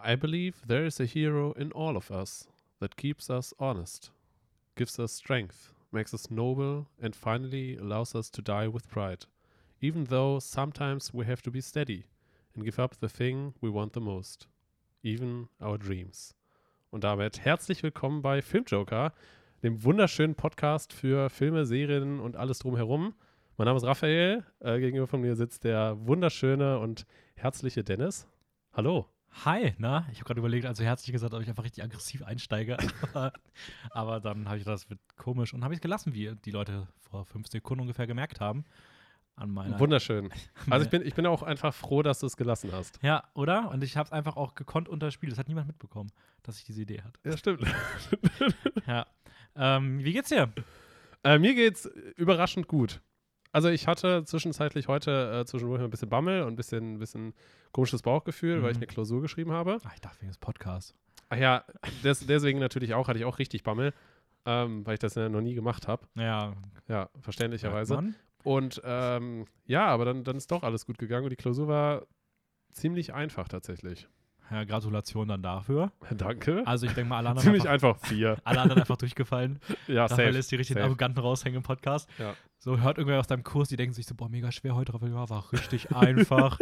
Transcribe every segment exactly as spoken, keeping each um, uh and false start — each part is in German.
I believe there is a hero in all of us that keeps us honest, gives us strength, makes us noble, and finally allows us to die with pride. Even though sometimes we have to be steady and give up the thing we want the most. Even our dreams. Und damit herzlich willkommen bei Filmjoker, dem wunderschönen Podcast für Filme, Serien und alles drumherum. Mein Name ist Raphael, äh, gegenüber von mir sitzt der wunderschöne und herzliche Dennis. Hallo. Hi, na? Ich habe gerade überlegt, also herzlich gesagt, ob ich einfach richtig aggressiv einsteige. Aber dann habe ich gedacht, das wird komisch und habe ich es gelassen, wie die Leute vor fünf Sekunden ungefähr gemerkt haben. An meiner Wunderschön. Also ich bin, ich bin auch einfach froh, dass du es gelassen hast. Ja, oder? Und ich habe es einfach auch gekonnt unterspielt. Das hat niemand mitbekommen, dass ich diese Idee hatte. Ja, stimmt. Ja. Ähm, wie geht's dir? Äh, mir geht's überraschend gut. Also ich hatte zwischenzeitlich heute äh, zwischendurch ein bisschen Bammel und ein bisschen, bisschen komisches Bauchgefühl, Mhm. weil ich eine Klausur geschrieben habe. Ach, ich dachte wegen des Podcasts. Ach ja, des, deswegen natürlich auch, hatte ich auch richtig Bammel, ähm, weil ich das ja noch nie gemacht habe. Ja, Ja, verständlicherweise. Mann. Und ähm, ja, aber dann, dann ist doch alles gut gegangen und die Klausur war ziemlich einfach tatsächlich. Ja, Gratulation dann dafür. Danke. Also ich denke mal, alle anderen Ziemlich einfach, einfach vier. alle anderen einfach durchgefallen. Ja, Raphael safe. ist die richtigen safe. Arroganten raushängen im Podcast. Ja. So hört irgendwer aus deinem Kurs, die denken sich so, boah, mega schwer heute, Raphael, ja, war richtig einfach.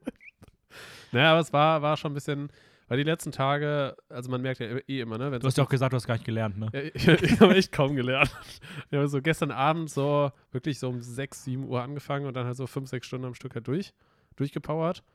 Naja, aber es war, war schon ein bisschen, weil die letzten Tage, also man merkt ja eh immer, ne? Du hast ja auch gesagt, du hast gar nicht gelernt, ne? Ja, ich ich habe echt kaum gelernt. Ich habe so gestern Abend so wirklich so um sechs, sieben Uhr angefangen und dann halt so fünf, sechs Stunden am Stück halt durch, durchgepowert.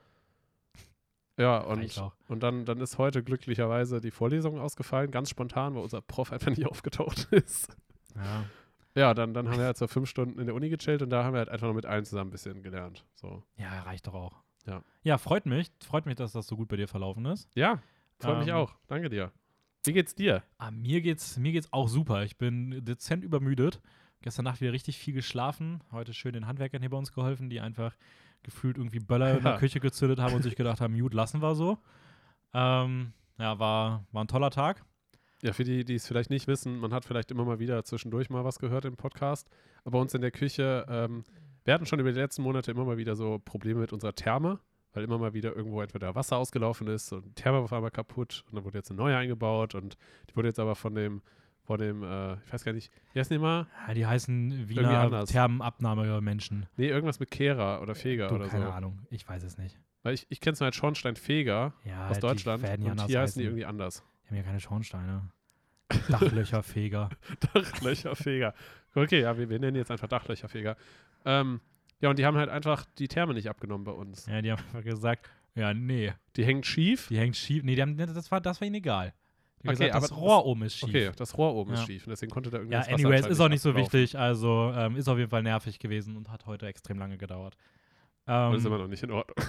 Ja, und, Reicht auch. und dann, dann ist heute glücklicherweise die Vorlesung ausgefallen, ganz spontan, weil unser Prof einfach nicht aufgetaucht ist. Ja. Ja, dann, dann haben wir halt so fünf Stunden in der Uni gechillt und da haben wir halt einfach noch mit allen zusammen ein bisschen gelernt. So. Ja, reicht doch auch. Ja. Ja, freut mich. Freut mich, dass das so gut bei dir verlaufen ist. Ja, freut mich Ähm, auch. Danke dir. Wie geht's dir? Ah, mir geht's, mir geht's auch super. Ich bin dezent übermüdet. Gestern Nacht wieder richtig viel geschlafen. Heute schön den Handwerkern hier bei uns geholfen, die einfach gefühlt irgendwie Böller in der Ja. Küche gezündet haben und sich gedacht haben, gut, lassen wir so. Ähm, ja, war, war ein toller Tag. Ja, für die, die es vielleicht nicht wissen, man hat vielleicht immer mal wieder zwischendurch mal was gehört im Podcast. Aber bei uns in der Küche, ähm, wir hatten schon über die letzten Monate immer mal wieder so Probleme mit unserer Therme, weil immer mal wieder irgendwo entweder Wasser ausgelaufen ist und die Therme war auf einmal kaputt und dann wurde jetzt eine neue eingebaut und die wurde jetzt aber von dem, von dem, äh, ich weiß gar nicht, wie heißen die mal? Ja, die heißen Irgendwie Wiener anders. Thermenabnahmemenschen. Nee, irgendwas mit Kehrer oder Feger Du, oder keine so. Ahnung. Ich weiß es nicht. Weil ich, ich kenne es nur als Schornsteinfeger Ja, aus die Deutschland werden ja und anders hier heißen die heißen. irgendwie anders. Die haben ja keine Schornsteine. Dachlöcherfeger. Dachlöcherfeger. Okay, ja, wir, wir nennen jetzt einfach Dachlöcherfeger. Ähm, ja, und die haben halt einfach die Therme nicht abgenommen bei uns. Ja, die haben einfach gesagt, ja, nee, Die hängt schief. die hängt schief. Nee, die haben, das war, das war ihnen egal. Die haben Okay, gesagt, das aber Rohr oben ist schief. Okay, das Rohr oben ist Ja. schief und deswegen konnte da irgendwie Ja, das Wasser anyways, anscheinend ist auch nicht so ablaufen. wichtig. Also ähm, ist auf jeden Fall nervig gewesen und hat heute extrem lange gedauert. Ähm, Und das ist immer noch nicht in Ordnung.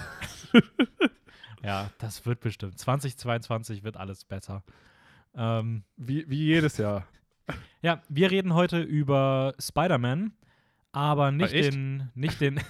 ja, das wird bestimmt. zwanzig zweiundzwanzig wird alles besser. Ähm, Wie, wie jedes Jahr. ja, wir reden heute über Spider-Man, aber nicht Ah, echt? den, nicht den,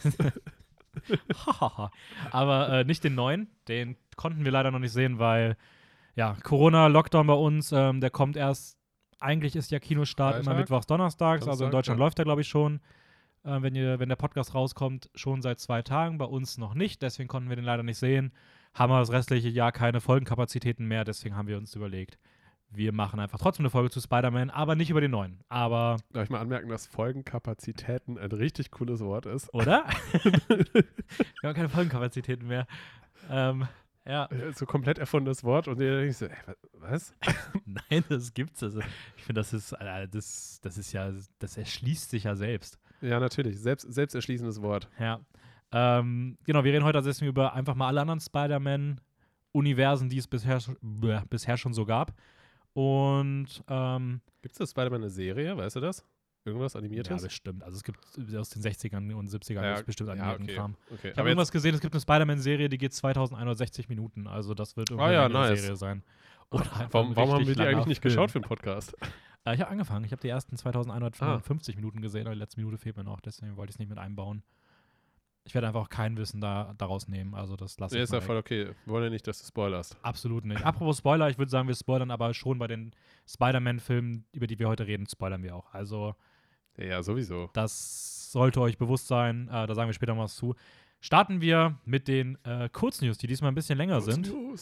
aber äh, nicht den neuen. Den konnten wir leider noch nicht sehen, weil ja Corona, Lockdown bei uns, ähm, der kommt erst. Eigentlich ist ja Kinostart immer Freitag? mittwochs, donnerstags. Also in Donnerstag, Deutschland ja. läuft der, glaube ich, schon. Äh, wenn, ihr, wenn der Podcast rauskommt, schon seit zwei Tagen. Bei uns noch nicht. Deswegen konnten wir den leider nicht sehen. Haben wir das restliche Jahr keine Folgenkapazitäten mehr. Deswegen haben wir uns überlegt, wir machen einfach trotzdem eine Folge zu Spider-Man, aber nicht über den neuen. Aber, Darf ich mal anmerken, dass Folgenkapazitäten ein richtig cooles Wort ist? oder? wir haben keine Folgenkapazitäten mehr. Ähm, ja. So komplett erfundenes Wort und ihr denkt so, ey, wa- was? Nein, das gibt's. Also, ich finde, das ist, äh, das, das ist ja, das erschließt sich ja selbst. Ja, natürlich. Selbst, selbsterschließendes Wort. Ja. Ähm, genau, wir reden heute also über einfach mal alle anderen Spider-Man-Universen, die es bisher, sch- bäh, bisher schon so gab. Und ähm, Gibt es das Spider-Man eine Serie? Weißt du das? Irgendwas ja, Animiertes? bestimmt. Also es gibt aus den sechzigern und siebzigern Ja, gibt's bestimmt ja, animierten okay. Kram. okay. Ich habe Aber irgendwas jetzt, gesehen, es gibt eine Spider-Man-Serie, die geht zweitausendeinhundertsechzig Minuten. Also das wird irgendwie Ah ja, eine nice. Serie sein. Oder einfach warum, ein warum haben wir richtig die eigentlich langer nicht Film. geschaut für den Podcast? Äh, ich habe angefangen. Ich habe die ersten zweitausendeinhundertfünfundfünfzig Minuten gesehen, aber die letzte Minute fehlt mir noch. Deswegen wollte ich es nicht mit einbauen. Ich werde einfach auch kein Wissen da, daraus nehmen. Also das lasse Nee, ich ist mal ja weg. voll okay. Wir wollen ja nicht, dass du spoilerst. Absolut nicht. Apropos Spoiler, ich würde sagen, wir spoilern aber schon bei den Spider-Man-Filmen, über die wir heute reden, spoilern wir auch. Also Ja, ja, sowieso. das sollte euch bewusst sein. Äh, da sagen wir später mal was zu. Starten wir mit den äh, Kurznews, die diesmal ein bisschen länger sind. News.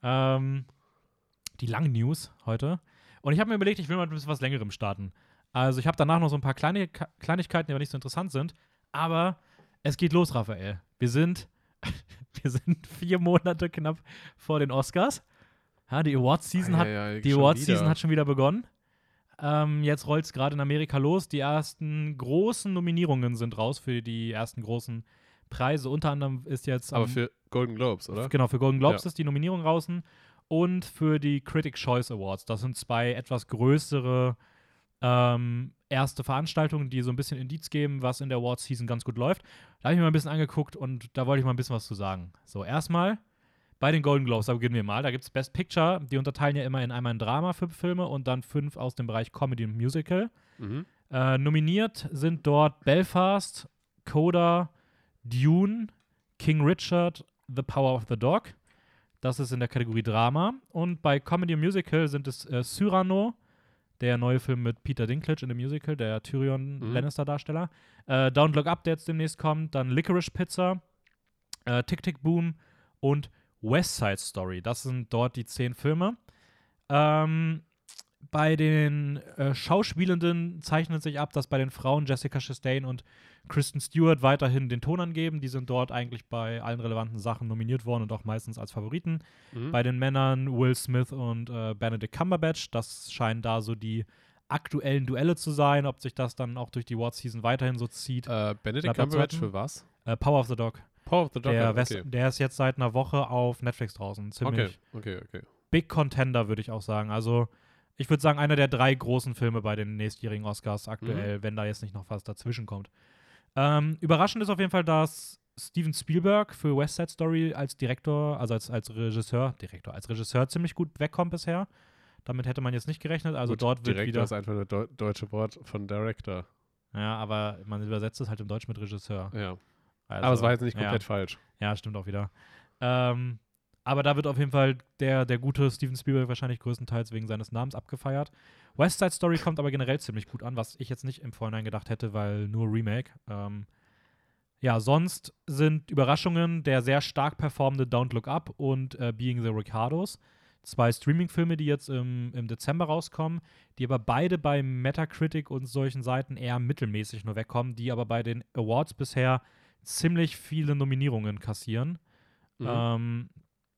Ähm, die langen News heute. Und ich habe mir überlegt, ich will mal ein bisschen was Längerem starten. Also ich habe danach noch so ein paar kleine Ka- Kleinigkeiten, die aber nicht so interessant sind. Aber es geht los, Raphael. Wir sind, wir sind vier Monate knapp vor den Oscars. Ja, die Awards-Season hat, Ja, ja, die schon Awards-Season wieder. hat schon wieder begonnen. Ähm, jetzt rollt es gerade in Amerika los. Die ersten großen Nominierungen sind raus für die ersten großen Preise. Unter anderem ist jetzt Aber am- für Golden Globes, oder? Genau, für Golden Globes Ja. ist die Nominierung draußen und für die Critics' Choice Awards. Das sind zwei etwas größere ähm, erste Veranstaltungen, die so ein bisschen Indiz geben, was in der Awards-Season ganz gut läuft. Da habe ich mir mal ein bisschen angeguckt und da wollte ich mal ein bisschen was zu sagen. So, erstmal bei den Golden Globes, da beginnen wir mal. Da gibt es Best Picture, die unterteilen ja immer in einmal ein Drama für Filme und dann fünf aus dem Bereich Comedy und Musical. Mhm. Äh, nominiert sind dort Belfast, Coda, Dune, King Richard, The Power of the Dog. Das ist in der Kategorie Drama. Und bei Comedy und Musical sind es äh, Cyrano, der neue Film mit Peter Dinklage in dem Musical, der Tyrion Mhm. Lannister-Darsteller. Äh, Don't Look Up, der jetzt demnächst kommt. Dann Licorice Pizza, äh, Tick Tick Boom und West Side Story. Das sind dort die zehn Filme. Ähm, bei den äh, Schauspielenden zeichnet sich ab, dass bei den Frauen Jessica Chastain und Kristen Stewart weiterhin den Ton angeben. Die sind dort eigentlich bei allen relevanten Sachen nominiert worden und auch meistens als Favoriten. Mhm. Bei den Männern Will Smith und äh, Benedict Cumberbatch. Das scheinen da so die aktuellen Duelle zu sein. Ob sich das dann auch durch die Award-Season weiterhin so zieht. Äh, Benedict Knapp Cumberbatch abzuwarten. für was? Äh, Power of the Dog. Power of the Dog, Der, okay. West- der ist jetzt seit einer Woche auf Netflix draußen. Ziemlich Okay, okay, okay. Big Contender, würde ich auch sagen. Also, ich würde sagen, einer der drei großen Filme bei den nächstjährigen Oscars aktuell, wenn da jetzt nicht noch was dazwischen kommt. Ähm, überraschend ist auf jeden Fall, dass Steven Spielberg für West Side Story als Direktor, also als, als Regisseur, Direktor, als Regisseur ziemlich gut wegkommt bisher. Damit hätte man jetzt nicht gerechnet. Also Gut, dort wird Director wieder. ist einfach ein Deu deutsche Wort von Director. Ja, aber man übersetzt es halt im Deutsch mit Regisseur. Ja. Also, Aber es war jetzt nicht ja. komplett falsch. Ja, stimmt auch wieder. Ähm, aber da wird auf jeden Fall der, der gute Steven Spielberg wahrscheinlich größtenteils wegen seines Namens abgefeiert. West Side Story kommt aber generell ziemlich gut an, was ich jetzt nicht im Vorhinein gedacht hätte, weil nur Remake. Ähm, ja, sonst sind Überraschungen der sehr stark performende Don't Look Up und äh, Being the Ricardos. Zwei Streaming-Filme, die jetzt im, im Dezember rauskommen, die aber beide bei Metacritic und solchen Seiten eher mittelmäßig nur wegkommen, die aber bei den Awards bisher ziemlich viele Nominierungen kassieren. Mhm. Ähm,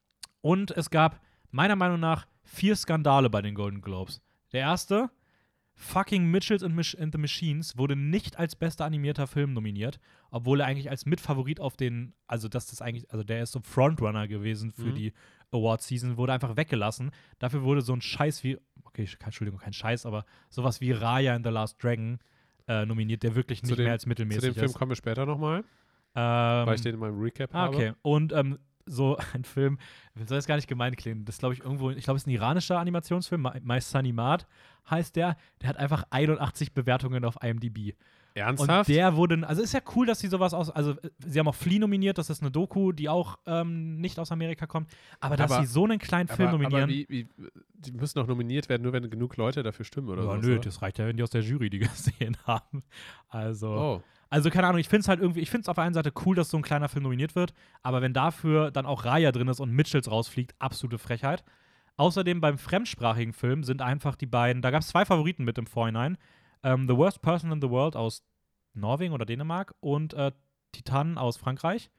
und es gab meiner Meinung nach vier Skandale bei den Golden Globes. Der erste, fucking Mitchells and, Mach- and the Machines wurde nicht als bester animierter Film nominiert, obwohl er eigentlich als Mitfavorit auf den, also das ist eigentlich, also der ist so Frontrunner gewesen für Mhm. die Award-Season, wurde einfach weggelassen. Dafür wurde so ein Scheiß wie, okay, Entschuldigung, kein Scheiß, aber sowas wie Raya in The Last Dragon äh, nominiert, der wirklich Zu nicht dem- mehr als Zu mittelmäßig dem Film ist. kommen wir später nochmal, Ähm, weil ich den in meinem Recap Ah, habe. okay. Und ähm, so ein Film, soll jetzt gar nicht gemein klingen, das glaube ich irgendwo, ich glaube, es ist ein iranischer Animationsfilm, My, My Sunny Mad heißt der, der hat einfach einundachtzig Bewertungen auf I M D B. Ernsthaft? Und der wurde, also ist ja cool, dass sie sowas aus, also äh, sie haben auch Flea nominiert, das ist eine Doku, die auch ähm, nicht aus Amerika kommt, aber dass Aber- sie so einen kleinen Film aber, nominieren, aber wie, wie, die müssen doch nominiert werden, nur wenn genug Leute dafür stimmen, oder ja, so. nö, das reicht ja, wenn die aus der Jury die gesehen haben. Also, Oh. Also, keine Ahnung, ich finde es halt irgendwie, ich finde es auf der einen Seite cool, dass so ein kleiner Film nominiert wird, aber wenn dafür dann auch Raya drin ist und Mitchells rausfliegt, absolute Frechheit. Außerdem beim fremdsprachigen Film sind einfach die beiden, da gab es zwei Favoriten mit im Vorhinein: ähm, The Worst Person in the World aus Norwegen oder Dänemark und äh, Titanen aus Frankreich.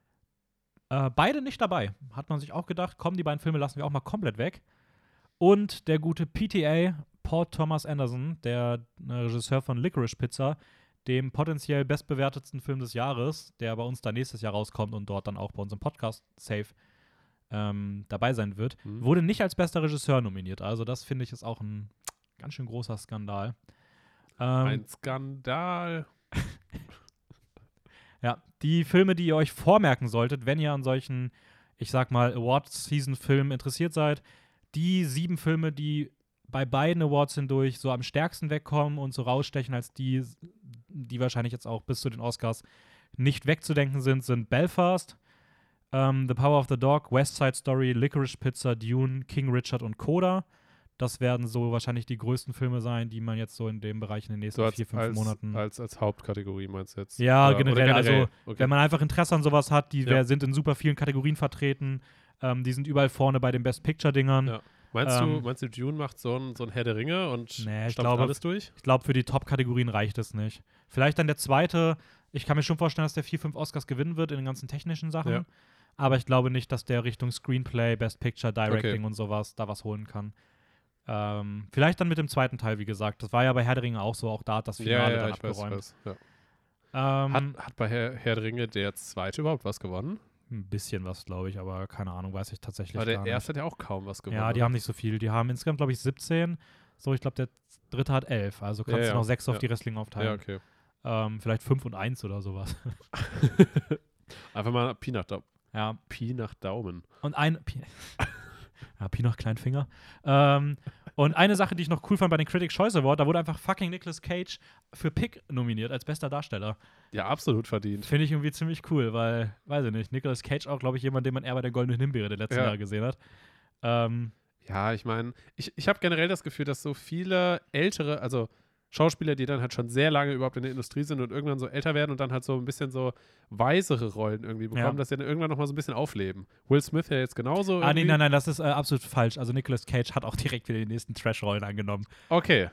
Äh, beide nicht dabei. Hat man sich auch gedacht, komm, die beiden Filme lassen wir auch mal komplett weg. Und der gute P T A, Paul Thomas Anderson, der äh, Regisseur von Licorice Pizza, dem potenziell bestbewertetsten Film des Jahres, der bei uns dann nächstes Jahr rauskommt und dort dann auch bei uns im Podcast safe ähm, dabei sein wird, Mhm. wurde nicht als bester Regisseur nominiert. Also das finde ich ist auch ein ganz schön großer Skandal. Ähm, Ein Skandal. Ja, die Filme, die ihr euch vormerken solltet, wenn ihr an solchen, ich sag mal, Award-Season-Filmen interessiert seid, die sieben Filme, die bei beiden Awards hindurch so am stärksten wegkommen und so rausstechen als die, die wahrscheinlich jetzt auch bis zu den Oscars nicht wegzudenken sind, sind Belfast, ähm, The Power of the Dog, West Side Story, Licorice Pizza, Dune, King Richard und Coda. Das werden so wahrscheinlich die größten Filme sein, die man jetzt so in dem Bereich in den nächsten So als, vier, fünf als, Monaten. als, als Hauptkategorie meinst du jetzt? Ja, Oder- oder generell, also Okay. Wenn man einfach Interesse an sowas hat, die Ja. wer- sind in super vielen Kategorien vertreten. Ähm, die sind überall vorne bei den Best Picture-Dingern. Ja. Meinst, Ähm, du, meinst du, Dune macht so ein, so ein Herr der Ringe und Nee, ich stopft glaube- alles durch? Ich glaube, für die Top-Kategorien reicht es nicht. Vielleicht dann der zweite. Ich kann mir schon vorstellen, dass der vier, fünf Oscars gewinnen wird in den ganzen technischen Sachen. Ja. Aber ich glaube nicht, dass der Richtung Screenplay, Best Picture, Directing Okay. und sowas da was holen kann. Ähm, vielleicht dann mit dem zweiten Teil, wie gesagt. Das war ja bei Herr der Ringe auch so. Auch da hat das Finale ja, ja, dann ich weiß, ich abgeräumt. weiß. Ja. Ähm, Hat, hat bei Herr, Herr der Ringe der zweite überhaupt was gewonnen? Ein bisschen was, glaube ich, aber keine Ahnung, weiß ich tatsächlich Aber gar der nicht. erste hat ja auch kaum was gewonnen. Ja, die oder? haben nicht so viel. Die haben insgesamt, glaube ich, siebzehn. So, ich glaube, der dritte hat elf. Also kannst Ja, du ja, noch sechs auf ja. die Wrestling Ja, aufteilen. okay. ähm, vielleicht fünf und eins oder sowas. Einfach mal Pi nach, Dau Ja. Pi nach Daumen. Und ein. Pi, ja, Pi noch Kleinfinger. Ähm, und eine Sache, die ich noch cool fand bei den Critics' Choice Award, da wurde einfach fucking Nicolas Cage für Pick nominiert als bester Darsteller. Ja, absolut verdient. Finde ich irgendwie ziemlich cool, weil, weiß ich nicht, Nicolas Cage auch, glaube ich, jemand, den man eher bei der Goldenen Himbeere der letzten Ja. Jahre gesehen hat. Ähm, Ja, ich meine, ich, ich habe generell das Gefühl, dass so viele ältere, also Schauspieler, die dann halt schon sehr lange überhaupt in der Industrie sind und irgendwann so älter werden und dann halt so ein bisschen so weisere Rollen irgendwie bekommen, Ja. dass sie dann irgendwann nochmal so ein bisschen aufleben. Will Smith ja jetzt genauso. ah, nee, irgendwie. nein, nein, das ist äh, absolut falsch. Also Nicolas Cage hat auch direkt wieder die nächsten Trash-Rollen angenommen. Okay.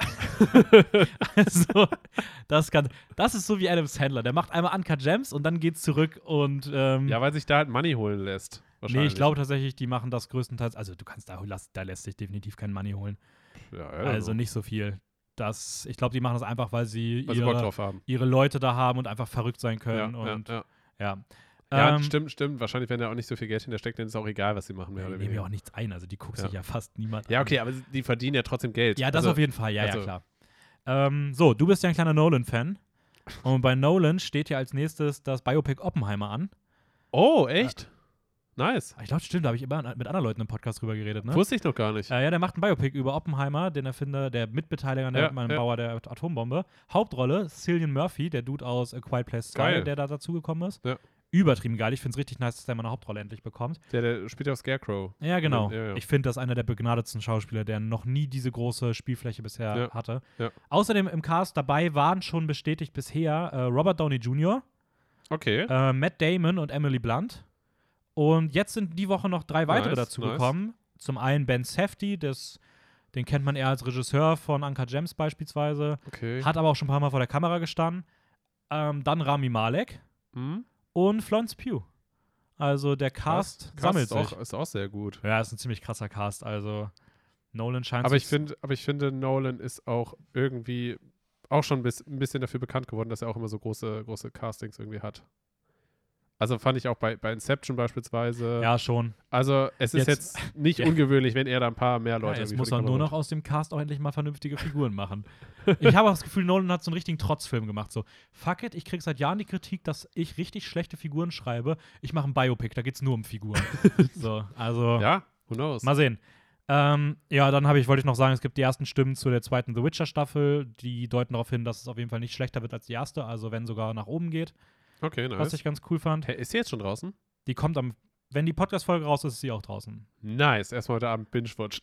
Also, das kann, das ist so wie Adam Sandler. Der macht einmal Uncut Gems und dann geht's zurück und ähm, Ja, weil sich da halt Money holen lässt. nee, Wahrscheinlich. ich glaube tatsächlich, die machen das größtenteils, also du kannst da, da lässt sich definitiv kein Money holen. Ja, ja, Also nicht so viel. Das, ich glaube, die machen das einfach, weil sie, weil sie Bock ihre, drauf haben. ihre Leute da haben und einfach verrückt sein Ja, können. ja, und ja. ja. Ja, Ähm, stimmt, stimmt. Wahrscheinlich, wenn da auch nicht so viel Geld hintersteckt, dann ist es auch egal, was sie machen. Mehr Ja, oder die nehmen ja weniger. auch nichts ein, also die guckt Ja. sich ja fast niemand Ja, an. okay, aber die verdienen ja trotzdem Geld. Ja, das also, auf jeden Fall, ja, also- ja, klar. Ähm, so, du bist ja ein kleiner Nolan-Fan. Und bei Nolan steht ja als nächstes das Biopic Oppenheimer an. Oh, echt? Nice. Ich glaube, stimmt, da habe ich immer mit anderen Leuten im Podcast drüber geredet, ne? Wusste ich noch gar nicht. Äh, ja, der macht ein Biopic über Oppenheimer, den Erfinder, der Mitbeteiliger, der Ja, meinem ja. Bauer der Atombombe. Hauptrolle, Cillian Murphy, der Dude aus A Quiet Place zwei, Geil. der da dazugekommen ist. Ja. Übertrieben geil. Ich finde es richtig nice, dass der mal eine Hauptrolle endlich bekommt. Der, der spielt ja auch Scarecrow. Ja, genau. Ja, ja. Ich finde, das ist einer der begnadetsten Schauspieler, der noch nie diese große Spielfläche bisher Ja, hatte. ja. Außerdem im Cast dabei waren schon bestätigt bisher äh, Robert Downey Junior, Okay. äh, Matt Damon und Emily Blunt. Und jetzt sind die Woche noch drei weitere Nice, dazugekommen. Zum einen Ben Safdie, das, den kennt man eher als Regisseur von Uncut Gems beispielsweise, okay. hat aber auch schon ein paar Mal vor der Kamera gestanden. Ähm, dann Rami Malek Hm? und Florence Pugh. Also der Cast Krass. sammelt ist sich. auch, ist auch sehr gut. Ja, ist ein ziemlich krasser Cast. Also Nolan scheint Aber ich, sich- find, aber ich finde, Nolan ist auch irgendwie auch schon ein bis- ein bisschen dafür bekannt geworden, dass er auch immer so große, große Castings irgendwie hat. Also fand ich auch bei, bei Inception beispielsweise. Ja, schon. Also es ist Jetzt- jetzt, nicht Ja. ungewöhnlich, wenn er da ein paar mehr Ja, Leute jetzt irgendwie muss vor er die nur Kamera noch aus dem Cast auch endlich mal vernünftige Figuren machen. Ich habe auch das Gefühl, Nolan hat so einen richtigen Trotzfilm gemacht. So, fuck it, ich krieg seit Jahren die Kritik, dass ich richtig schlechte Figuren schreibe. Ich mache ein Biopic, da geht's nur um Figuren. so, also holt. Ja, who knows? mal sehen. Ähm, ja, dann habe ich, wollte ich noch sagen, es gibt die ersten Stimmen zu der zweiten The Witcher-Staffel, die deuten darauf hin, dass es auf jeden Fall nicht schlechter wird als die erste, also wenn sogar nach oben geht, Okay, was nice. ich ganz cool fand. Hey, ist sie jetzt schon draußen? Die kommt am, wenn die Podcast-Folge raus ist, ist sie auch draußen. Nice. Erstmal heute Abend Binge-Watch.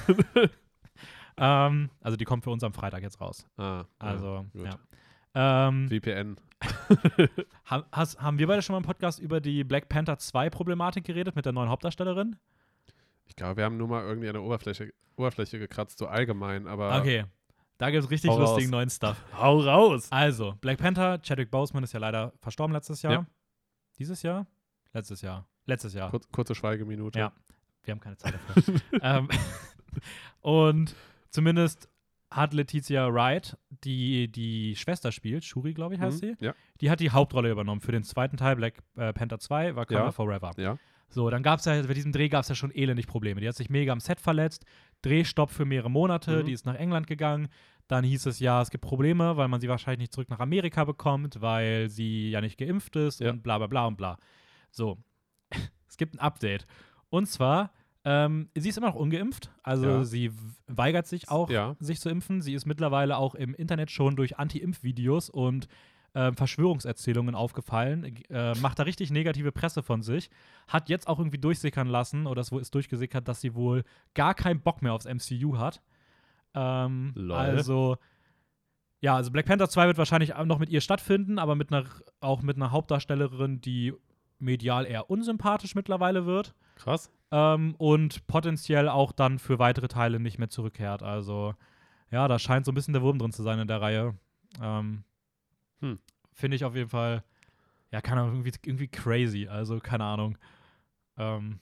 Ähm, also die kommt für uns am Freitag jetzt raus. Ah, Also, gut. ja. Ähm, V P N. ha, has, haben wir beide schon mal im Podcast über die Black Panther zwei Problematik geredet mit der neuen Hauptdarstellerin? Ich glaube, wir haben nur mal irgendwie an der Oberfläche, Oberfläche gekratzt, so allgemein, aber Okay. Da gibt es richtig Hau lustigen raus. neuen Stuff. hau raus! Also, Black Panther, Chadwick Boseman ist ja leider verstorben letztes Jahr. Ja. Dieses Jahr? Letztes Jahr. Letztes Jahr. Kur kurze Schweigeminute. Ja. Wir haben keine Zeit dafür. ähm, und zumindest hat Letizia Wright, die die Schwester spielt, Shuri, glaube ich, heißt Mhm. sie, Ja. die hat die Hauptrolle übernommen für den zweiten Teil, Black äh, Panther zwei, Wakanda Ja. Forever. Ja. So, dann gab es ja, bei diesem Dreh gab es ja schon elendig Probleme. Die hat sich mega am Set verletzt, Drehstopp für mehrere Monate, Mhm. die ist nach England gegangen. Dann hieß es ja, es gibt Probleme, weil man sie wahrscheinlich nicht zurück nach Amerika bekommt, weil sie ja nicht geimpft ist Ja. und bla bla bla und bla. So, es gibt ein Update. Und zwar, ähm, sie ist immer noch ungeimpft, also Ja. sie w- weigert sich auch, Ja. sich zu impfen. Sie ist mittlerweile auch im Internet schon durch Anti-Impf-Videos und ähm, Verschwörungserzählungen aufgefallen, äh, macht da richtig negative Presse von sich, hat jetzt auch irgendwie durchsickern lassen, oder es ist durchgesickert, dass sie wohl gar keinen Bock mehr aufs M C U hat. Ähm, Lol. also, ja, also Black Panther zwei wird wahrscheinlich auch noch mit ihr stattfinden, aber mit einer, auch mit einer Hauptdarstellerin, die medial eher unsympathisch mittlerweile wird. Krass. Ähm, und potenziell auch dann für weitere Teile nicht mehr zurückkehrt. Also, ja, da scheint so ein bisschen der Wurm drin zu sein in der Reihe. Ähm, Hm. Finde ich auf jeden Fall, ja, keine Ahnung, irgendwie, irgendwie crazy. Also, keine Ahnung. Ähm,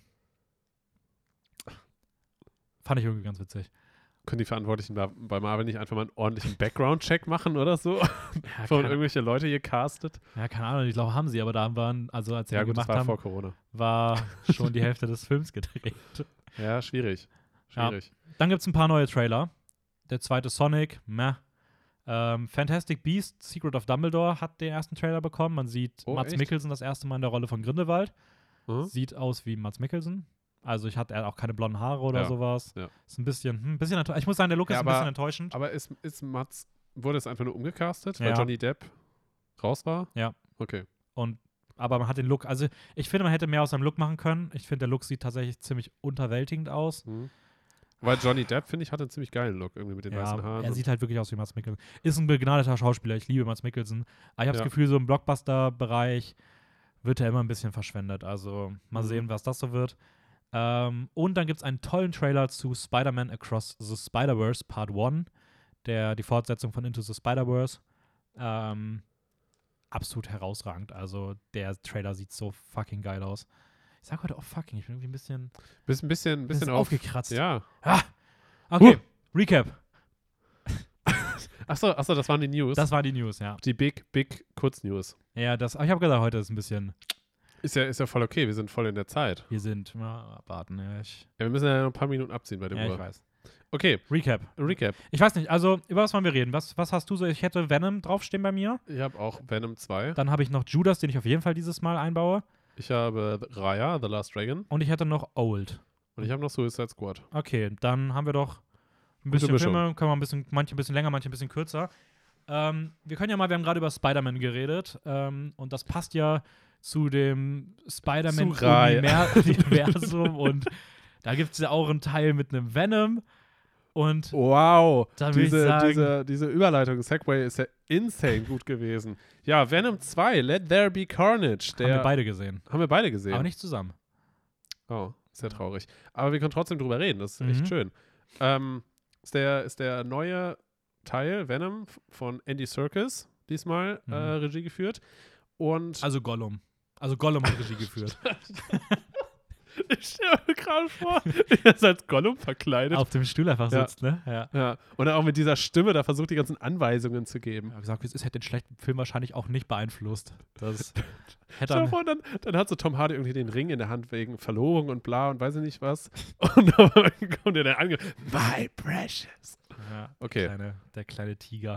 fand ich irgendwie ganz witzig. Können die Verantwortlichen bei, bei Marvel nicht einfach mal einen ordentlichen Background-Check machen oder so? Ja, Von keine, irgendwelche Leute hier castet? ja, keine Ahnung, ich glaube, haben sie, aber da waren, also als sie Ja, die gut, das gemacht war haben, vor Corona. war schon die Hälfte des Films gedreht. Ja, schwierig. Schwierig. Dann gibt es ein paar neue Trailer. Der zweite Sonic, meh. Ähm, Fantastic Beasts, Secret of Dumbledore hat den ersten Trailer bekommen. Man sieht Oh, Mads echt? Mikkelsen das erste Mal in der Rolle von Grindelwald. Mhm. Sieht aus wie Mads Mikkelsen. Also ich hatte er hat auch keine blonden Haare oder Ja, sowas. ja. Ist ein bisschen, hm, ein bisschen enttäuschend. Ich muss sagen, der Look Ja, ist ein aber- bisschen enttäuschend. Aber ist, ist Mats, wurde es einfach nur umgecastet, weil Ja. Johnny Depp raus war? Ja. Okay. Und, aber man hat den Look, also ich finde, man hätte mehr aus seinem Look machen können. Ich finde, der Look sieht tatsächlich ziemlich unterwältigend aus. Mhm. Weil Johnny Depp, finde ich, hat einen ziemlich geilen Look irgendwie mit den weißen Ja, Haaren. er und- sieht halt wirklich aus wie Mads Mikkelsen. Ist ein begnadeter Schauspieler. Ich liebe Mads Mikkelsen. Aber ich habe Ja. das Gefühl, so im Blockbuster-Bereich wird er immer ein bisschen verschwendet. Also mal Mhm. sehen, was das so wird. Ähm, und dann gibt es einen tollen Trailer zu Spider-Man Across the Spider-Verse Part eins, der die Fortsetzung von Into the Spider-Verse. Ähm, absolut herausragend. Also der Trailer sieht so fucking geil aus. Ich sag heute auch fucking, ich bin irgendwie ein bisschen, Bisschen, bisschen, bisschen bisschen auf. aufgekratzt. Ja. Ah, okay, Recap. Achso, achso, das waren die News. Das war die News, ja. die Big, Big Kurznews. Ja, das, aber ich habe gesagt, heute ist ein bisschen, Ist ja, ist ja voll okay, wir sind voll in der Zeit. wir sind, mal abwarten. Ja, ich, Ja, wir müssen ja noch ein paar Minuten abziehen bei dem ja, ich Uhr. weiß. Okay, Recap. Recap. Ich weiß nicht, also über was wollen wir reden? Was, was hast du so? Ich hätte Venom draufstehen bei mir. Ich habe auch Venom zwei. Dann habe ich noch Judas, den ich auf jeden Fall dieses Mal einbaue. Ich habe Raya, The Last Dragon. Und ich hätte noch Old. Und ich habe noch Suicide Squad. Okay, dann haben wir doch ein Gute bisschen Mischung. Filme, können wir ein bisschen, manche ein bisschen länger, manche ein bisschen kürzer. Ähm, wir können ja mal, wir haben gerade über Spider-Man geredet ähm, und das passt ja zu dem Spider-Man-Universum und da gibt es ja auch einen Teil mit einem Venom und Wow, Dann will ich diese, sagen- diese, diese Überleitung, Segway ist ja insane gut gewesen. Ja, Venom zwei, Let There Be Carnage. Der, haben wir beide gesehen, haben wir beide gesehen. aber nicht zusammen. Oh, sehr Ja. traurig. Aber wir können trotzdem drüber reden, das ist Mhm. echt schön. Ähm, ist, der, ist der neue Teil, Venom, f- von Andy Serkis, diesmal Mhm. äh, Regie geführt. Und Also Gollum. Also Gollum hat Regie geführt. ich stelle mir gerade vor, er ist als Gollum verkleidet. Auf dem Stuhl einfach Ja. sitzt, ne? Ja. Ja. Und er auch mit dieser Stimme da versucht, die ganzen Anweisungen zu geben. Ja, gesagt, es hätte den schlechten Film wahrscheinlich auch nicht beeinflusst. Das hätte Stell dir dann, vor, dann, dann hat so Tom Hardy irgendwie den Ring in der Hand wegen Verlobung und bla und weiß ich nicht was. Und dann kommt er dann ange... My precious. ja, Okay. kleine, der kleine Tiger.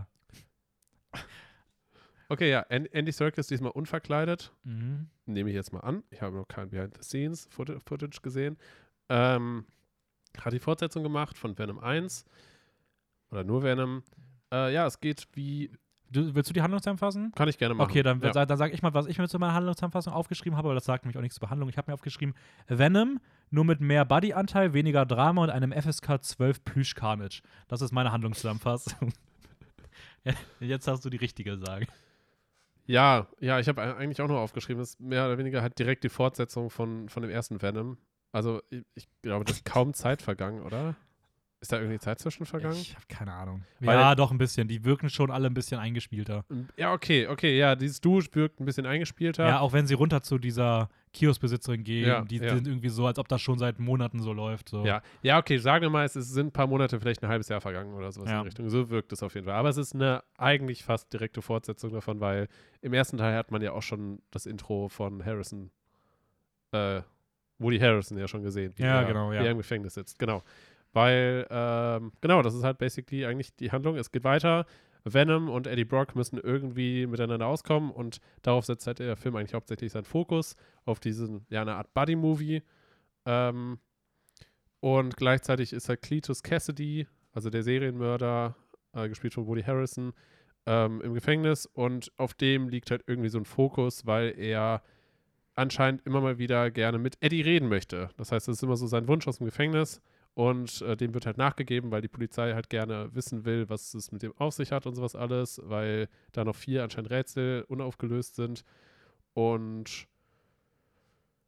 Okay, ja, An- Andy Serkis diesmal unverkleidet. Mhm. Nehme ich jetzt mal an. Ich habe noch kein Behind-the-Scenes-Footage gesehen. Ähm, hat die Fortsetzung gemacht von Venom eins. Oder nur Venom. Äh, ja, es geht wie... Du, willst du die Handlung zusammenfassen? Kann ich gerne machen. Okay, dann, ja. sa- dann sage ich mal, was ich mir zu meiner Handlungszusammenfassung aufgeschrieben habe, aber das sagt nämlich auch nichts zur Behandlung. Ich habe mir aufgeschrieben, Venom, nur mit mehr Buddy-Anteil, weniger Drama und einem F S K zwölf Plüsch-Carnage. Das ist meine Handlungszusammenfassung. Ja, jetzt hast du die richtige sagen. Ja, ja, ich habe eigentlich auch nur aufgeschrieben, das ist mehr oder weniger halt direkt die Fortsetzung von, von dem ersten Venom. Also ich, ich glaube, das ist kaum Zeit vergangen, oder? Ist da irgendwie Zeit zwischen vergangen? Ich habe keine Ahnung. Weil- ja, doch ein bisschen. Die wirken schon alle ein bisschen eingespielter. Ja, okay, okay, ja, dieses Du wirkt ein bisschen eingespielter. Ja, auch wenn sie runter zu dieser Kioskbesitzerin gehen, Ja, die ja. sind irgendwie so, als ob das schon seit Monaten so läuft. So. Ja, ja, okay, sagen wir mal, es ist- sind ein paar Monate, vielleicht ein halbes Jahr vergangen oder sowas Ja. in die Richtung. So wirkt es auf jeden Fall. Aber es ist eine eigentlich fast direkte Fortsetzung davon, weil im ersten Teil hat man ja auch schon das Intro von Harrison, äh, Woody Harrison ja schon gesehen. Wie Ja, er, genau, ja. Wie er im Gefängnis sitzt, genau. Weil, ähm, genau, das ist halt basically eigentlich die Handlung. Es geht weiter. Venom und Eddie Brock müssen irgendwie miteinander auskommen und darauf setzt halt der Film eigentlich hauptsächlich seinen Fokus auf diesen, ja, eine Art Buddy-Movie. Ähm, und gleichzeitig ist halt Cletus Cassidy, also der Serienmörder, äh, gespielt von Woody Harrison, ähm, im Gefängnis und auf dem liegt halt irgendwie so ein Fokus, weil er anscheinend immer mal wieder gerne mit Eddie reden möchte. Das heißt, das ist immer so sein Wunsch aus dem Gefängnis. Und äh, dem wird halt nachgegeben, weil die Polizei halt gerne wissen will, was es mit dem auf sich hat und sowas alles, weil da noch vier anscheinend Rätsel unaufgelöst sind. Und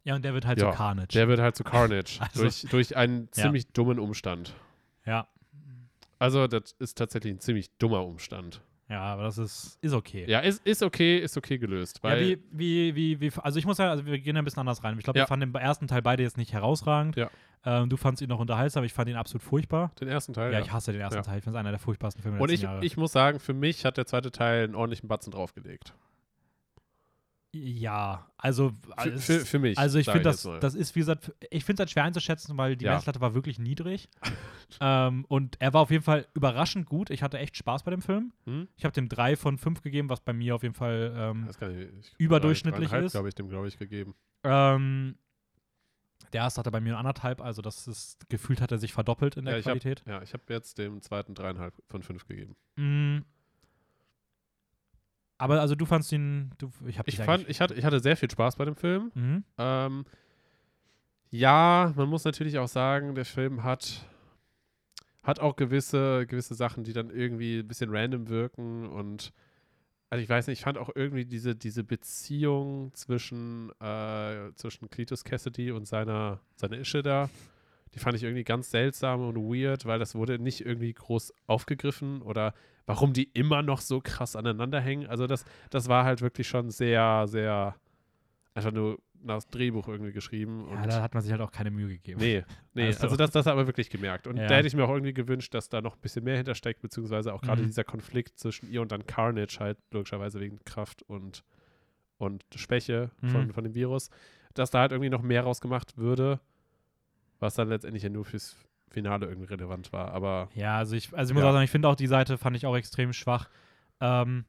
Ja, und der wird halt Ja, so Carnage. Der wird halt zu Carnage. Also, durch, durch einen ja. ziemlich dummen Umstand. Ja. Also, das ist tatsächlich ein ziemlich dummer Umstand. Ja, aber das ist, ist okay. Ja, ist, ist okay, ist okay gelöst. Weil, ja, wie, wie, wie, wie, also ich muss ja, also wir gehen ja ein bisschen anders rein. Ich glaube, Ja. wir fanden den ersten Teil beide jetzt nicht herausragend. Ja. Ähm, du fandst ihn noch unterhaltsam, ich fand ihn absolut furchtbar. Den ersten Teil, Ja, ja. ich hasse den ersten Ja. Teil. Ich finde es einer der furchtbarsten Filme der Und letzten ich, Jahre. ich muss sagen, für mich hat der zweite Teil einen ordentlichen Batzen draufgelegt. Ja, also Für, es- für, für mich. Also ich sag finde jetzt das, mal. das ist, wie gesagt, ich finde es halt schwer einzuschätzen, weil die Ja. Messlatte war wirklich niedrig. ähm, und er war auf jeden Fall überraschend gut. Ich hatte echt Spaß bei dem Film. Hm? Ich habe dem drei von fünf gegeben, was bei mir auf jeden Fall ähm, Das kann ich, ich, überdurchschnittlich ist. glaube ich, dem glaube ich gegeben. ähm, der erste hatte bei mir anderthalb, also das ist, gefühlt hat er sich verdoppelt in der Ja, ich hab- Qualität. Ja, ich habe jetzt dem zweiten dreieinhalb von fünf gegeben. Mm. Aber also du fandst ihn, du, ich habe Ich fand, ich hatte, ich hatte sehr viel Spaß bei dem Film. Mhm. Ähm, ja, man muss natürlich auch sagen, der Film hat, hat auch gewisse, gewisse Sachen, die dann irgendwie ein bisschen random wirken und also ich weiß nicht, ich fand auch irgendwie diese, diese Beziehung zwischen, äh, zwischen Cletus Cassidy und seiner, seiner Ische da, die fand ich irgendwie ganz seltsam und weird, weil das wurde nicht irgendwie groß aufgegriffen oder warum die immer noch so krass aneinander hängen. Also das, das war halt wirklich schon sehr, sehr einfach nur nach das Drehbuch irgendwie geschrieben. Ja, und da hat man sich halt auch keine Mühe gegeben. Nee, nee, Also- also, das, das hat man wirklich gemerkt. Und Ja. da hätte ich mir auch irgendwie gewünscht, dass da noch ein bisschen mehr hintersteckt, beziehungsweise auch gerade Mhm. dieser Konflikt zwischen ihr und dann Carnage halt logischerweise wegen Kraft und, und Schwäche von, Mhm. von dem Virus, dass da halt irgendwie noch mehr rausgemacht würde, was dann letztendlich ja nur fürs Finale irgendwie relevant war. Aber Ja, also ich, also ich muss Ja. auch sagen, ich finde auch die Seite fand ich auch extrem schwach. Ähm,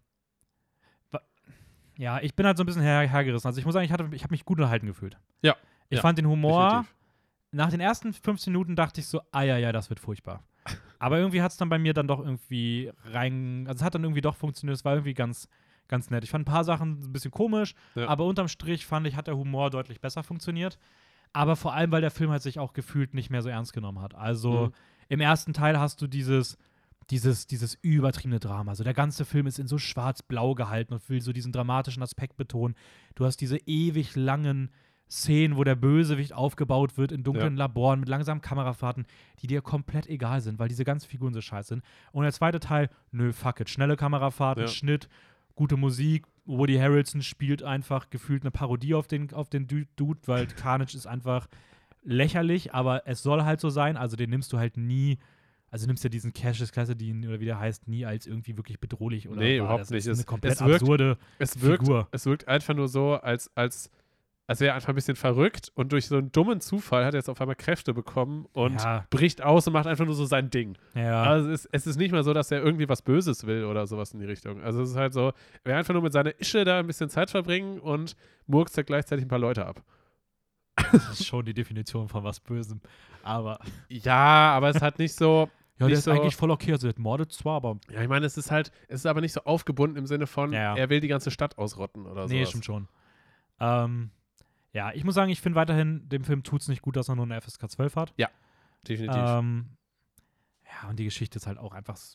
wa- ja, ich bin halt so ein bisschen her, hergerissen. Also ich muss sagen, ich, hatte- ich habe mich gut unterhalten gefühlt. Ja, Ich ja, fand den Humor, definitiv. nach den ersten fünfzehn Minuten dachte ich so, ah ja, ja, das wird furchtbar. Aber irgendwie hat es dann bei mir dann doch irgendwie rein, also es hat dann irgendwie doch funktioniert, es war irgendwie ganz, ganz nett. Ich fand ein paar Sachen ein bisschen komisch, Ja. aber unterm Strich fand ich, hat der Humor deutlich besser funktioniert. Aber vor allem, weil der Film halt sich auch gefühlt nicht mehr so ernst genommen hat. Also Mhm. im ersten Teil hast du dieses, dieses, dieses übertriebene Drama. Also der ganze Film ist in so schwarz-blau gehalten und will so diesen dramatischen Aspekt betonen. Du hast diese ewig langen Szenen, wo der Bösewicht aufgebaut wird in dunklen Laboren mit langsamen Kamerafahrten, die dir komplett egal sind, weil diese ganzen Figuren so scheiße sind. Und der zweite Teil, nö, fuck it. Schnelle Kamerafahrten, Ja. Schnitt, gute Musik. Woody Harrelson spielt einfach gefühlt eine Parodie auf den, auf den Du- Dude, weil Carnage ist einfach lächerlich, aber es soll halt so sein. Also den nimmst du halt nie, also nimmst du diesen Cassius Cassidy oder wie der heißt, nie als irgendwie wirklich bedrohlich oder Nee, wahr. überhaupt das nicht. ist eine Es- komplett es wirkt- absurde Es wirkt, Figur. es wirkt einfach nur so, als, als, als wäre er einfach ein bisschen verrückt und durch so einen dummen Zufall hat er jetzt auf einmal Kräfte bekommen und Ja. bricht aus und macht einfach nur so sein Ding. Ja. Also es ist, es ist nicht mal so, dass er irgendwie was Böses will oder sowas in die Richtung. Also es ist halt so, er will einfach nur mit seiner Ische da ein bisschen Zeit verbringen und murkst halt gleichzeitig ein paar Leute ab. Das ist schon die Definition von was Bösem. Aber Ja, aber es hat nicht so, ja, nicht der ist so- eigentlich voll okay. Also der mordet zwar, aber ja, ich meine, es ist halt, es ist aber nicht so aufgebunden im Sinne von, Ja, ja. er will die ganze Stadt ausrotten oder so. nee, stimmt schon. Ähm, ja, ich muss sagen, ich finde weiterhin, dem Film tut es nicht gut, dass er nur eine F S K zwölf hat. Definitiv. Ähm, ja, und die Geschichte ist halt auch einfach s-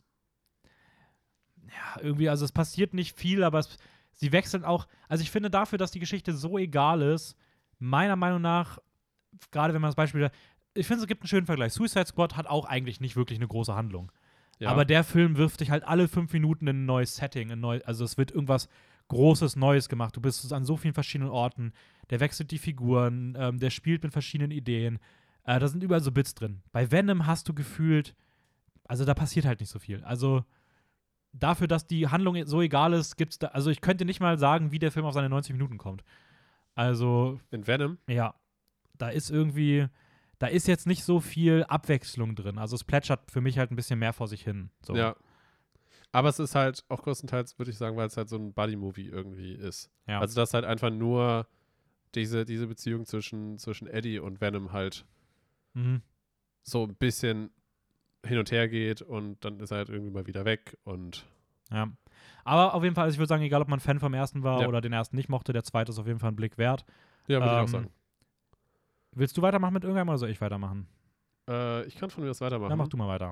ja, irgendwie, also es passiert nicht viel, aber es, sie wechseln auch, also ich finde dafür, dass die Geschichte so egal ist, meiner Meinung nach, gerade wenn man das Beispiel, ich finde, es gibt einen schönen Vergleich. Suicide Squad hat auch eigentlich nicht wirklich eine große Handlung. ja. Aber der Film wirft dich halt alle fünf Minuten in ein neues Setting, ein neu, also es wird irgendwas Großes, Neues gemacht. Du bist an so vielen verschiedenen Orten, der wechselt die Figuren, ähm, der spielt mit verschiedenen Ideen. Äh, da sind überall so Bits drin. Bei Venom hast du gefühlt, also da passiert halt nicht so viel. Also dafür, dass die Handlung so egal ist, gibt's da, also ich könnte nicht mal sagen, wie der Film auf seine neunzig Minuten kommt. Also, in Venom. ja, da ist irgendwie, da ist jetzt nicht so viel Abwechslung drin. Also es plätschert für mich halt ein bisschen mehr vor sich hin. So. Ja. Aber es ist halt auch größtenteils, würde ich sagen, weil es halt so ein Buddy-Movie irgendwie ist. Ja. Also, dass halt einfach nur diese, diese Beziehung zwischen, zwischen Eddie und Venom halt Mhm. so ein bisschen hin und her geht und dann ist er halt irgendwie mal wieder weg und Ja. Aber auf jeden Fall, also ich würde sagen, egal ob man Fan vom ersten war Ja. oder den ersten nicht mochte, der zweite ist auf jeden Fall ein Blick wert. ja, würde ich Ähm, auch sagen. Willst du weitermachen mit irgendeinem oder soll ich weitermachen? Äh, ich kann von mir aus weitermachen. Dann mach du mal weiter.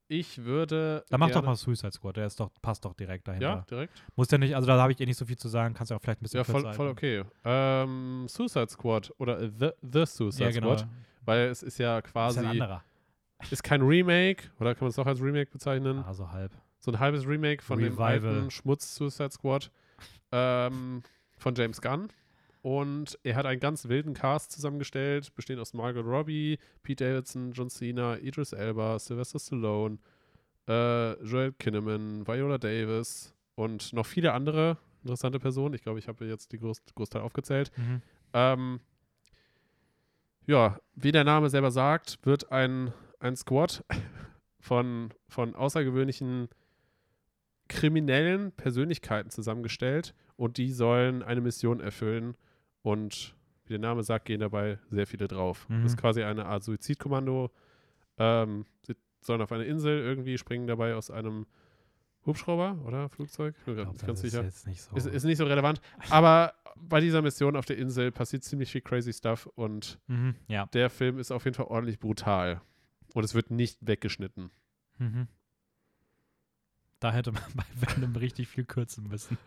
ich würde. Dann mach doch gerne- mal Suicide Squad, der ist doch, passt doch direkt dahinter. Ja, direkt. Muss ja nicht, also da habe ich eh nicht so viel zu sagen, kannst ja auch vielleicht ein bisschen Ja, voll, kürzer voll halten. okay. Ähm, Suicide Squad oder The, The Suicide Ja, genau. Squad, weil es ist ja Ist quasi. ein anderer. Ist kein Remake, oder kann man es auch als Remake bezeichnen? Ah, so halb. So ein halbes Remake von Revival. dem alten Schmutz Suicide Squad ähm, von James Gunn. Und er hat einen ganz wilden Cast zusammengestellt, bestehend aus Margot Robbie, Pete Davidson, John Cena, Idris Elba, Sylvester Stallone, äh, Joel Kinnaman, Viola Davis und noch viele andere interessante Personen. Ich glaube, ich habe jetzt die Groß Großteil aufgezählt. Mhm. Ähm, ja, wie der Name selber sagt, wird ein, ein Squad von, von außergewöhnlichen kriminellen Persönlichkeiten zusammengestellt und die sollen eine Mission erfüllen und wie der Name sagt, gehen dabei sehr viele drauf. Mhm. Das ist quasi eine Art Suizidkommando. Ähm, sie sollen auf eine Insel irgendwie, springen dabei aus einem Hubschrauber oder Flugzeug? Ich bin Ich mir glaub, nicht das ganz ist sicher. jetzt nicht so. Ist, ist nicht so relevant. Aber bei dieser Mission auf der Insel passiert ziemlich viel crazy Stuff und mhm. Ja. der Film ist auf jeden Fall ordentlich brutal. Und es wird nicht weggeschnitten. Mhm. Da hätte man bei Venom richtig viel kürzen müssen.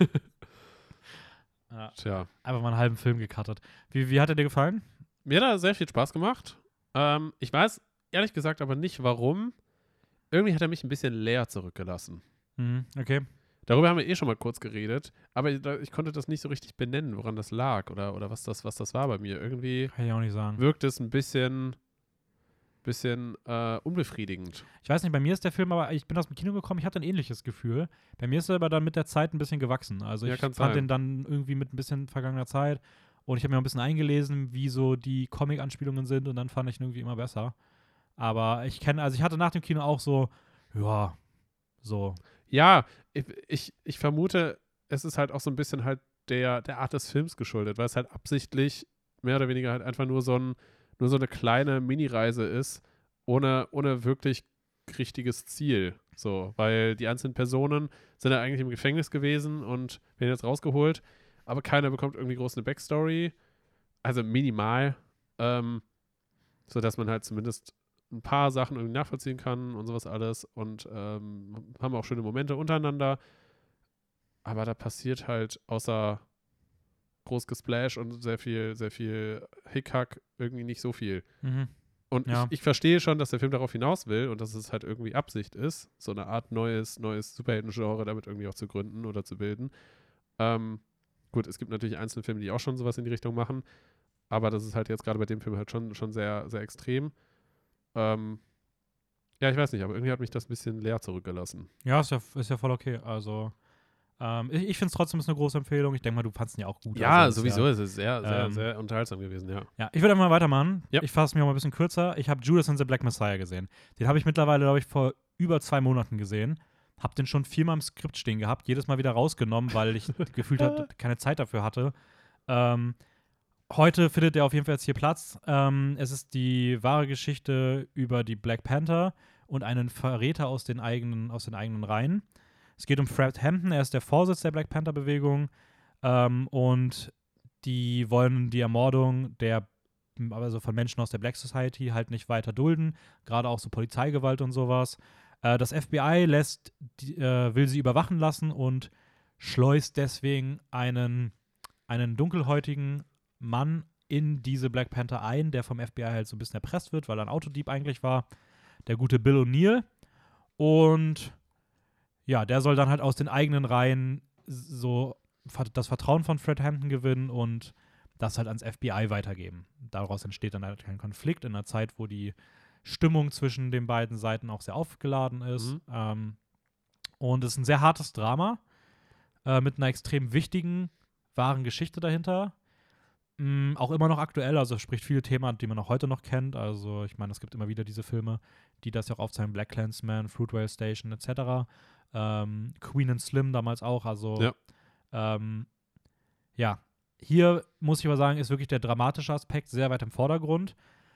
Ja. Tja. Einfach mal einen halben Film gecuttet. Wie, wie hat er dir gefallen? Mir hat er sehr viel Spaß gemacht. Ähm, ich weiß ehrlich gesagt aber nicht, warum. Irgendwie hat er mich ein bisschen leer zurückgelassen. Mhm. Okay. Darüber haben wir eh schon mal kurz geredet, aber ich, ich konnte das nicht so richtig benennen, woran das lag oder, oder was, das, was das war bei mir. Irgendwie Kann ich auch nicht sagen. wirkt es ein bisschen, bisschen äh, unbefriedigend. Ich weiß nicht, bei mir ist der Film, aber ich bin aus dem Kino gekommen, ich hatte ein ähnliches Gefühl. Bei mir ist er aber dann mit der Zeit ein bisschen gewachsen. Also Ja, ich kann fand sein. den dann irgendwie mit ein bisschen vergangener Zeit und ich habe mir auch ein bisschen eingelesen, wie so die Comic-Anspielungen sind und dann fand ich ihn irgendwie immer besser. Aber ich kenne, also ich hatte nach dem Kino auch so, ja, so. Ja, ich, ich, ich vermute, es ist halt auch so ein bisschen halt der, der Art des Films geschuldet, weil es halt absichtlich mehr oder weniger halt einfach nur so, ein, nur so eine kleine Mini-Reise ist, ohne, ohne wirklich richtiges Ziel. So, weil die einzelnen Personen sind ja eigentlich im Gefängnis gewesen und werden jetzt rausgeholt, aber keiner bekommt irgendwie groß eine Backstory, also minimal, ähm, sodass man halt zumindest ein paar Sachen irgendwie nachvollziehen kann und sowas alles und ähm, haben auch schöne Momente untereinander, aber da passiert halt außer groß Gesplash und sehr viel, sehr viel Hickhack irgendwie nicht so viel. Mhm. Und Ja. ich, ich verstehe schon, dass der Film darauf hinaus will und dass es halt irgendwie Absicht ist, so eine Art neues, neues Superhelden-Genre damit irgendwie auch zu gründen oder zu bilden. Ähm, gut, es gibt natürlich einzelne Filme, die auch schon sowas in die Richtung machen, aber das ist halt jetzt gerade bei dem Film halt schon, schon sehr, sehr extrem. Ähm, ja, ich weiß nicht, aber irgendwie hat mich das ein bisschen leer zurückgelassen. Ja, ist ja, ist ja voll okay. Also, ähm, ich, ich finde es trotzdem ist eine große Empfehlung. Ich denke mal, du fandst ihn ja auch gut. Ja, also, sowieso ist ist es sehr, sehr, ähm, sehr unterhaltsam gewesen, ja. Ja, ja ich würde einfach mal weitermachen. Ja. Ich fasse mich auch mal ein bisschen kürzer. Ich habe Judas and the Black Messiah gesehen. Den habe ich mittlerweile, glaube ich, vor über zwei Monaten gesehen. Habe den schon viermal im Skript stehen gehabt, jedes Mal wieder rausgenommen, weil ich gefühlt hatte, keine Zeit dafür hatte. Ähm, heute findet er auf jeden Fall jetzt hier Platz. Ähm, es ist die wahre Geschichte über die Black Panther und einen Verräter aus den eigenen, aus den eigenen Reihen. Es geht um Fred Hampton, er ist der Vorsitz der Black Panther-Bewegung ähm, und die wollen die Ermordung der, also von Menschen aus der Black Society halt nicht weiter dulden, gerade auch so Polizeigewalt und sowas. Äh, das F B I lässt, die, äh, will sie überwachen lassen und schleust deswegen einen, einen dunkelhäutigen Mann in diese Black Panther ein, der vom F B I halt so ein bisschen erpresst wird, weil er ein Autodieb eigentlich war. Der gute Bill O'Neill. Und ja, der soll dann halt aus den eigenen Reihen so das Vertrauen von Fred Hampton gewinnen und das halt ans F B I weitergeben. Daraus entsteht dann halt kein Konflikt in einer Zeit, wo die Stimmung zwischen den beiden Seiten auch sehr aufgeladen ist. Mhm. Ähm, und es ist ein sehr hartes Drama äh, mit einer extrem wichtigen, wahren Geschichte dahinter. Mm, auch immer noch aktuell, also spricht viele Themen an, die man auch heute noch kennt. Also ich meine, es gibt immer wieder diese Filme, die das ja auch aufzeigen, Black Klansman, Fruitvale Station et cetera. Ähm, Queen and Slim damals auch, also Ja. ähm, ja, hier muss ich aber sagen, ist wirklich der dramatische Aspekt sehr weit im Vordergrund.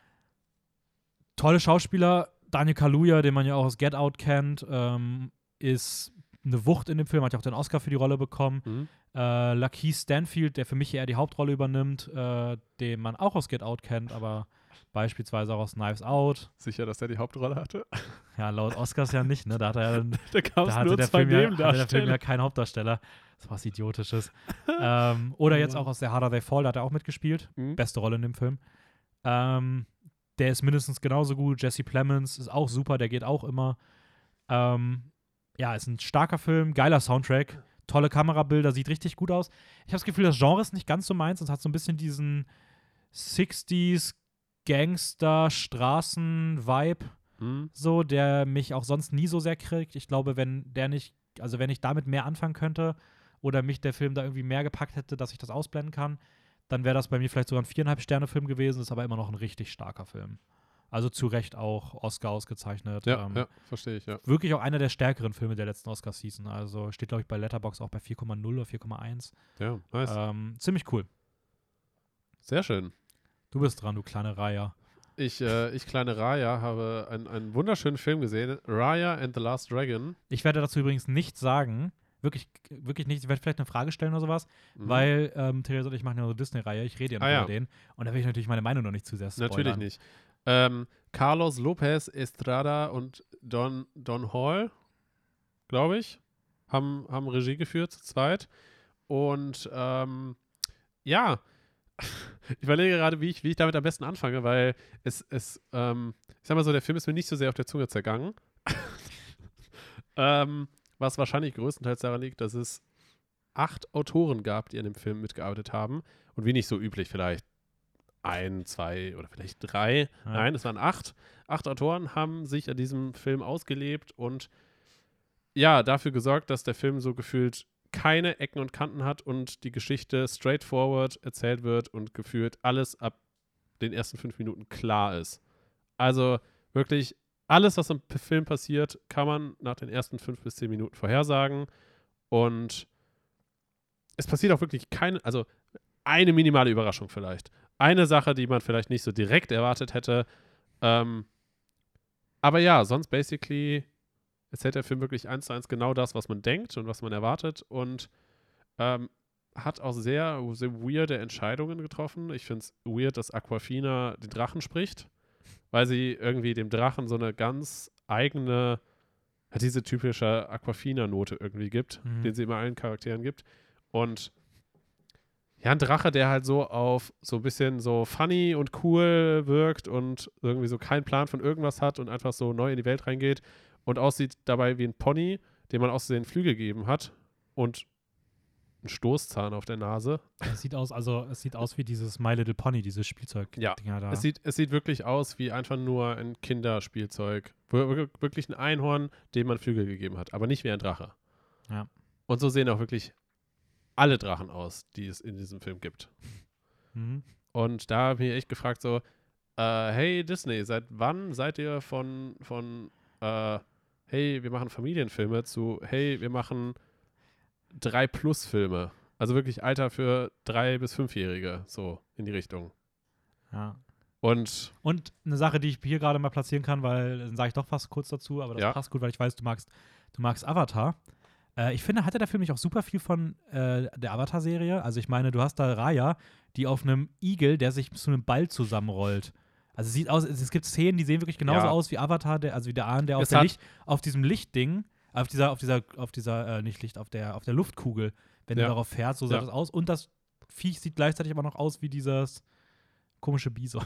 Tolle Schauspieler, Daniel Kaluuya, den man ja auch aus Get Out kennt, ähm, ist eine Wucht in dem Film, hat ja auch den Oscar für die Rolle bekommen. Mhm. Äh, Lakeith Stanfield, der für mich eher die Hauptrolle übernimmt, äh, den man auch aus Get Out kennt, aber Beispielsweise auch aus Knives Out. Sicher, dass er die Hauptrolle hatte? Ja, laut Oscars ja nicht, ne? Da, hat er, da gab da es hatte, nur der zwei Film ja, hatte der Film Nebendarsteller. ja keinen Hauptdarsteller. Das war was Idiotisches. ähm, oder jetzt auch aus der Harder They Fall, da hat er auch mitgespielt. Mhm. Beste Rolle in dem Film. Ähm, der ist mindestens genauso gut. Jesse Plemons ist auch super, der geht auch immer. Ähm, ja, ist ein starker Film, geiler Soundtrack, tolle Kamerabilder, sieht richtig gut aus. Ich habe das Gefühl, das Genre ist nicht ganz so meins und hat so ein bisschen diesen sechziger Gangster-Straßen-Vibe, Mhm. so, der mich auch sonst nie so sehr kriegt. Ich glaube, wenn der nicht, also wenn ich damit mehr anfangen könnte oder mich der Film da irgendwie mehr gepackt hätte, dass ich das ausblenden kann, dann wäre das bei mir vielleicht sogar ein viereinhalb Sterne Film gewesen, ist aber immer noch ein richtig starker Film. Also zu Recht auch Oscar ausgezeichnet. Ja, ähm, ja, verstehe ich, ja. Wirklich auch einer der stärkeren Filme der letzten Oscar-Season. Also steht, glaube ich, bei Letterboxd auch bei vier Komma null oder vier Komma eins. Ja, nice. Ähm, ziemlich cool. Sehr schön. Du bist dran, du kleine Raya. Ich, äh, ich kleine Raya, habe einen, einen wunderschönen Film gesehen. Raya and the Last Dragon. Ich werde dazu übrigens nichts sagen. Wirklich, wirklich nichts. Ich werde vielleicht eine Frage stellen oder sowas, Mhm. weil ähm, Theresa und ich machen ja so eine Disney-Reihe. Ich rede ja noch Ah, ja. über den. Und da will ich natürlich meine Meinung noch nicht zu sehr spoilern. Natürlich nicht. Ähm, Carlos Lopez Estrada und Don, Don Hall, glaube ich, haben, haben Regie geführt zu zweit. Und ähm, ja, ich überlege gerade, wie ich, wie ich damit am besten anfange, weil es, es ähm, ich sag mal so, der Film ist mir nicht so sehr auf der Zunge zergangen. ähm, was wahrscheinlich größtenteils daran liegt, dass es acht Autoren gab, die an dem Film mitgearbeitet haben. Und wie nicht so üblich, vielleicht ein, zwei oder vielleicht drei. Ja. Nein, es waren acht. Acht Autoren haben sich an diesem Film ausgelebt und ja, dafür gesorgt, dass der Film so gefühlt keine Ecken und Kanten hat und die Geschichte straightforward erzählt wird und gefühlt alles ab den ersten fünf Minuten klar ist. Also wirklich alles, was im P- Film passiert, kann man nach den ersten fünf bis zehn Minuten vorhersagen und es passiert auch wirklich keine, also eine minimale Überraschung vielleicht. Eine Sache, die man vielleicht nicht so direkt erwartet hätte. Ähm, aber ja, sonst basically erzählt der Film wirklich eins zu eins genau das, was man denkt und was man erwartet und ähm, hat auch sehr, sehr weirde Entscheidungen getroffen. Ich finde es weird, dass Aquafina den Drachen spricht, weil sie irgendwie dem Drachen so eine ganz eigene, ja, diese typische Aquafina-Note irgendwie gibt, Mhm. den sie immer allen Charakteren gibt. Und ja, ein Drache, der halt so auf so ein bisschen so funny und cool wirkt und irgendwie so keinen Plan von irgendwas hat und einfach so neu in die Welt reingeht und aussieht dabei wie ein Pony, dem man aus Versehen Flügel gegeben hat und einen Stoßzahn auf der Nase. Es sieht aus, also es sieht aus wie dieses My Little Pony, dieses Spielzeug. Ja, Dinger da. Es sieht, es sieht wirklich aus wie einfach nur ein Kinderspielzeug. Wir- Wirklich ein Einhorn, dem man Flügel gegeben hat, aber nicht wie ein Drache. Ja. Und so sehen auch wirklich alle Drachen aus, die es in diesem Film gibt. Mhm. Und da habe ich mich echt gefragt so, äh, hey Disney, seit wann seid ihr von, von äh, hey, wir machen Familienfilme zu, hey, wir machen drei Plus Filme. Also wirklich Alter für drei- bis fünfjährige, so in die Richtung. Ja. Und Und eine Sache, die ich hier gerade mal platzieren kann, weil dann sage ich doch fast kurz dazu, aber das Ja. passt gut, weil ich weiß, du magst, du magst Avatar. Äh, ich finde, hatte der Film nicht auch super viel von äh, der Avatar-Serie? Also ich meine, du hast da Raya, die auf einem Igel, der sich zu einem Ball zusammenrollt. Also es sieht aus, es, es gibt Szenen, die sehen wirklich genauso Ja. aus wie Avatar, der, also wie der Ahn, der auf, Es der hat- Licht, auf diesem Lichtding, auf dieser, auf dieser, auf dieser, äh, nicht Licht, auf der, auf der Luftkugel, wenn Ja. du darauf fährst, so sah Ja. das aus. Und das Viech sieht gleichzeitig aber noch aus wie dieses komische Bison.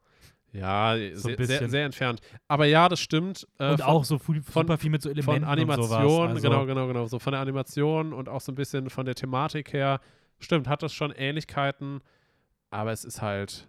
ja, So ein sehr, sehr, bisschen. sehr entfernt. Aber ja, das stimmt. Äh, Und von, auch so viel, von- super viel mit so Elementen von Animation, und sowas. Also, genau, genau, genau. So von der Animation und auch so ein bisschen von der Thematik her. Stimmt, hat das schon Ähnlichkeiten, aber es ist halt,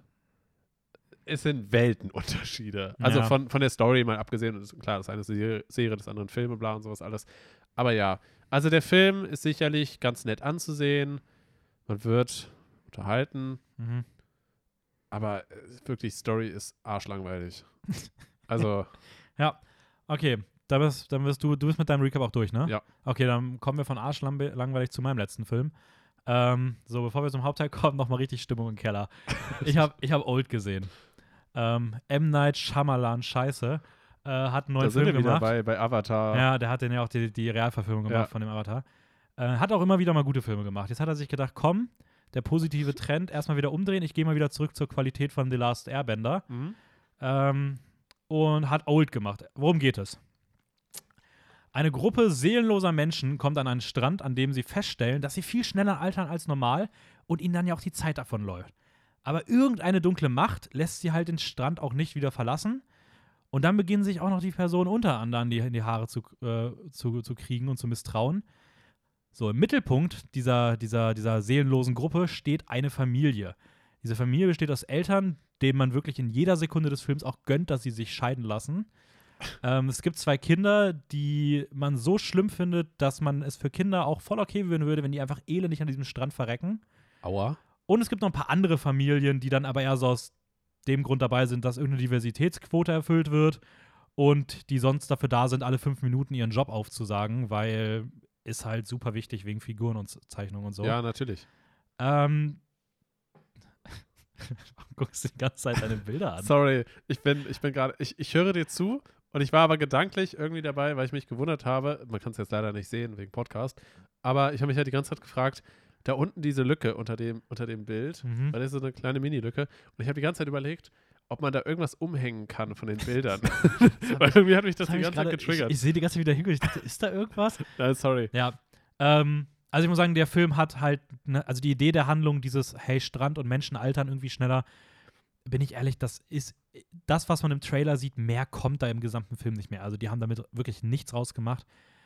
es sind Weltenunterschiede. Also Ja. von, von der Story mal abgesehen, und das- klar, das eine ist eine Serie, Serie, das andere ein Film und bla und sowas alles. Aber ja, also der Film ist sicherlich ganz nett anzusehen. Man wird unterhalten, Mhm. aber äh, wirklich, Story ist arschlangweilig. Also, Ja, okay. Da bist, dann bist du, du bist mit deinem Recap auch durch, ne? Ja. Okay, dann kommen wir von arschlangweilig zu meinem letzten Film. Ähm, so, bevor wir zum Hauptteil kommen, nochmal richtig Stimmung im Keller. Ich habe ich hab Old gesehen. Ähm, M. Night Shyamalan, scheiße, äh, hat einen neuen da sind Film wir wieder gemacht. bei, bei Avatar. Ja, der hat den ja auch die, die Realverfilmung gemacht Ja. von dem Avatar. Äh, hat auch immer wieder mal gute Filme gemacht. Jetzt hat er sich gedacht, komm, der positive Trend erstmal wieder umdrehen. Ich gehe mal wieder zurück zur Qualität von The Last Airbender. Mhm. Ähm, und hat Old gemacht. Worum geht es? Eine Gruppe seelenloser Menschen kommt an einen Strand, an dem sie feststellen, dass sie viel schneller altern als normal und ihnen dann ja auch die Zeit davon läuft. Aber irgendeine dunkle Macht lässt sie halt den Strand auch nicht wieder verlassen. Und dann beginnen sich auch noch die Personen unter anderem die, in die Haare zu, äh, zu, zu kriegen und zu misstrauen. So, im Mittelpunkt dieser, dieser, dieser seelenlosen Gruppe steht eine Familie. Diese Familie besteht aus Eltern, denen man wirklich in jeder Sekunde des Films auch gönnt, dass sie sich scheiden lassen. ähm, es gibt zwei Kinder, die man so schlimm findet, dass man es für Kinder auch voll okay würden würde, wenn die einfach elendig an diesem Strand verrecken. Aua. Und es gibt noch ein paar andere Familien, die dann aber eher so aus dem Grund dabei sind, dass irgendeine Diversitätsquote erfüllt wird und die sonst dafür da sind, alle fünf Minuten ihren Job aufzusagen, weil ist halt super wichtig wegen Figuren und Zeichnungen und so. Ja, natürlich. Ähm, guckst du die ganze Zeit deine Bilder an? Sorry, ich bin, ich bin gerade, ich, ich höre dir zu und ich war aber gedanklich irgendwie dabei, weil ich mich gewundert habe, man kann es jetzt leider nicht sehen wegen Podcast, aber ich habe mich halt die ganze Zeit gefragt, da unten diese Lücke unter dem, unter dem Bild, Mhm. weil das ist so eine kleine Mini-Lücke und ich habe die ganze Zeit überlegt, ob man da irgendwas umhängen kann von den Bildern. Weil irgendwie hat mich das, Das hab die ich ganze grade- Zeit getriggert. Ich, ich sehe die ganze Zeit wieder hingeguckt. Ich dachte, ist da irgendwas? Nein, sorry. Ja. Ähm, also ich muss sagen, der Film hat halt, ne, also die Idee der Handlung, dieses, hey, Strand und Menschen altern irgendwie schneller, bin ich ehrlich, das ist das, was man im Trailer sieht, mehr kommt da im gesamten Film nicht mehr. Also die haben damit wirklich nichts rausgemacht.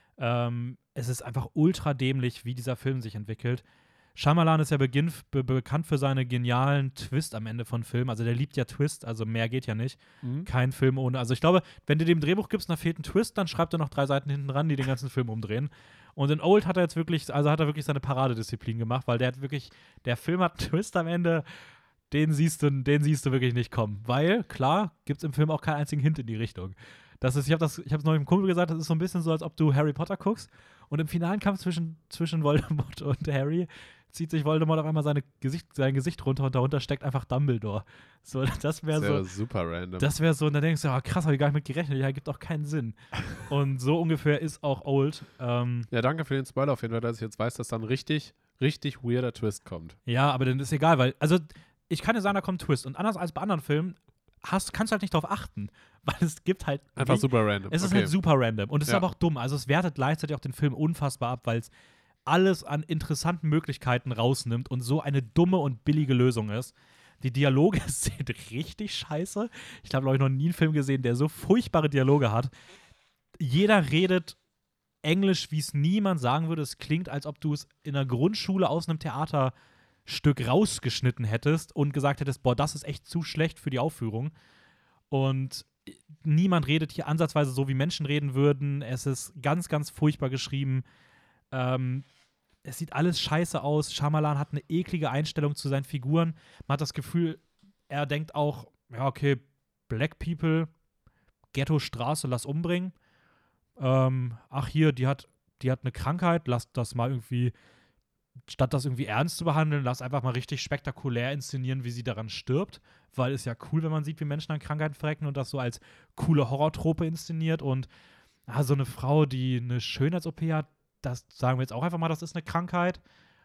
Ähm, es ist einfach ultra dämlich, wie dieser Film sich entwickelt. Shyamalan ist ja beginn, be bekannt für seine genialen Twist am Ende von Filmen. Also der liebt ja Twist, also mehr geht ja nicht. Mhm. Kein Film ohne. Also ich glaube, wenn du dem Drehbuch gibst, da fehlt ein Twist, dann schreibt er noch drei Seiten hinten ran, die den ganzen Film umdrehen. Und in Old hat er jetzt wirklich, also hat er wirklich seine Paradedisziplin gemacht, weil der hat wirklich, der Film hat einen Twist am Ende, den siehst du, den siehst du wirklich nicht kommen. Weil, klar, gibt es im Film auch keinen einzigen Hint in die Richtung. Das ist, ich habe das, ich habe es neulich im Kumpel gesagt, das ist so ein bisschen so, als ob du Harry Potter guckst und im finalen Kampf zwischen, zwischen Voldemort und Harry zieht sich Voldemort auf einmal seine Gesicht, sein Gesicht runter und darunter steckt einfach Dumbledore. So, das wäre Das wäre so. super random. Das wäre so, und dann denkst du, oh, krass, habe ich gar nicht mit gerechnet. Ja, gibt auch keinen Sinn. Und so ungefähr ist auch Old. Ähm, ja, danke für den Spoiler auf jeden Fall, dass ich jetzt weiß, dass dann richtig, richtig weirder Twist kommt. ja, aber dann ist egal, weil, also ich kann dir sagen, da kommt ein Twist. Und anders als bei anderen Filmen hast, kannst du halt nicht darauf achten, weil es gibt halt. Einfach wie, super random. Es ist okay. halt super random. Und es Ja. ist aber auch dumm. Also es wertet gleichzeitig auch den Film unfassbar ab, weil es alles an interessanten Möglichkeiten rausnimmt und so eine dumme und billige Lösung ist. Die Dialoge sind richtig scheiße. Ich habe, glaube ich, noch nie einen Film gesehen, der so furchtbare Dialoge hat. Jeder redet Englisch, wie es niemand sagen würde. Es klingt, als ob du es in der Grundschule aus einem Theaterstück rausgeschnitten hättest und gesagt hättest, boah, das ist echt zu schlecht für die Aufführung. Und niemand redet hier ansatzweise so, wie Menschen reden würden. Es ist ganz, ganz furchtbar geschrieben. Ähm, es sieht alles scheiße aus. Shyamalan hat eine eklige Einstellung zu seinen Figuren. Man hat das Gefühl, er denkt auch, ja, okay, Black People, Ghetto-Straße, lass umbringen. Ähm, ach, hier, die hat, die hat eine Krankheit, lass das mal irgendwie, statt das irgendwie ernst zu behandeln, lass einfach mal richtig spektakulär inszenieren, wie sie daran stirbt. Weil es ja cool, wenn man sieht, wie Menschen an Krankheiten verrecken und das so als coole Horrortrope inszeniert. Und ah, so eine Frau, die eine Schönheits-O P hat, das sagen wir jetzt auch einfach mal, das ist eine Krankheit.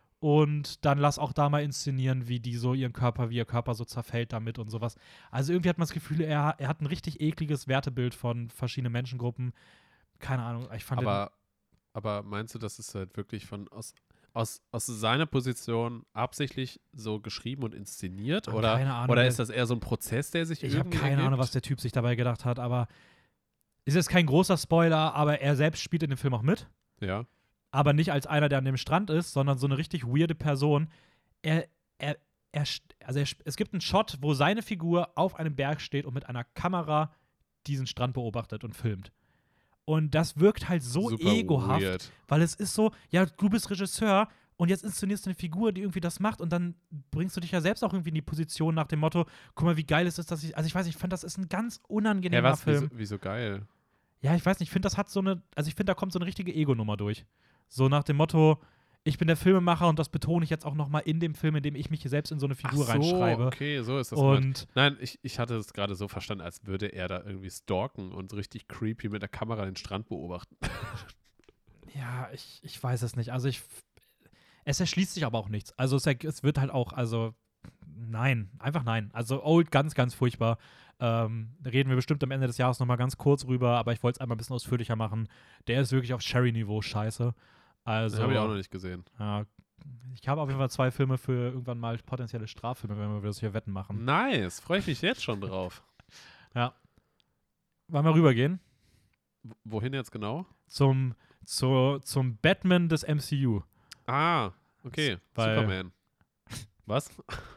Und dann lass auch da mal inszenieren, wie die so ihren Körper, wie ihr Körper so zerfällt damit und sowas. Also irgendwie hat man das Gefühl, er, er hat ein richtig ekliges Wertebild von verschiedenen Menschengruppen. Keine Ahnung, ich fand Aber, aber meinst du, das ist halt wirklich von aus, aus, aus seiner Position absichtlich so geschrieben und inszeniert? Ach, Oder, keine Ahnung, oder der- ist das eher so ein Prozess, der sich den, ich habe irgendwie keine ergibt? Ahnung, was der Typ sich dabei gedacht hat, aber ist jetzt kein großer Spoiler, aber er selbst spielt in dem Film auch mit. Ja. Aber nicht als einer, der an dem Strand ist, sondern so eine richtig weirde Person. Er, er, er, also er, es gibt einen Shot, wo seine Figur auf einem Berg steht und mit einer Kamera diesen Strand beobachtet und filmt. Und das wirkt halt so Super egohaft, weird. weil es ist so, ja, du bist Regisseur und jetzt inszenierst du eine Figur, die irgendwie das macht und dann bringst du dich ja selbst auch irgendwie in die Position nach dem Motto, guck mal, wie geil es ist, dass ich, also ich weiß nicht, ich fand, das ist ein ganz unangenehmer Ja, was? Film. Wieso, wieso geil? Ja, ich weiß nicht, ich finde, das hat so eine, also ich finde, da kommt so eine richtige Ego-Nummer durch. So nach dem Motto, ich bin der Filmemacher und das betone ich jetzt auch nochmal in dem Film, in dem ich mich hier selbst in so eine Figur Ach so, reinschreibe. okay, so ist das gemeint. Und Nein, ich, ich hatte es gerade so verstanden, als würde er da irgendwie stalken und so richtig creepy mit der Kamera den Strand beobachten. ja, ich, ich weiß es nicht. Also ich, Es erschließt sich aber auch nichts. Also es, er- es wird halt auch, also nein, einfach nein. Also Old, ganz, ganz furchtbar. Ähm, da reden wir bestimmt am Ende des Jahres nochmal ganz kurz rüber, aber ich wollte es einmal ein bisschen ausführlicher machen. Der ist wirklich auf Sherry-Niveau scheiße. Also, Den habe ich auch noch nicht gesehen. ja, ich habe auf jeden Fall zwei Filme für irgendwann mal potenzielle Straffilme, wenn wir das hier Wetten machen. Nice, freue ich mich jetzt schon drauf. Ja. Wollen wir rübergehen? W- Wohin jetzt genau? Zum, zu, zum Batman des M C U. Ah, okay. Weil- Superman. Was?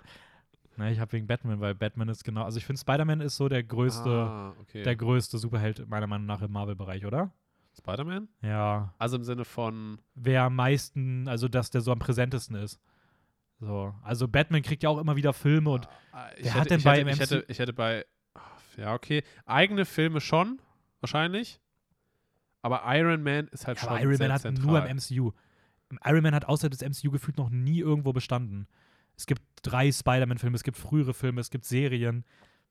Ne, ich habe wegen Batman, weil Batman ist genau, also ich finde Spider-Man ist so der größte, Ah, okay. der größte Superheld meiner Meinung nach im Marvel-Bereich, oder? Spider-Man? Ja. Also im Sinne von. Wer am meisten, also dass der so am präsentesten ist. So. Also Batman kriegt ja auch immer wieder Filme und Ah, ich wer hätte, hat denn ich bei hätte, im ich M C U hätte, ich hätte bei. Ja, okay. Eigene Filme schon, wahrscheinlich. Aber Iron Man ist halt ja, schon aber Iron sehr Man hat zentral. nur im M C U. Iron Man hat außerhalb des M C U gefühlt noch nie irgendwo bestanden. Es gibt drei Spider-Man-Filme, es gibt frühere Filme, es gibt Serien.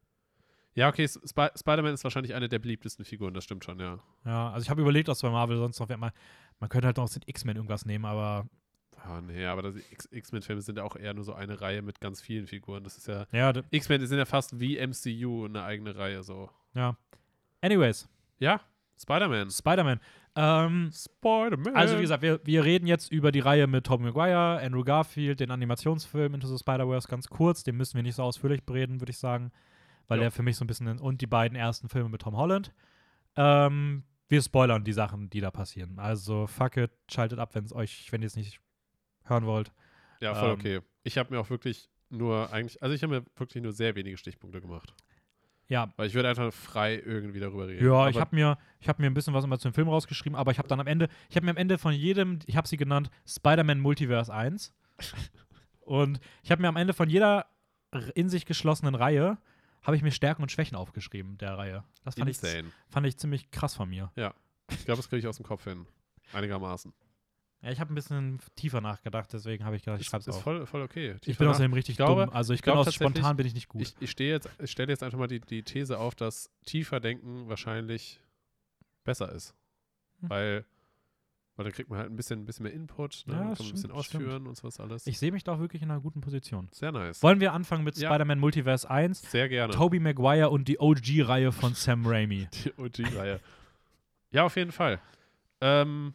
Ja, okay. Sp Spider-Man ist wahrscheinlich eine der beliebtesten Figuren, das stimmt schon, ja. Ja, also ich habe überlegt, was bei Marvel sonst noch, man, man könnte halt noch aus den X-Men irgendwas nehmen, aber Ah, nee, aber das X- X-Men-Filme sind ja auch eher nur so eine Reihe mit ganz vielen Figuren. Das ist ja. ja, d- X-Men sind ja fast wie M C U eine eigene Reihe, so. ja. Anyways, Ja, Spider-Man. Spider-Man. Ähm, Spider-Man. Also, wie gesagt, wir, wir reden jetzt über die Reihe mit Tobey Maguire, Andrew Garfield, den Animationsfilm Into the Spider-Verse ganz kurz. Den müssen wir nicht so ausführlich bereden, würde ich sagen. Weil Ja. der für mich so ein bisschen. Und die beiden ersten Filme mit Tom Holland. Ähm, wir spoilern die Sachen, die da passieren. Also, fuck it, schaltet ab, wenn es euch, wenn ihr es nicht hören wollt. Ja, voll Ähm, okay. Ich habe mir auch wirklich nur eigentlich, also ich habe mir wirklich nur sehr wenige Stichpunkte gemacht. Ja, Weil ich würde einfach frei irgendwie darüber reden. ja, Aber ich habe mir, ich hab mir ein bisschen was immer zu dem Film rausgeschrieben, aber ich habe dann am Ende, ich habe mir am Ende von jedem, ich habe sie genannt, Spider-Man Multiverse eins. Und ich habe mir am Ende von jeder r- in sich geschlossenen Reihe, habe ich mir Stärken und Schwächen aufgeschrieben, der Reihe. Das fand ich, insane. fand ich ziemlich krass von mir. Ich glaube, das kriege ich aus dem Kopf hin. Einigermaßen. Ja, ich habe ein bisschen tiefer nachgedacht, deswegen habe ich gedacht, ich Ist, schreibe es ist auf. voll, voll okay. Ich Tiefer bin nach- außerdem richtig ich glaube- dumm. Also ich, ich bin glaube aus tatsächlich, spontan bin ich nicht gut. Ich, ich stehe jetzt, ich stelle jetzt einfach mal die, die These auf, dass tiefer denken wahrscheinlich besser ist. Hm. Weil, weil dann kriegt man halt ein bisschen, ein bisschen mehr Input, ne? Ja, Dann das kann man ein bisschen stimmt, stimmt. ausführen und sowas alles. Ich sehe mich da auch wirklich in einer guten Position. Sehr nice. Wollen wir anfangen mit Ja. Spider-Man Multiverse eins? Sehr gerne. Tobey Maguire und die O G-Reihe von Sam Raimi. Die O G-Reihe. Ja, auf jeden Fall. Ähm,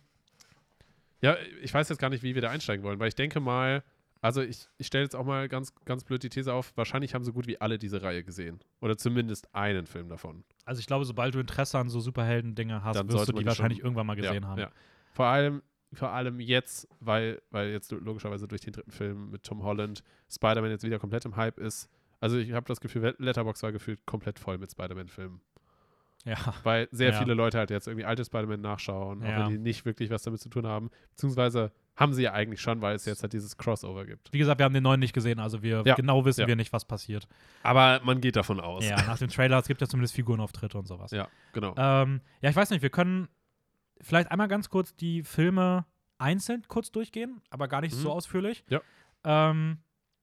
ja, ich weiß jetzt gar nicht, wie wir da einsteigen wollen, weil ich denke mal, also ich, ich stelle jetzt auch mal ganz, ganz blöd die These auf, wahrscheinlich haben so gut wie alle diese Reihe gesehen. Oder zumindest einen Film davon. Also ich glaube, sobald du Interesse an so Superhelden-Dinge hast, Dann wirst sollte du man die die wahrscheinlich schon- irgendwann mal gesehen ja, haben. Ja. Vor allem, vor allem jetzt, weil, weil jetzt logischerweise durch den dritten Film mit Tom Holland Spider-Man jetzt wieder komplett im Hype ist. Also ich habe das Gefühl, Letterboxd war gefühlt komplett voll mit Spider-Man-Filmen. Ja. Weil sehr Ja. viele Leute halt jetzt irgendwie alte Spider-Man nachschauen, auch Ja. wenn die nicht wirklich was damit zu tun haben. Beziehungsweise haben sie ja eigentlich schon, weil es jetzt halt dieses Crossover gibt. Wie gesagt, wir haben den neuen nicht gesehen, also wir Ja. genau wissen Ja. wir nicht, was passiert. Aber man geht davon aus. Ja, nach dem Trailer, es gibt ja zumindest Figurenauftritte und sowas. Ja, genau. Ähm, ja, ich weiß nicht, wir können vielleicht einmal ganz kurz die Filme einzeln kurz durchgehen, aber gar nicht Mhm. so ausführlich. Ja. Ähm,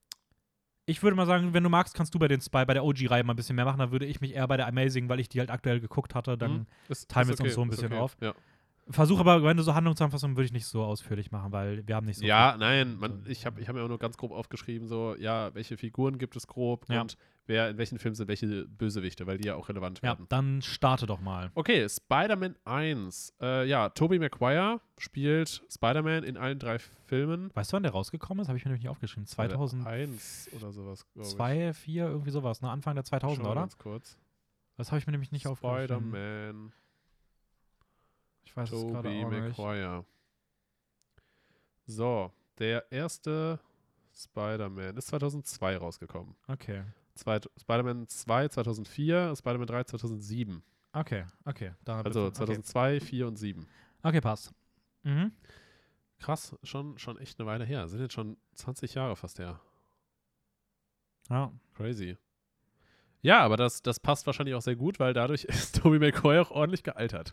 ich würde mal sagen, wenn du magst, kannst du bei den Spy, bei der O G-Reihe mal ein bisschen mehr machen. Dann würde ich mich eher bei der Amazing, weil ich die halt aktuell geguckt hatte, dann Mhm. Ist- teilen ist wir es uns so ein ist bisschen auf. Ja, versuche aber, wenn du so Handlungszusammenfassungen, würde ich nicht so ausführlich machen, weil wir haben nicht so ja nein, man, ich habe ich hab mir auch nur ganz grob aufgeschrieben, so, ja, welche Figuren gibt es grob Ja. und wer in welchen Filmen sind welche Bösewichte, weil die ja auch relevant Ja, werden. dann starte doch mal. Okay, Spider-Man eins. Äh, ja, Tobey Maguire spielt Spider-Man in allen drei Filmen. Weißt du, wann der rausgekommen ist? Habe ich mir nämlich nicht aufgeschrieben. zweitausendeins, eins oder sowas, glaube ich. zwei, vier, irgendwie sowas, ne? Anfang der Schau zweitausender, mal oder? ganz kurz. Das habe ich mir nämlich nicht aufgeschrieben. Spider-Man, Ich weiß es gerade Tobey auch nicht. Maguire. So, der erste Spider-Man ist zweitausendzwei rausgekommen. Okay. Zweit Spider-Man zwei zweitausendvier, Spider-Man drei zweitausendsieben. Okay, okay. Da Also okay. zweitausendzwei, vier und sieben. Okay, passt. Mhm. Krass, schon, schon echt eine Weile her. Sind jetzt schon zwanzig Jahre fast her. Ja. Crazy. Ja, aber das, das passt wahrscheinlich auch sehr gut, weil dadurch ist Tobey Maguire auch ordentlich gealtert.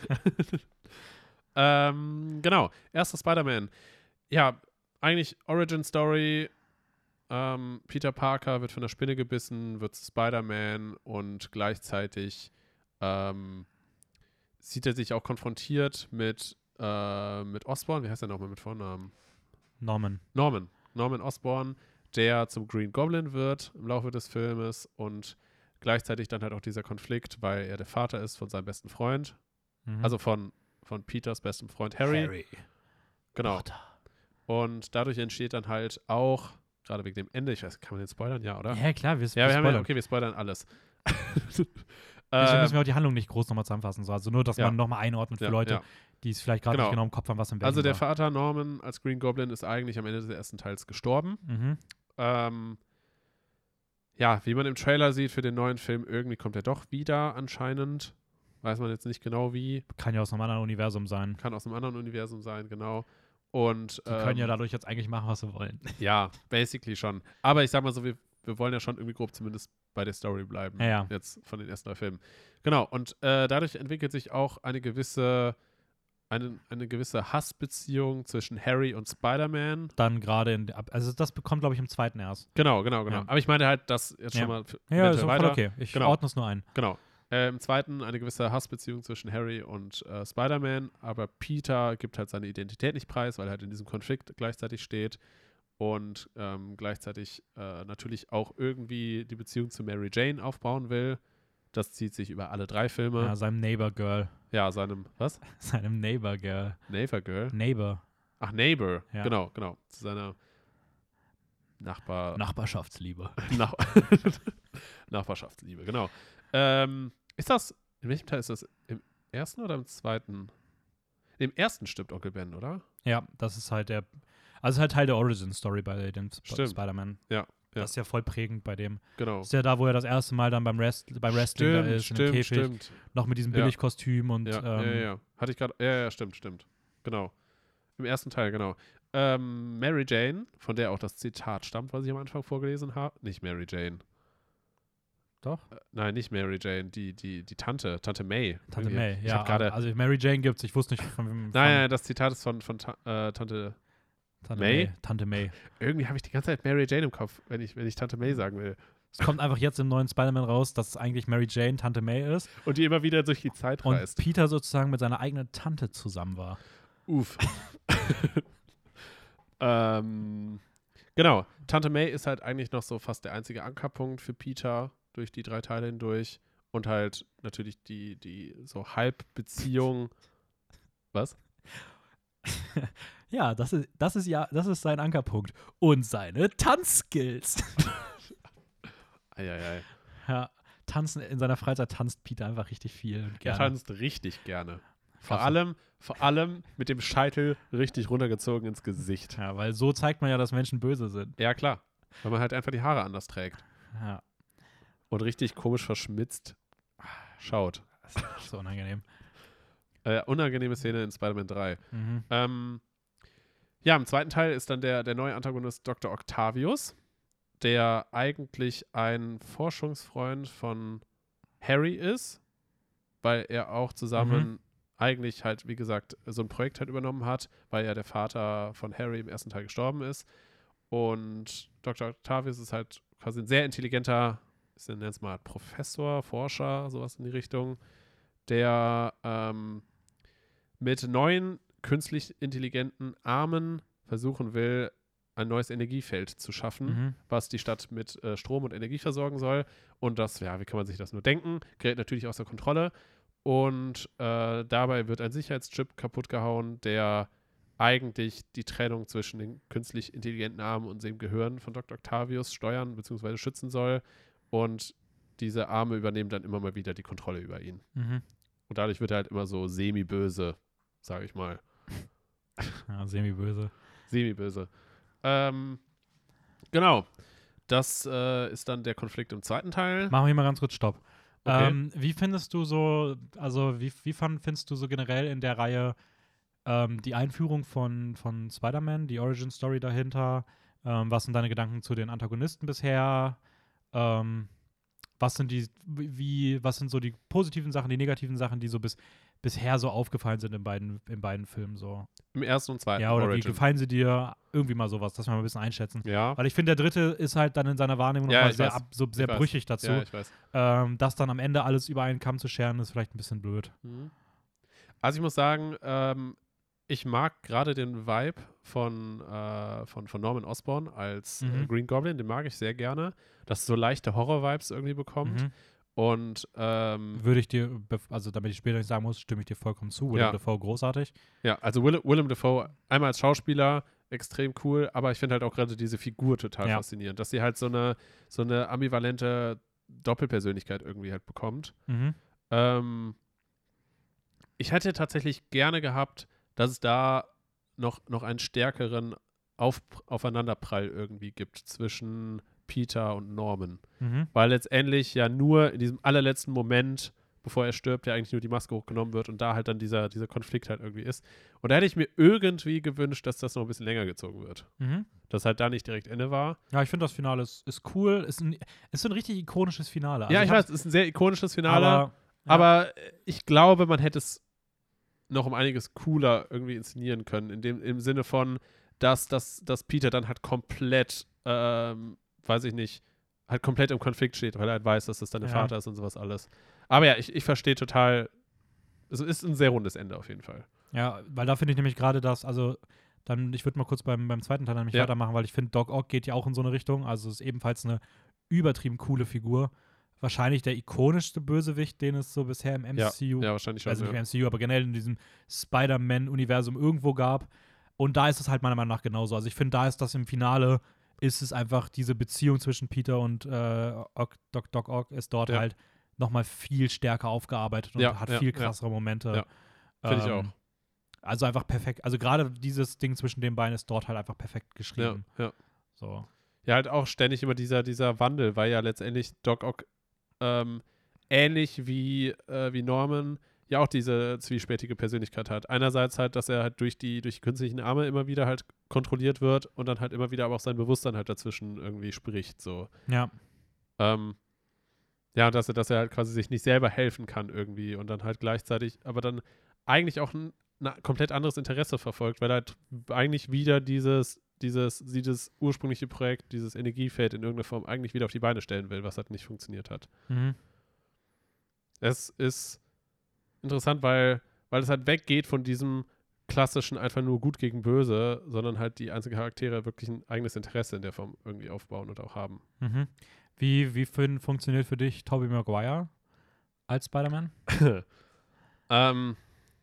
ähm, genau, erster Spider-Man. Ja, eigentlich Origin Story. Ähm, Peter Parker wird von der Spinne gebissen, wird zu Spider-Man und gleichzeitig ähm, sieht er sich auch konfrontiert mit, äh, mit Osborn. Wie heißt er nochmal mit Vornamen? Norman. Norman. Norman Osborn, der zum Green Goblin wird im Laufe des Filmes und gleichzeitig dann halt auch dieser Konflikt, weil er der Vater ist von seinem besten Freund, Mhm. also von, von Peters bestem Freund Harry. Harry. Genau. Potter. Und dadurch entsteht dann halt auch, gerade wegen dem Ende, ich weiß, kann man den spoilern? Ja, oder? Ja, klar, wir, Ja, wir haben ja, spoilern. okay, wir spoilern alles. Deswegen äh, müssen wir auch die Handlung nicht groß nochmal zusammenfassen. So. Also nur, dass Ja. man nochmal einordnet für ja, Leute, ja. die es vielleicht gerade Genau. nicht genau im Kopf haben, was in Berlin Also der war. Vater Norman als Green Goblin ist eigentlich am Ende des ersten Teils gestorben. Mhm. Ähm, ja, wie man im Trailer sieht für den neuen Film, irgendwie kommt er doch wieder anscheinend. Weiß man jetzt nicht genau wie. Kann ja aus einem anderen Universum sein. Kann aus einem anderen Universum sein, genau. Und Die können ja ähm, dadurch jetzt eigentlich machen, was sie wollen. ja, basically schon. Aber ich sag mal so, wir, wir wollen ja schon irgendwie grob zumindest bei der Story bleiben. Ja, ja. Jetzt von den ersten drei Filmen. Genau, und äh, dadurch entwickelt sich auch eine gewisse, eine, eine gewisse Hassbeziehung zwischen Harry und Spider-Man. Dann gerade in der, also das bekommt, glaube ich, im zweiten erst. Genau, genau, genau. Ja. Aber ich meine halt, das jetzt Ja. schon mal f- Ja, ist eventuell auch voll weiter. okay. Ich Genau. ordne es nur ein. Genau. Äh, Im zweiten eine gewisse Hassbeziehung zwischen Harry und äh, Spider-Man, aber Peter gibt halt seine Identität nicht preis, weil er halt in diesem Konflikt gleichzeitig steht und ähm, gleichzeitig äh, natürlich auch irgendwie die Beziehung zu Mary Jane aufbauen will. Das zieht sich über alle drei Filme. Ja, seinem Neighbor Girl. Ja, seinem, was? Seinem Neighbor Girl. Neighbor Girl? Neighbor. Ach, Neighbor. Ja. Genau, genau. Zu seiner Nachbar... Nachbarschaftsliebe. Nach Nachbarschaftsliebe, genau. Ähm, ist das, in welchem Teil ist das? Im ersten oder im zweiten? Im ersten stirbt Onkel Ben, oder? Ja, das ist halt der, also ist halt Teil der Origin-Story bei dem Sp Stimmt. Spider-Man. Ja, ja. Das ist ja voll prägend bei dem. Genau. Das ist ja da, wo er das erste Mal dann beim, Rest, beim Wrestling da ist, in dem stimmt, Käfig. stimmt. Noch mit diesem Ja. Billigkostüm und Ja, ähm, ja, ja, ja. Hatte ich gerade, ja, ja, stimmt, stimmt. Genau. Im ersten Teil, genau. Ähm, Mary Jane, von der auch das Zitat stammt, was ich am Anfang vorgelesen habe. Nicht Mary Jane. Doch. Äh, nein, nicht Mary Jane, die, die, die Tante, Tante May. Tante Irgendwie. May, Ich ja. hab gerade, also Mary Jane gibt's, ich wusste nicht von wem. nein, von nein, das Zitat ist von, von Ta äh, Tante. Tante May? May. Tante May. Irgendwie habe ich die ganze Zeit Mary Jane im Kopf, wenn ich, wenn ich Tante May sagen will. Es kommt einfach jetzt im neuen Spider-Man raus, dass es eigentlich Mary Jane Tante May ist Und die immer wieder durch die Zeit und reist. Peter sozusagen mit seiner eigenen Tante zusammen war. Uff. ähm, genau. Tante May ist halt eigentlich noch so fast der einzige Ankerpunkt für Peter durch die drei Teile hindurch. Und halt natürlich die, die so Halbbeziehung. Was? Ja, das ist, das ist ja, das ist sein Ankerpunkt. Und seine Tanzskills. Eieiei. Ja, tanzen, in seiner Freizeit tanzt Peter einfach richtig viel und Er gerne. tanzt richtig gerne. Vor Klasse. allem, vor allem mit dem Scheitel richtig runtergezogen ins Gesicht. Ja, weil so zeigt man ja, dass Menschen böse sind. Ja, klar. Weil man halt einfach die Haare anders trägt. Ja, Und richtig komisch verschmitzt schaut. das ist so unangenehm. Äh, unangenehme Szene in Spider-Man drei. Mhm. Ähm, ja, im zweiten Teil ist dann der, der neue Antagonist Doktor Octavius, der eigentlich ein Forschungsfreund von Harry ist, weil er auch zusammen Mhm. eigentlich halt, wie gesagt, so ein Projekt halt übernommen hat, weil ja der Vater von Harry im ersten Teil gestorben ist. Und Doktor Octavius ist halt quasi ein sehr intelligenter, ich nenne es mal Professor, Forscher, sowas in die Richtung, der ähm, mit neuen künstlich intelligenten Armen versuchen will, ein neues Energiefeld zu schaffen, Mhm. was die Stadt mit äh, Strom und Energie versorgen soll. Und das, ja, wie kann man sich das nur denken, gerät natürlich außer Kontrolle. Und äh, dabei wird ein Sicherheitschip kaputt gehauen, der eigentlich die Trennung zwischen den künstlich intelligenten Armen und dem Gehirn von Doktor Octavius steuern bzw. schützen soll. Und diese Arme übernehmen dann immer mal wieder die Kontrolle über ihn. Mhm. Und dadurch wird er halt immer so semi-böse, sage ich mal. Ja, semi-böse. Semi-böse. Ähm, genau. Das äh, ist dann der Konflikt im zweiten Teil. Machen wir hier mal ganz kurz Stopp. Okay. Ähm, wie findest du so, also wie, wie fand, findest du so generell in der Reihe ähm, die Einführung von, von Spider-Man, die Origin-Story dahinter? Ähm, was sind deine Gedanken zu den Antagonisten bisher? Ähm, was sind die, wie, was sind so die positiven Sachen, die negativen Sachen, die so bis, bisher so aufgefallen sind in beiden, in beiden Filmen so? Im ersten und zweiten Ja, oder wie Origin. gefallen sie dir? Irgendwie mal sowas, dass wir mal ein bisschen einschätzen. Ja. Weil ich finde, der dritte ist halt dann in seiner Wahrnehmung Ja, nochmal ich sehr, weiß. ab, so sehr Ich weiß. brüchig dazu. Ja, ich weiß. Ähm, das dann am Ende alles über einen Kamm zu scheren, ist vielleicht ein bisschen blöd. Mhm. Also ich muss sagen, ähm, ich mag gerade den Vibe von, äh, von, von Norman Osborn als Mhm. äh, Green Goblin, den mag ich sehr gerne, dass es so leichte Horror-Vibes irgendwie bekommt. Mhm. Und ähm, Würde ich dir, bef- also damit ich später nicht sagen muss, stimme ich dir vollkommen zu. Willem Ja. Dafoe großartig. ja, also Will, Willem Dafoe einmal als Schauspieler extrem cool, aber ich finde halt auch gerade diese Figur total Ja. faszinierend, dass sie halt so eine, so eine ambivalente Doppelpersönlichkeit irgendwie halt bekommt. Mhm. Ähm, ich hätte tatsächlich gerne gehabt, dass es da noch, noch einen stärkeren Auf, Aufeinanderprall irgendwie gibt zwischen Peter und Norman. Mhm. Weil letztendlich ja nur in diesem allerletzten Moment, bevor er stirbt, ja eigentlich nur die Maske hochgenommen wird und da halt dann dieser, dieser Konflikt halt irgendwie ist. Und da hätte ich mir irgendwie gewünscht, dass das noch ein bisschen länger gezogen wird. Mhm. Dass halt da nicht direkt Ende war. Ja, ich finde das Finale ist, ist cool. Ist ein, ist so ein richtig ikonisches Finale. Also ja, ich hab- weiß, es ist ein sehr ikonisches Finale, aber, aber, ja. ich glaube, man hätte es noch um einiges cooler irgendwie inszenieren können, in dem, im Sinne von, dass, dass, dass Peter dann halt komplett, ähm, weiß ich nicht, halt komplett im Konflikt steht, weil er halt weiß, dass das dann der Ja. Vater ist und sowas alles. Aber ja, ich, ich verstehe total, es ist ein sehr rundes Ende auf jeden Fall. Ja, weil da finde ich nämlich gerade das, also dann, ich würde mal kurz beim, beim zweiten Teil nämlich Ja. weitermachen, weil ich finde, Doc Ock geht ja auch in so eine Richtung, also ist ebenfalls eine übertrieben coole Figur. Wahrscheinlich der ikonischste Bösewicht, den es so bisher im M C U, Ja, wahrscheinlich schon. also nicht ja. im M C U, aber generell in diesem Spider-Man-Universum irgendwo gab. Und da ist es halt meiner Meinung nach genauso. Also ich finde, da ist das im Finale, ist es einfach diese Beziehung zwischen Peter und äh, Ock, Doc, Doc Ock ist dort Ja. halt nochmal viel stärker aufgearbeitet und Ja, hat ja, viel ja. krassere Momente. Ja. Finde ich Ähm, auch. Also einfach perfekt. Also gerade dieses Ding zwischen den beiden ist dort halt einfach perfekt Ja, geschrieben. ja. So. Ja, halt auch ständig immer dieser, dieser Wandel, weil ja letztendlich Doc Ock ähm, ähnlich wie, äh, wie Norman ja auch diese zwiespältige Persönlichkeit hat. Einerseits halt, dass er halt durch die, durch die künstlichen Arme immer wieder halt kontrolliert wird und dann halt immer wieder aber auch sein Bewusstsein halt dazwischen irgendwie spricht. So. Ja. Ähm, ja, dass er, dass er halt quasi sich nicht selber helfen kann irgendwie und dann halt gleichzeitig, aber dann eigentlich auch ein, ein komplett anderes Interesse verfolgt, weil er halt eigentlich wieder dieses, dieses, dieses ursprüngliche Projekt, dieses Energiefeld in irgendeiner Form eigentlich wieder auf die Beine stellen will, was halt nicht funktioniert hat. Mhm. Es ist interessant, weil, weil es halt weggeht von diesem klassischen einfach nur gut gegen böse, sondern halt die einzelnen Charaktere wirklich ein eigenes Interesse in der Form irgendwie aufbauen und auch haben. Mhm. Wie, wie fun funktioniert für dich Tobey Maguire als Spider-Man? ähm,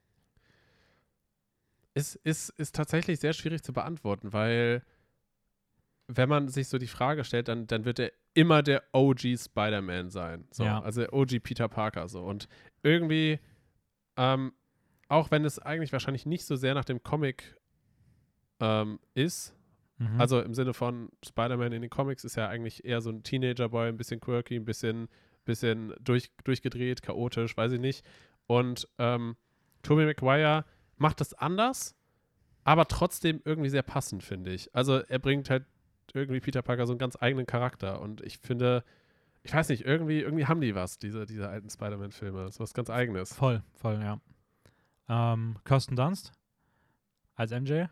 ist, ist, ist tatsächlich sehr schwierig zu beantworten, weil wenn man sich so die Frage stellt, dann, dann wird er immer der O G Spider-Man sein. So. Ja. Also der O G Peter Parker. So. Und irgendwie, ähm, auch wenn es eigentlich wahrscheinlich nicht so sehr nach dem Comic ähm, ist, Mhm. also im Sinne von Spider-Man in den Comics ist ja eigentlich eher so ein Teenager-Boy, ein bisschen quirky, ein bisschen, bisschen durch, durchgedreht, chaotisch, weiß ich nicht. Und ähm, Tobey Maguire macht das anders, aber trotzdem irgendwie sehr passend, finde ich. Also er bringt halt irgendwie Peter Parker so einen ganz eigenen Charakter und ich finde, ich weiß nicht, irgendwie, irgendwie haben die was, diese, diese alten Spider-Man-Filme. So was ganz Eigenes. Voll, voll, ja. Ähm, Kirsten Dunst als M J.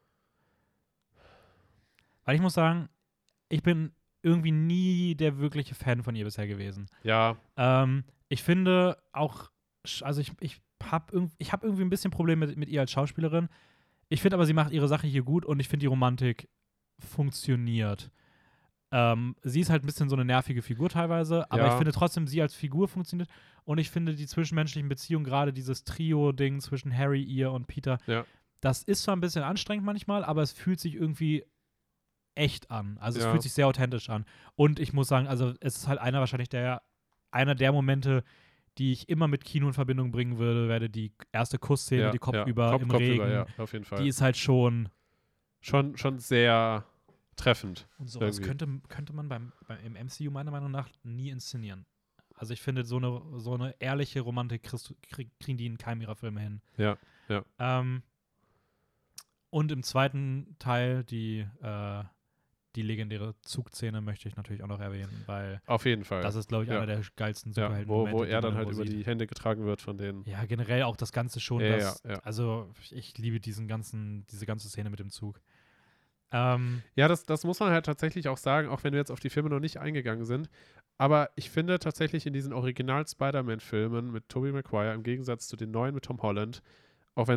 Weil ich muss sagen, ich bin irgendwie nie der wirkliche Fan von ihr bisher gewesen. Ja, Ähm, ich finde auch, sch- also ich, ich habe ich hab irgendwie ein bisschen Probleme mit, mit ihr als Schauspielerin. Ich finde aber, sie macht ihre Sache hier gut und ich finde, die Romantik funktioniert. Ähm, sie ist halt ein bisschen so eine nervige Figur teilweise, aber Ja. ich finde trotzdem, sie als Figur funktioniert und ich finde die zwischenmenschlichen Beziehungen, gerade dieses Trio-Ding zwischen Harry, ihr und Peter, Ja. das ist zwar ein bisschen anstrengend manchmal, aber es fühlt sich irgendwie echt an. Also es Ja. fühlt sich sehr authentisch an. Und ich muss sagen, also es ist halt einer wahrscheinlich der, einer der Momente, die ich immer mit Kino in Verbindung bringen würde, werde die erste Kussszene, ja, die Kopf ja. über Kopf, im Kopfüber, Regen, ja, auf jeden Fall. die ist halt schon schon, schon sehr treffend. und sowas irgendwie. könnte, könnte man beim, beim im M C U meiner Meinung nach nie inszenieren. Also ich finde, so eine, so eine ehrliche Romantik kriegst, du- krieg, kriegen die in keinem ihrer Filme hin. Ja, ja. Ähm, und im zweiten Teil die, äh, die legendäre Zugszene möchte ich natürlich auch noch erwähnen, weil Auf jeden Fall. das ist, glaube ich, Ja. einer der geilsten ja, Superhelden. wo, wo er dann halt über die Hände getragen wird von denen. Ja, generell auch das Ganze schon. Ja, das, ja, ja. Also ich liebe diesen ganzen, diese ganze Szene mit dem Zug. Ähm, Ja, das, das muss man halt tatsächlich auch sagen, auch wenn wir jetzt auf die Filme noch nicht eingegangen sind. Aber ich finde tatsächlich in diesen Original-Spider-Man-Filmen mit Tobey Maguire im Gegensatz zu den neuen mit Tom Holland, auch wenn er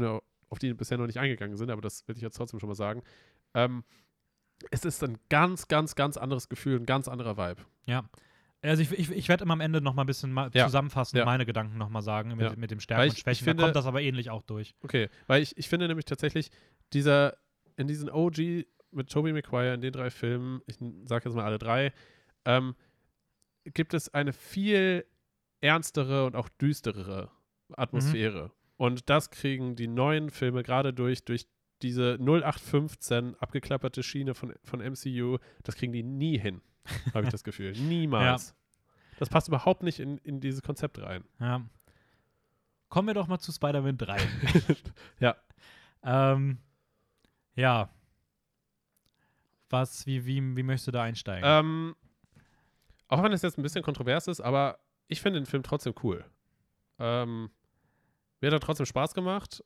auf die bisher noch nicht eingegangen sind, aber das will ich jetzt trotzdem schon mal sagen. Ähm, es ist ein ganz, ganz, ganz anderes Gefühl, ein ganz anderer Vibe. Ja. Also ich, ich, ich werde immer am Ende noch mal ein bisschen mal Ja. zusammenfassen, Ja. meine Gedanken noch mal sagen, mit, Ja. mit dem Weil Stärken ich- und Schwächen. ich finde- da kommt das aber ähnlich auch durch. Okay, weil ich, ich finde nämlich tatsächlich, dieser, in diesen O G mit Tobey Maguire in den drei Filmen, ich sage jetzt mal alle drei, ähm, gibt es eine viel ernstere und auch düsterere Atmosphäre. Mhm. Und das kriegen die neuen Filme gerade durch, durch diese null acht fünfzehn abgeklapperte Schiene von, von M C U, das kriegen die nie hin, habe ich das Gefühl. Niemals. Das passt überhaupt nicht in, in dieses Konzept rein. Ja. Kommen wir doch mal zu Spider-Man drei. Ja. ähm, ja. Was, wie, wie, wie möchtest du da einsteigen? Ähm, auch wenn es jetzt ein bisschen kontrovers ist, aber ich finde den Film trotzdem cool. Ähm, mir hat er trotzdem Spaß gemacht.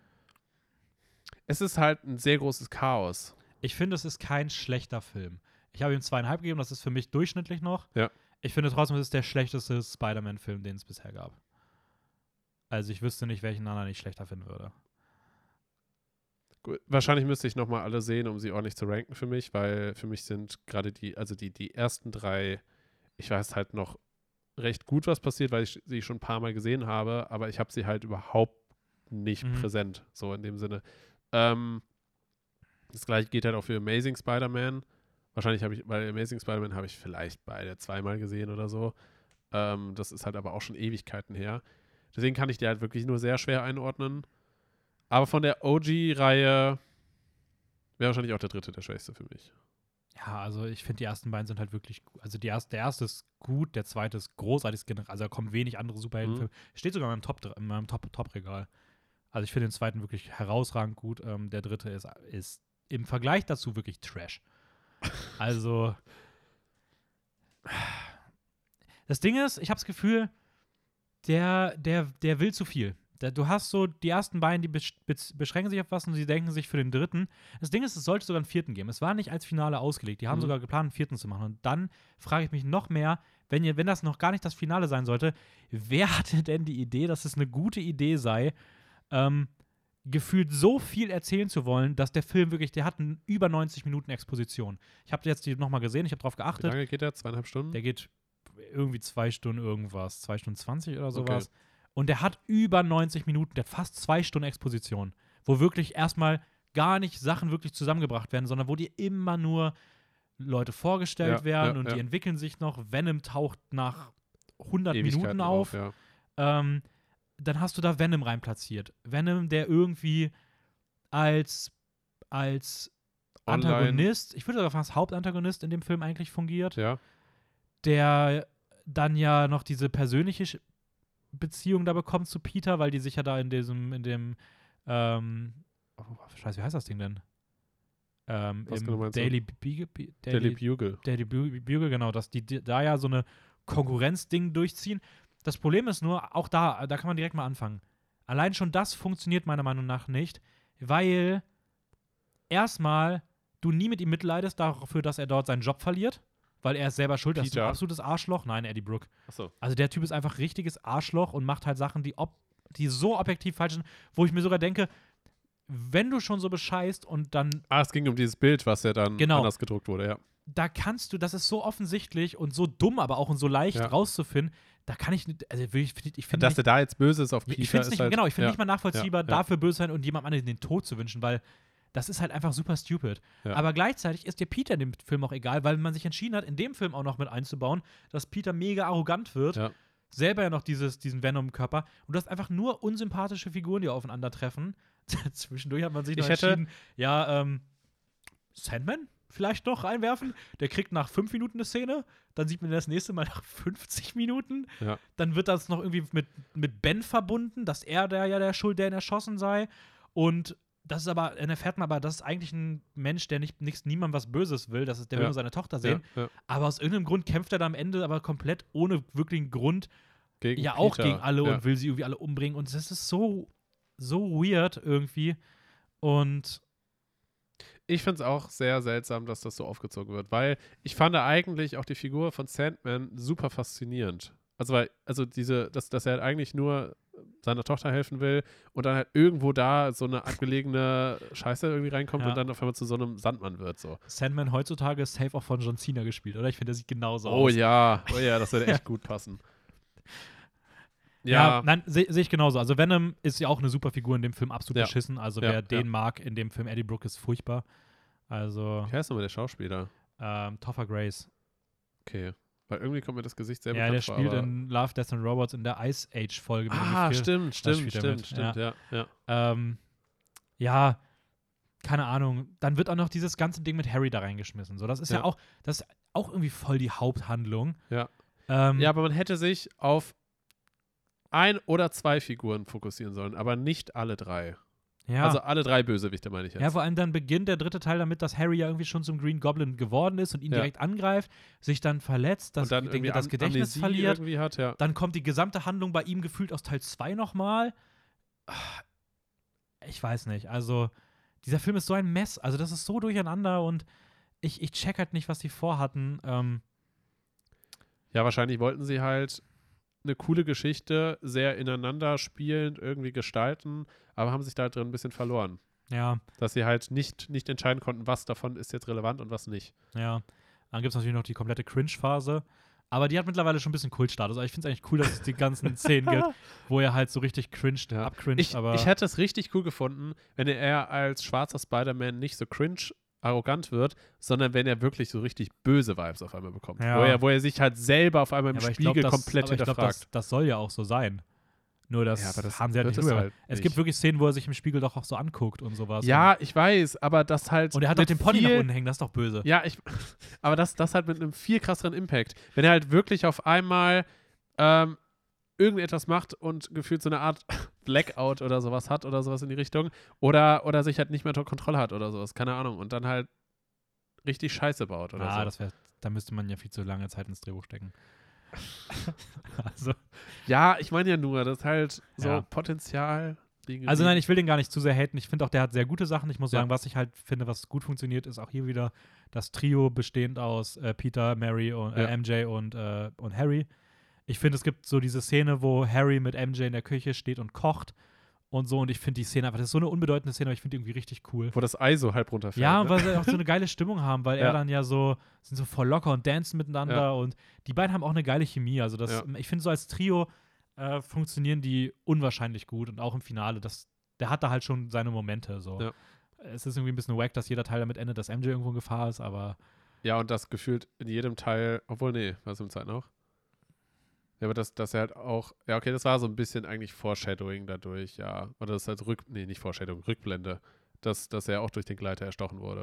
Es ist halt ein sehr großes Chaos. Ich finde, es ist kein schlechter Film. Ich habe ihm zweieinhalb gegeben, das ist für mich durchschnittlich noch. Ja. Ich finde trotzdem, es ist der schlechteste Spider-Man-Film, den es bisher gab. Also ich wüsste nicht, welchen anderen ich schlechter finden würde. Gut, wahrscheinlich müsste ich nochmal alle sehen, um sie ordentlich zu ranken für mich, weil für mich sind gerade die, also die, die ersten drei, ich weiß halt noch recht gut, was passiert, weil ich sie schon ein paar Mal gesehen habe, aber ich habe sie halt überhaupt nicht Mhm. präsent, so in dem Sinne. Ähm, das gleiche geht halt auch für Amazing Spider-Man. Wahrscheinlich habe ich, bei Amazing Spider-Man habe ich vielleicht beide zweimal gesehen oder so. Ähm, das ist halt aber auch schon Ewigkeiten her. Deswegen kann ich die halt wirklich nur sehr schwer einordnen. Aber von der O G-Reihe wäre wahrscheinlich auch der dritte der schwächste für mich. Ja, also ich finde, die ersten beiden sind halt wirklich gut. Also die erste, der erste ist gut, der zweite ist großartig. Also da kommen wenig andere Superheldenfilme. Steht sogar in meinem Top, in meinem Top, Top-Regal. Also ich finde den zweiten wirklich herausragend gut. Ähm, der dritte ist, ist im Vergleich dazu wirklich Trash. Also das Ding ist, ich habe das Gefühl, der, der, der will zu viel. Der, du hast so die ersten beiden, die besch besch beschränken sich auf was und sie denken sich für den dritten. Das Ding ist, es sollte sogar einen vierten geben. Es war nicht als Finale ausgelegt. Die haben Mhm. sogar geplant, einen vierten zu machen. Und dann frage ich mich noch mehr, wenn, ihr, wenn das noch gar nicht das Finale sein sollte, wer hatte denn die Idee, dass es eine gute Idee sei, ähm, gefühlt so viel erzählen zu wollen, dass der Film wirklich, der hat einen über neunzig Minuten Exposition. Ich habe jetzt die nochmal gesehen, ich habe drauf Wie geachtet. lange geht der? Zweieinhalb Stunden? Der geht irgendwie zwei Stunden irgendwas, zwei Stunden zwanzig oder sowas. Okay. Und der hat über neunzig Minuten, der hat fast zwei Stunden Exposition, wo wirklich erstmal gar nicht Sachen wirklich zusammengebracht werden, sondern wo dir immer nur Leute vorgestellt Ja, werden ja, und ja. die entwickeln sich noch. Venom taucht nach hundert Minuten Ewigkeiten auf. ja. Ähm, dann hast du da Venom rein platziert. Venom, der irgendwie als, als Online. Antagonist, ich würde sogar fast Hauptantagonist in dem Film eigentlich fungiert, Ja. der dann ja noch diese persönliche Sch- Beziehung da bekommt zu Peter, weil die sich ja da in diesem, in dem, ähm, oh, scheiße, wie heißt das Ding denn? Ähm, Was im genau meinst du? Daily Bugle, Daily, Daily Bugle. Daily Bu- Bugle, genau, dass die, die da ja so eine Konkurrenzding durchziehen. Das Problem ist nur, auch da, da kann man direkt mal anfangen. Allein schon das funktioniert meiner Meinung nach nicht, weil erstmal du nie mit ihm mitleidest dafür, dass er dort seinen Job verliert, weil er ist selber schuld, das ist ein Peter. absolutes Arschloch. Nein, Eddie Brooke. Achso. Also der Typ ist einfach richtiges Arschloch und macht halt Sachen, die, ob, die so objektiv falsch sind, wo ich mir sogar denke, wenn du schon so bescheißt und dann, Ah, es ging um dieses Bild, was ja dann Genau. anders gedruckt wurde, ja. da kannst du, das ist so offensichtlich und so dumm, aber auch und so leicht Ja. rauszufinden, da kann ich nicht, also ich, ich finde Dass er da jetzt böse ist auf Peter ich finde es ist nicht, halt, genau, ich finde ja. nicht mal nachvollziehbar, ja, ja. dafür böse sein und jemandem anderen den Tod zu wünschen, weil das ist halt einfach super stupid. Ja. Aber gleichzeitig ist dir Peter in dem Film auch egal, weil man sich entschieden hat, in dem Film auch noch mit einzubauen, dass Peter mega arrogant wird, Ja. selber ja noch dieses, diesen Venom-Körper und du hast einfach nur unsympathische Figuren, die aufeinandertreffen. Zwischendurch hat man sich noch Ich hätte- entschieden, ja, ähm, Sandman vielleicht noch reinwerfen. Der kriegt nach fünf Minuten eine Szene, dann sieht man ihn das nächste Mal nach fünfzig Minuten. Ja. Dann wird das noch irgendwie mit, mit Ben verbunden, dass er der ja der Schuld, der ihn erschossen sei. Und das ist aber, dann erfährt man aber, das ist eigentlich ein Mensch, der nicht, nichts, niemandem was Böses will. Das ist, der will Ja. nur seine Tochter sehen. Ja, ja. Aber aus irgendeinem Grund kämpft er da am Ende aber komplett ohne wirklichen Grund Gegen ja auch Peter. gegen alle ja. und will sie irgendwie alle umbringen. Und das ist so, so weird irgendwie. Und Ich finde es auch sehr seltsam, dass das so aufgezogen wird, weil ich fand eigentlich auch die Figur von Sandman super faszinierend. Also, weil, also diese, dass, dass er halt eigentlich nur seiner Tochter helfen will und dann halt irgendwo da so eine abgelegene Scheiße irgendwie reinkommt Ja. und dann auf einmal zu so einem Sandmann wird. So. Sandman heutzutage ist safe auch von John Cena gespielt, oder? Ich finde, der sieht genauso Oh aus. ja, oh ja, das würde echt gut passen. Ja, Ja, nein, sehe seh ich genauso. Also Venom ist ja auch eine super Figur in dem Film, absolut Ja. beschissen. Also Ja, wer den ja. mag in dem Film, Eddie Brooke ist furchtbar. Also wie heißt nochmal der Schauspieler? ähm, Topher Grace. Okay, weil irgendwie kommt mir das Gesicht sehr Ja, bekannt der vor, spielt aber- in Love, Death and Robots in der Ice Age-Folge. mit Ah, irgendwie vier- stimmt, stimmt, spielt er stimmt, mit, stimmt, ja, ja. Ähm, ja, keine Ahnung. Dann wird auch noch dieses ganze Ding mit Harry da reingeschmissen. So, das ist ja, Ja. auch, das ist auch irgendwie voll die Haupthandlung. Ja. Ähm, Ja, aber man hätte sich auf ein oder zwei Figuren fokussieren sollen, aber nicht alle drei. ja. Also alle drei Bösewichte, meine ich jetzt. Ja, vor allem dann beginnt der dritte Teil damit, dass Harry ja irgendwie schon zum Green Goblin geworden ist und ihn Ja. direkt angreift, sich dann verletzt, das, und dann den- irgendwie das Am- Gedächtnis Amnesie verliert. irgendwie hat, ja. Dann kommt die gesamte Handlung bei ihm gefühlt aus Teil zwei nochmal. Ich weiß nicht. Also, dieser Film ist so ein Mess. Also, das ist so durcheinander und ich, ich check halt nicht, was die vorhatten. Ähm, Ja, wahrscheinlich wollten sie halt eine coole Geschichte sehr ineinander spielend irgendwie gestalten, aber haben sich da halt drin ein bisschen verloren. ja, Dass sie halt nicht, nicht entscheiden konnten, was davon ist jetzt relevant und was nicht. ja. Dann gibt es natürlich noch die komplette Cringe-Phase. Aber die hat mittlerweile schon ein bisschen Kultstatus. Also ich finde es eigentlich cool, dass es die ganzen Szenen gibt, wo er halt so richtig cringed, Ja. abcringed. Ich, aber ich hätte es richtig cool gefunden, wenn er als schwarzer Spider-Man nicht so cringe arrogant wird, sondern wenn er wirklich so richtig böse Vibes auf einmal bekommt. Ja. Wo, er, wo er sich halt selber auf einmal im Ja, aber ich Spiegel glaub, das, komplett aber ich glaub, hinterfragt. das, das soll ja auch so sein. Nur das, Ja, aber das haben sie halt wird nicht es rüber. halt Es nicht. gibt wirklich Szenen, wo er sich im Spiegel doch auch so anguckt und sowas. Ja, ich weiß, aber das halt. Und er hat doch mit den Pony viel, nach unten hängen, das ist doch böse. Ja, ich. Aber das, das halt mit einem viel krasseren Impact. Wenn er halt wirklich auf einmal ähm, irgendetwas macht und gefühlt so eine Art Blackout oder sowas hat oder sowas in die Richtung. Oder, oder sich halt nicht mehr unter Kontrolle hat oder sowas, keine Ahnung. Und dann halt richtig Scheiße baut oder Ah, so. das wär, da müsste man ja viel zu lange Zeit ins Drehbuch stecken. also, Ja, ich meine ja nur, das ist halt so Ja. Potenzial. liegen also geblieben. nein, ich will den gar nicht zu sehr haten. Ich finde auch, der hat sehr gute Sachen. Ich muss Ja. sagen, was ich halt finde, was gut funktioniert, ist auch hier wieder das Trio bestehend aus äh, Peter, Mary und äh, Ja. M J und, äh, und Harry. Ich finde, es gibt so diese Szene, wo Harry mit M J in der Küche steht und kocht und so. Und ich finde die Szene einfach, das ist so eine unbedeutende Szene, aber ich finde die irgendwie richtig cool. Wo das Ei so halb runterfällt. Ja, ne? weil sie auch so eine geile Stimmung haben, weil er Ja. dann ja so, sind so voll locker und dancen miteinander Ja. und die beiden haben auch eine geile Chemie. Also das, Ja. ich finde so als Trio äh, funktionieren die unwahrscheinlich gut und auch im Finale, das, der hat da halt schon seine Momente. So. Ja. Es ist irgendwie ein bisschen wack, dass jeder Teil damit endet, dass M J irgendwo in Gefahr ist, aber Ja, und das gefühlt in jedem Teil, obwohl, nee, war es im Zeit noch? Ja, aber das, dass er halt auch, ja, okay, das war so ein bisschen eigentlich Foreshadowing dadurch, ja. Oder das ist halt Rück, nee, nicht Foreshadowing, Rückblende, dass, dass er auch durch den Gleiter erstochen wurde.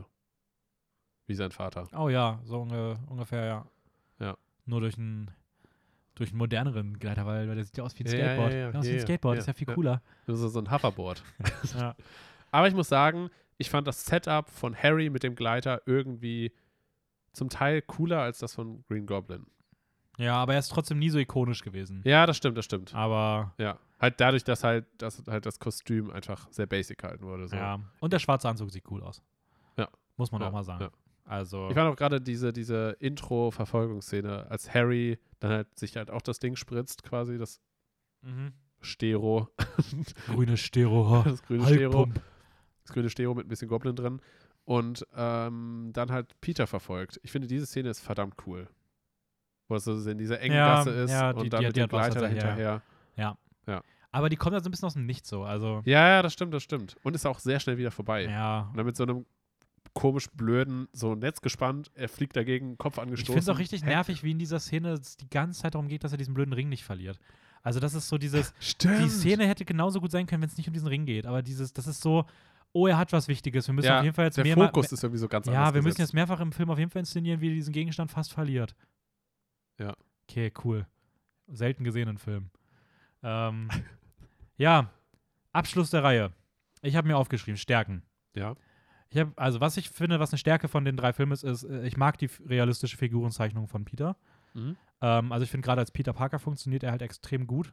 Wie sein Vater. oh ja, so unge ungefähr, ja. Ja. Nur durch einen durch einen moderneren Gleiter, weil, weil der sieht ja aus wie ein Ja, ja, Skateboard. ja, ja, Der aus wie ja, ein Skateboard, ja, ist ja viel ja. cooler. Das ist so ein Hoverboard. ja. Aber ich muss sagen, ich fand das Setup von Harry mit dem Gleiter irgendwie zum Teil cooler als das von Green Goblin. ja, aber er ist trotzdem nie so ikonisch gewesen. Ja, das stimmt, das stimmt. Aber Ja, halt dadurch, dass halt, dass halt das Kostüm einfach sehr basic gehalten wurde. So. ja. Und der schwarze Anzug sieht cool aus. Ja. Muss man Ja, auch mal sagen. ja. Also. Ich fand auch gerade diese, diese Intro-Verfolgungsszene, als Harry dann halt sich halt auch das Ding spritzt, quasi, das mhm. Stero, Grüne Stero. das grüne Stero, Halbpump. das grüne Stero mit ein bisschen Goblin drin und ähm, dann halt Peter verfolgt. Ich finde, diese Szene ist verdammt cool. Wo es so in dieser engen Ja, Gasse ist ja, die- und dann die- mit die dem hat was Gleiter hinterher. hinterher. Aber die kommt ja so ein bisschen aus dem Nichts so. Also. Ja, ja, das stimmt, das stimmt. Und ist auch sehr schnell wieder vorbei. Ja. Und dann mit so einem komisch blöden, so ein Netz gespannt, er fliegt dagegen, Kopf Ich angestoßen. finde es auch richtig Hä? nervig, wie in dieser Szene es die ganze Zeit darum geht, dass er diesen blöden Ring nicht verliert. Also, das ist so dieses. Stimmt. Die Szene hätte genauso gut sein können, wenn es nicht um diesen Ring geht. Aber dieses, das ist so, oh, er hat was Wichtiges. Wir müssen ja, auf jeden Fall jetzt der mehr. Fokus ist irgendwie so ganz anders Ja, wir müssen gesetzt. jetzt mehrfach im Film auf jeden Fall inszenieren, wie er diesen Gegenstand fast verliert. Ja. Okay, cool. Selten gesehenen Film. Ähm, ja, Abschluss der Reihe. Ich habe mir aufgeschrieben, Stärken. Ja. Ich habe, also was ich finde, was eine Stärke von den drei Filmen ist, ist, äh, ich mag die f- realistische Figurenzeichnung von Peter. Mhm. Ähm, also ich finde gerade als Peter Parker funktioniert er halt extrem gut.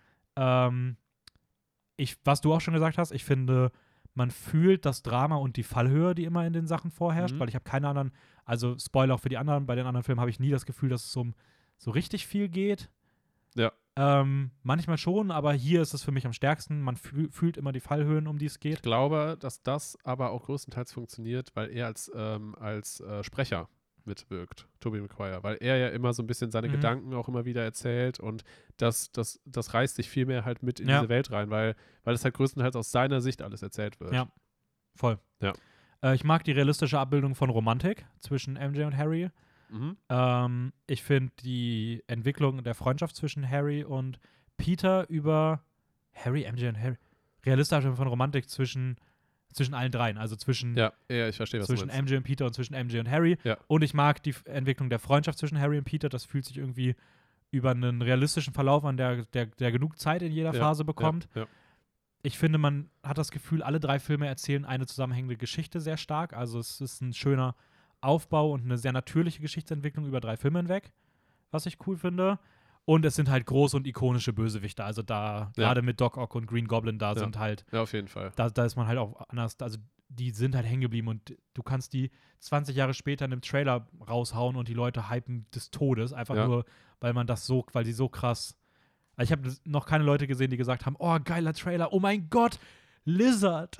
Ähm, ich, was du auch schon gesagt hast, ich finde, man fühlt das Drama und die Fallhöhe, die immer in den Sachen vorherrscht, Mhm. weil ich habe keine anderen, also Spoiler auch für die anderen, bei den anderen Filmen habe ich nie das Gefühl, dass es um so richtig viel geht. Ja. Ähm, manchmal schon, aber hier ist es für mich am stärksten. Man fühl, fühlt immer die Fallhöhen, um die es geht. Ich glaube, dass das aber auch größtenteils funktioniert, weil er als, ähm, als äh, Sprecher mitwirkt, Tobey Maguire, weil er ja immer so ein bisschen seine Mhm. Gedanken auch immer wieder erzählt und das, das, das reißt sich viel mehr halt mit in Ja. diese Welt rein, weil, weil es halt größtenteils aus seiner Sicht alles erzählt wird. Ja. Voll. Ja. Äh, ich mag die realistische Abbildung von Romantik zwischen M J und Harry. Mhm. Ähm, ich finde die Entwicklung der Freundschaft zwischen Harry und Peter über Harry, M J und Harry. Realistische von Romantik zwischen, zwischen allen dreien. Also zwischen, Ja, ja, ich verstehe, was zwischen du meinst. M J und Peter und zwischen M J und Harry. Ja. Und ich mag die F- Entwicklung der Freundschaft zwischen Harry und Peter. Das fühlt sich irgendwie über einen realistischen Verlauf an, der, der, der genug Zeit in jeder Ja, Phase bekommt. Ja, ja. Ich finde, man hat das Gefühl, alle drei Filme erzählen eine zusammenhängende Geschichte sehr stark. Also es ist ein schöner Aufbau und eine sehr natürliche Geschichtsentwicklung über drei Filme hinweg, was ich cool finde. Und es sind halt große und ikonische Bösewichte. Also da, Ja. gerade mit Doc Ock und Green Goblin, da Ja. sind halt, Ja, auf jeden Fall. da, da ist man halt auch anders, also die sind halt hängen geblieben und du kannst die zwanzig Jahre später in einem Trailer raushauen und die Leute hypen des Todes, einfach Ja. nur, weil man das so, weil die so krass. Also ich habe noch keine Leute gesehen, die gesagt haben, oh, geiler Trailer, oh mein Gott, Lizard.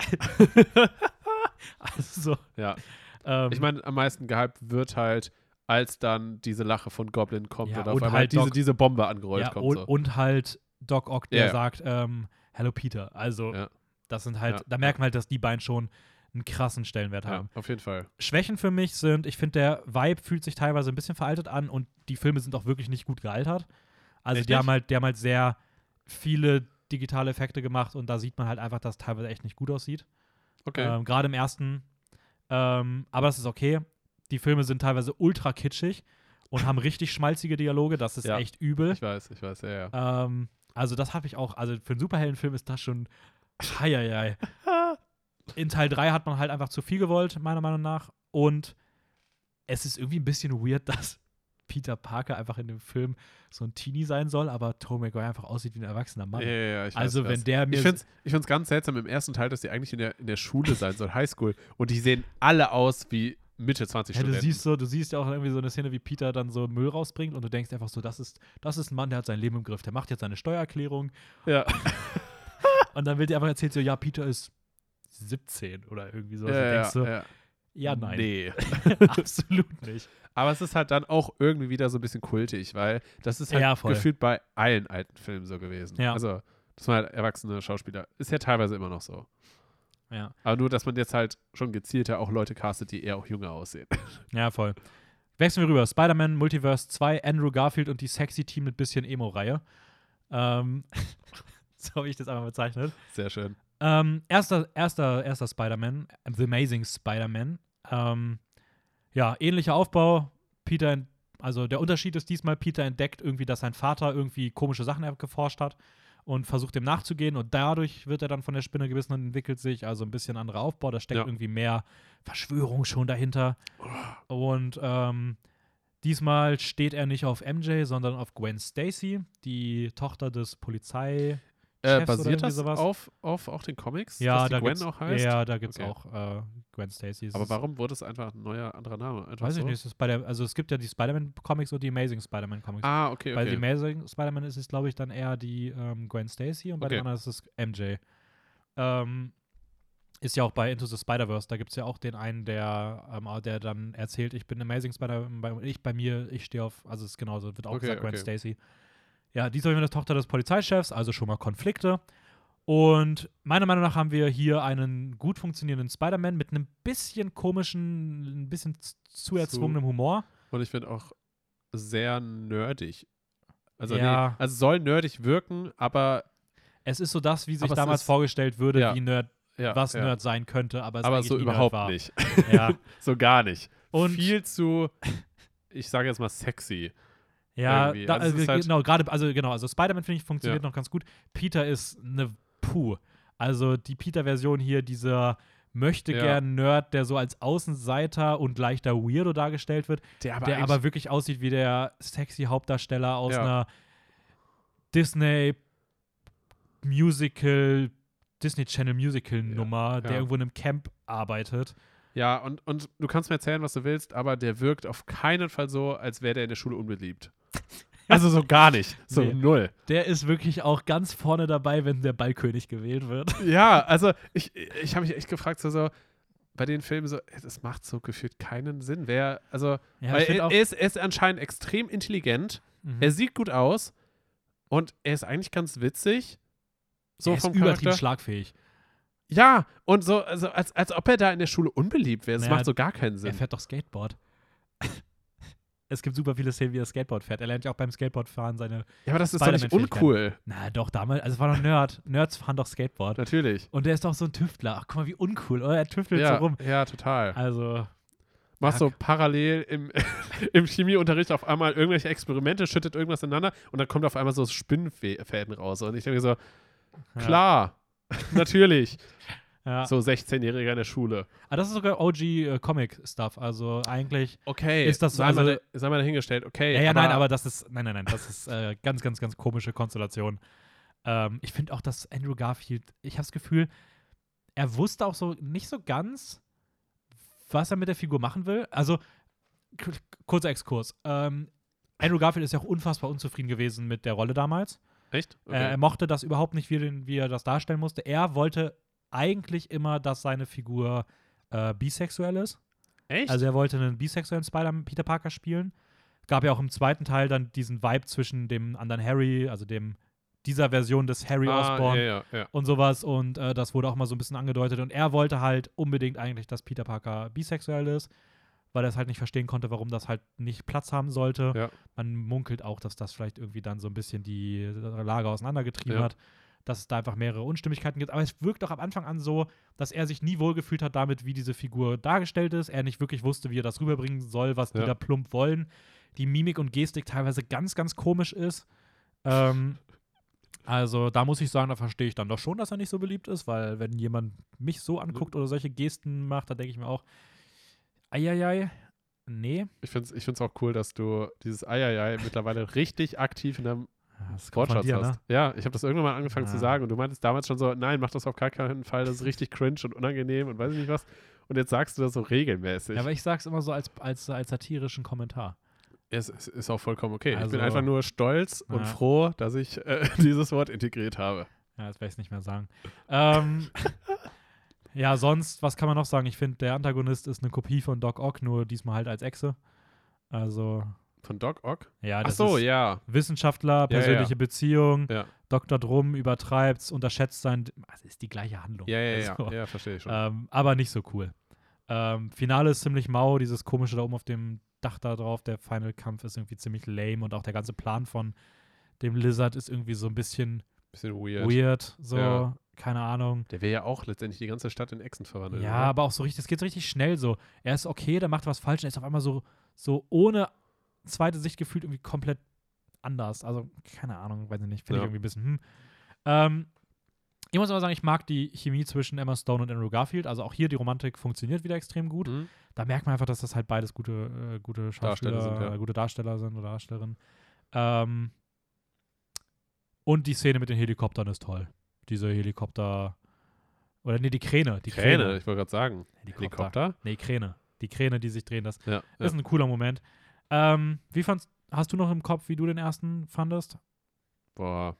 also, Ja. ähm, Ich meine, am meisten gehypt wird halt, als dann diese Lache von Goblin kommt Ja, oder auf und einmal halt diese, Doc- diese Bombe angerollt ja, kommt. und, So. und halt Doc Ock, der Ja, ja. sagt, ähm, Hello Peter. Also, Ja. das sind halt, Ja, da merkt man halt, dass die beiden schon einen krassen Stellenwert Ja, haben. auf jeden Fall. Schwächen für mich sind, ich finde, der Vibe fühlt sich teilweise ein bisschen veraltet an und die Filme sind auch wirklich nicht gut gealtert. Also Echt die nicht? haben halt, die haben halt sehr viele digitale Effekte gemacht und da sieht man halt einfach, dass es teilweise echt nicht gut aussieht. Okay. Ähm, Gerade im ersten. Ähm, aber das ist okay. Die Filme sind teilweise ultra kitschig und haben richtig schmalzige Dialoge. Das ist Ja. echt übel. Ich weiß, ich weiß, ja, ja. Ähm, also das habe ich auch, also für einen Superheldenfilm ist das schon heieiei. In Teil drei hat man halt einfach zu viel gewollt, meiner Meinung nach. Und es ist irgendwie ein bisschen weird, dass Peter Parker einfach in dem Film so ein Teenie sein soll, aber Tobey Maguire einfach aussieht wie ein erwachsener Mann. Ja, ja, ja, ich weiß, also ich wenn weiß. der mir... Ich finde es ich find's ganz seltsam im ersten Teil, dass die eigentlich in der, in der Schule sein soll, Highschool. Und die sehen alle aus wie Mitte zwanzig Ja, du Studenten. siehst so, du siehst ja auch irgendwie so eine Szene, wie Peter dann so Müll rausbringt und du denkst einfach so, das ist, das ist ein Mann, der hat sein Leben im Griff, der macht jetzt seine Steuererklärung Ja. und dann wird dir einfach erzählt so, ja, Peter ist siebzehn oder irgendwie so. Ja, und du ja, denkst so, ja. ja, nein. Nee. Absolut nicht. Aber es ist halt dann auch irgendwie wieder so ein bisschen kultig, weil das ist halt Ja, voll. gefühlt bei allen alten Filmen so gewesen. Ja. Also, das waren halt erwachsene Schauspieler. Ist ja teilweise immer noch so. Ja, Aber nur, dass man jetzt halt schon gezielter auch Leute castet, die eher auch jünger aussehen. ja, voll. Wechseln wir rüber. Spider-Man Multiverse zwei, Andrew Garfield und die Sexy Team mit bisschen Emo-Reihe. Ähm, so habe ich das einfach bezeichnet. Sehr schön. Ähm, erster, erster, erster Spider-Man, The Amazing Spider-Man. Ähm, ja, ähnlicher Aufbau. Peter, ent- also der Unterschied ist diesmal, Peter entdeckt irgendwie, dass sein Vater irgendwie komische Sachen geforscht hat und versucht dem nachzugehen und dadurch wird er dann von der Spinne gebissen und entwickelt sich, also ein bisschen anderer Aufbau, da steckt Ja. irgendwie mehr Verschwörung schon dahinter. Und ähm, diesmal steht er nicht auf M J, sondern auf Gwen Stacy, die Tochter des Polizei. Äh, Chefs oder basiert irgendwie das sowas? auf, auf auch den Comics? Ja, dass die da Gwen gibt's, auch heißt? ja, da gibt's Okay. auch äh, Gwen Stacy. Es Aber ist- warum wurde es einfach ein neuer, anderer Name? Einfach Weiß so? ich nicht. Es ist bei der, also es gibt ja die Spider-Man-Comics und die Amazing Spider-Man-Comics. Ah, okay, Bei okay. The Amazing Spider-Man ist es, glaube ich, dann eher die ähm, Gwen Stacy und bei Okay. dem anderen ist es M J. Ähm, ist ja auch bei Into the Spider-Verse, da gibt es ja auch den einen, der, ähm, der dann erzählt, ich bin Amazing Spider-Man, bei, ich bei mir, ich stehe auf, also es ist genauso, wird auch Okay, gesagt, Gwen okay. Stacy. Ja, die ist eine Tochter des Polizeichefs, also schon mal Konflikte. Und meiner Meinung nach haben wir hier einen gut funktionierenden Spider-Man mit einem bisschen komischen, ein bisschen z- zu erzwungenem Humor. Und ich finde auch sehr nerdig. Also, Ja. nee, also soll nerdig wirken, aber Es ist so das, wie sich Aber es damals ist- vorgestellt würde, ja. wie Nerd, ja, was ja. Nerd sein könnte, aber es aber eigentlich so nie überhaupt Nerd war. nicht. Ja. So gar nicht. Und Viel zu, ich sage jetzt mal sexy. ja, irgendwie. da, Also es also, ist halt- genau, gerade, also genau, also Spider-Man finde ich funktioniert Ja. noch ganz gut. Peter ist eine Puh. Also die Peter-Version hier, dieser möchte Ja. gern Nerd, der so als Außenseiter und leichter Weirdo dargestellt wird, Der aber, der eigentlich- aber wirklich aussieht wie der sexy Hauptdarsteller aus Ja. einer Disney Musical, Disney Channel Musical Nummer, Ja, der ja. irgendwo in einem Camp arbeitet. Ja, und, und du kannst mir erzählen, was du willst, aber der wirkt auf keinen Fall so, als wäre der in der Schule unbeliebt. Also so gar nicht. So Nee. null. Der ist wirklich auch ganz vorne dabei, wenn der Ballkönig gewählt wird. Ja, also ich, ich habe mich echt gefragt, so, so bei den Filmen so, es macht so gefühlt keinen Sinn. Wer, also, Ja, weil ich find er, auch- er, ist, er ist anscheinend extrem intelligent, Mhm. er sieht gut aus und er ist eigentlich ganz witzig. So er ist vom übertrieben Charakter. schlagfähig. Ja, und so, also als, als ob er da in der Schule unbeliebt wäre. Das Naja, macht so gar keinen Er Sinn. fährt doch Skateboard. Es gibt super viele Szenen, wie er Skateboard fährt. Er lernt ja auch beim Skateboardfahren seine. Ja, aber das ist doch nicht Spider-Man-Fähigkeiten. uncool. Na doch, damals, also es war doch Nerd. Nerds fahren doch Skateboard. Natürlich. Und der ist doch so ein Tüftler. Ach, guck mal, wie uncool, oder? Er tüftelt Ja, so rum. ja, total. Also, Machst ja, so parallel im, im Chemieunterricht auf einmal irgendwelche Experimente, schüttet irgendwas ineinander und dann kommt auf einmal so Spinnfäden raus. Und ich denke so, ja, klar, natürlich. Ja. So sechzehnjähriger in der Schule. Aber das ist sogar O G-Comic-Stuff. Also eigentlich. Okay, Ist das so, sei, also- mal, sei mal dahingestellt, okay. Ja, ja, aber, nein, aber das ist. Nein, nein, nein. Das ist äh, ganz, ganz, ganz komische Konstellation. Ähm, ich finde auch, dass Andrew Garfield, ich habe das Gefühl, er wusste auch so nicht so ganz, was er mit der Figur machen will. Also, k- kurzer Exkurs. Ähm, Andrew Garfield ist ja auch unfassbar unzufrieden gewesen mit der Rolle damals. Echt? Äh, Okay. er mochte das überhaupt nicht, wie, den, wie er das darstellen musste. Er wollte eigentlich immer, dass seine Figur äh, bisexuell ist. Echt? Also er wollte einen bisexuellen Spider-Man Peter Parker spielen. Gab ja auch im zweiten Teil dann diesen Vibe zwischen dem anderen Harry, also dem dieser Version des Harry ah, Osborn ja, ja, ja. und sowas. Und äh, das wurde auch mal so ein bisschen angedeutet. Und er wollte halt unbedingt eigentlich, dass Peter Parker bisexuell ist, weil er es halt nicht verstehen konnte, warum das halt nicht Platz haben sollte. Ja. Man munkelt auch, dass das vielleicht irgendwie dann so ein bisschen die Lage auseinandergetrieben Ja. hat, dass es da einfach mehrere Unstimmigkeiten gibt. Aber es wirkt auch am Anfang an so, dass er sich nie wohlgefühlt hat damit, wie diese Figur dargestellt ist. Er nicht wirklich wusste, wie er das rüberbringen soll, was die Ja. da plump wollen. Die Mimik und Gestik teilweise ganz, ganz komisch ist. Ähm, also da muss ich sagen, da verstehe ich dann doch schon, dass er nicht so beliebt ist, weil wenn jemand mich so anguckt oder solche Gesten macht, dann denke ich mir auch, eieiei, nee. Ich finde es ich find's auch cool, dass du dieses Eieiei mittlerweile richtig aktiv in deinem Das kommt von Wortschatz dir, hast. ne? Ja, ich habe das irgendwann mal angefangen Ja. zu sagen und du meintest damals schon so, nein, mach das auf gar keinen Fall, das ist richtig cringe und unangenehm und weiß ich nicht was. Und jetzt sagst du das so regelmäßig. Ja, aber ich sag's immer so als, als, als satirischen Kommentar. es, es ist auch vollkommen okay. ich Also- bin einfach nur stolz und Ja. froh, dass ich äh, dieses Wort integriert habe. Ja, jetzt werde ich es nicht mehr sagen. ähm, ja, sonst, was kann man noch sagen? Ich finde, der Antagonist ist eine Kopie von Doc Ock, nur diesmal halt als Echse. Also, Von Doc Ock? ja, Ach das so, ist ja. Wissenschaftler, Ja, persönliche ja. Beziehung, Ja, Doktor Drum übertreibt's, unterschätzt sein. Das ist die gleiche Handlung. ja, ja, ja, Also, ja verstehe ich schon. ähm, aber nicht so cool. Ähm, Finale ist ziemlich mau, dieses komische da oben auf dem Dach da drauf, der Final-Kampf ist irgendwie ziemlich lame und auch der ganze Plan von dem Lizard ist irgendwie so ein bisschen Bisschen weird. weird, so, Ja. keine Ahnung. Der will ja auch letztendlich die ganze Stadt in Echsen verwandeln. Ja, oder? aber auch so richtig, es geht so richtig schnell so. Er ist okay, der macht was falsch und er ist auf einmal so, so ohne zweite Sicht gefühlt irgendwie komplett anders. Also, keine Ahnung, weiß ich nicht, finde Ja. ich irgendwie ein bisschen, hm. Ähm, ich muss aber sagen, ich mag die Chemie zwischen Emma Stone und Andrew Garfield. Also auch hier, die Romantik funktioniert wieder extrem gut. Hm? Da merkt man einfach, dass das halt beides gute, äh, gute Schauspieler, Darsteller sind, ja. äh, gute Darsteller sind oder Darstellerinnen. Ähm, und die Szene mit den Helikoptern ist toll. Diese Helikopter, oder nee, die Kräne. Die Kräne, Kräne. ich wollte gerade sagen. Helikopter. Helikopter? Nee, Kräne. Die Kräne, die sich drehen, das Ja. ja. ist ein cooler Moment. Ähm, wie fandst, hast du noch im Kopf, wie du den ersten fandest? Boah.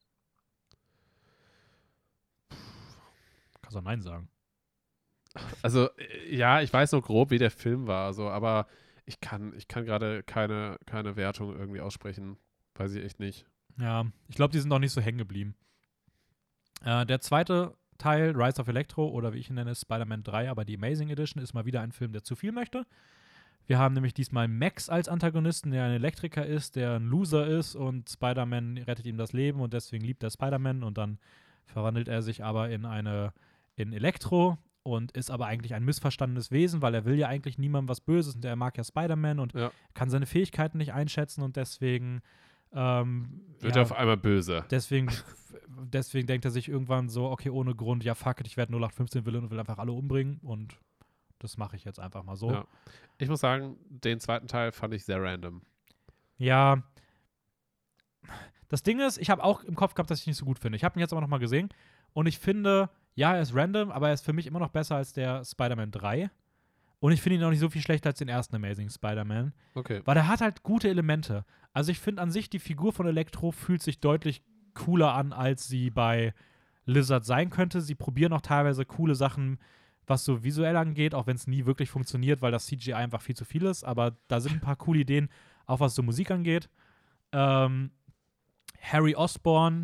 Kannst auch Nein sagen. Also, äh, ja, ich weiß noch grob, wie der Film war, so, aber ich kann, ich kann gerade keine, keine Wertung irgendwie aussprechen. Weiß ich echt nicht. Ja, ich glaube, die sind noch nicht so hängen geblieben. Äh, der zweite Teil, Rise of Electro, oder wie ich ihn nenne, Spider-Man drei, aber die Amazing Edition ist mal wieder ein Film, der zu viel möchte. Wir haben nämlich diesmal Max als Antagonisten, der ein Elektriker ist, der ein Loser ist und Spider-Man rettet ihm das Leben und deswegen liebt er Spider-Man und dann verwandelt er sich aber in eine in Elektro und ist aber eigentlich ein missverstandenes Wesen, weil er will ja eigentlich niemandem was Böses und er mag ja Spider-Man und Ja. kann seine Fähigkeiten nicht einschätzen und deswegen ähm, Wird ja, er auf einmal böse. deswegen, deswegen denkt er sich irgendwann so, okay, ohne Grund, ja fuck it, ich werde null acht fünfzehn Villain und will einfach alle umbringen und das mache ich jetzt einfach mal so. Ja. Ich muss sagen, den zweiten Teil fand ich sehr random. Ja, das Ding ist, ich habe auch im Kopf gehabt, dass ich ihn nicht so gut finde. Ich habe ihn jetzt aber nochmal gesehen und ich finde, ja, er ist random, aber er ist für mich immer noch besser als der Spider-Man drei. Und ich finde ihn auch nicht so viel schlechter als den ersten Amazing Spider-Man. Okay. Weil der hat halt gute Elemente. Also ich finde an sich, die Figur von Elektro fühlt sich deutlich cooler an, als sie bei Lizard sein könnte. Sie probieren auch teilweise coole Sachen, was so visuell angeht, auch wenn es nie wirklich funktioniert, weil das C G I einfach viel zu viel ist. Aber da sind ein paar coole Ideen, auch was so Musik angeht. Ähm, Harry Osborn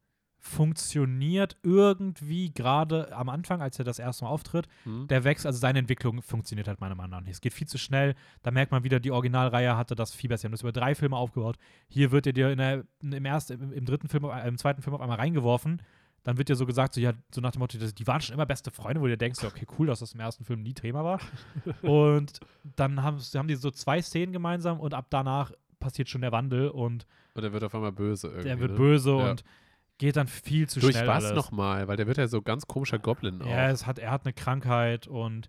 funktioniert irgendwie gerade am Anfang, als er das erste Mal auftritt. Hm. Der Wechsel, also seine Entwicklung funktioniert halt meiner Meinung nach nicht. Es geht viel zu schnell. Da merkt man wieder, die Originalreihe hatte das viel besser. Sie haben das über drei Filme aufgebaut. Hier wird er dir in der, im, ersten, im, im dritten Film, im zweiten Film auf einmal reingeworfen. Dann wird dir so gesagt, so, ja, so nach dem Motto, die waren schon immer beste Freunde, wo du dir denkst, so, okay, cool, dass das im ersten Film nie Thema war. Und dann haben, haben die so zwei Szenen gemeinsam und ab danach passiert schon der Wandel und Und er wird auf einmal böse irgendwie. der wird ne? böse Ja. und geht dann viel zu Durch schnell was alles. nochmal? Weil der wird ja so ganz komischer Goblin auch. Ja, es hat, er hat eine Krankheit und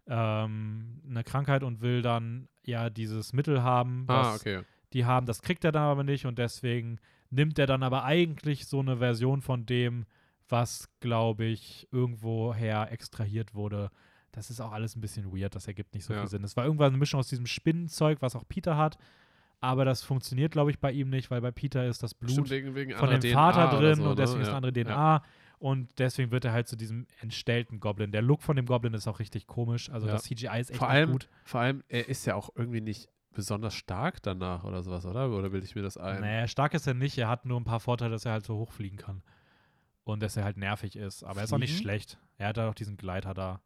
ähm, eine Krankheit und will dann ja dieses Mittel haben, was ah, okay. die haben. Das kriegt er dann aber nicht und deswegen nimmt er dann aber eigentlich so eine Version von dem, was, glaube ich, irgendwoher extrahiert wurde. Das ist auch alles ein bisschen weird, das ergibt nicht so Ja. viel Sinn. Es war irgendwann eine Mischung aus diesem Spinnenzeug, was auch Peter hat, aber das funktioniert, glaube ich, bei ihm nicht, weil bei Peter ist das Blut Bestimmt wegen, wegen von anderer dem D N A Vater oder drin so, und deswegen ne? ist eine Ja. andere D N Ja. A und deswegen wird er halt zu diesem entstellten Goblin. Der Look von dem Goblin ist auch richtig komisch, also Ja. das C G I ist echt Vor nicht allem, gut. vor allem, er ist ja auch irgendwie nicht besonders stark danach oder sowas, oder? Oder bilde ich mir das ein? Naja, stark ist er nicht, er hat nur ein paar Vorteile, dass er halt so hochfliegen kann und dass er halt nervig ist, aber er ist auch nicht Fliegen? schlecht. Er hat halt auch diesen Gleiter da.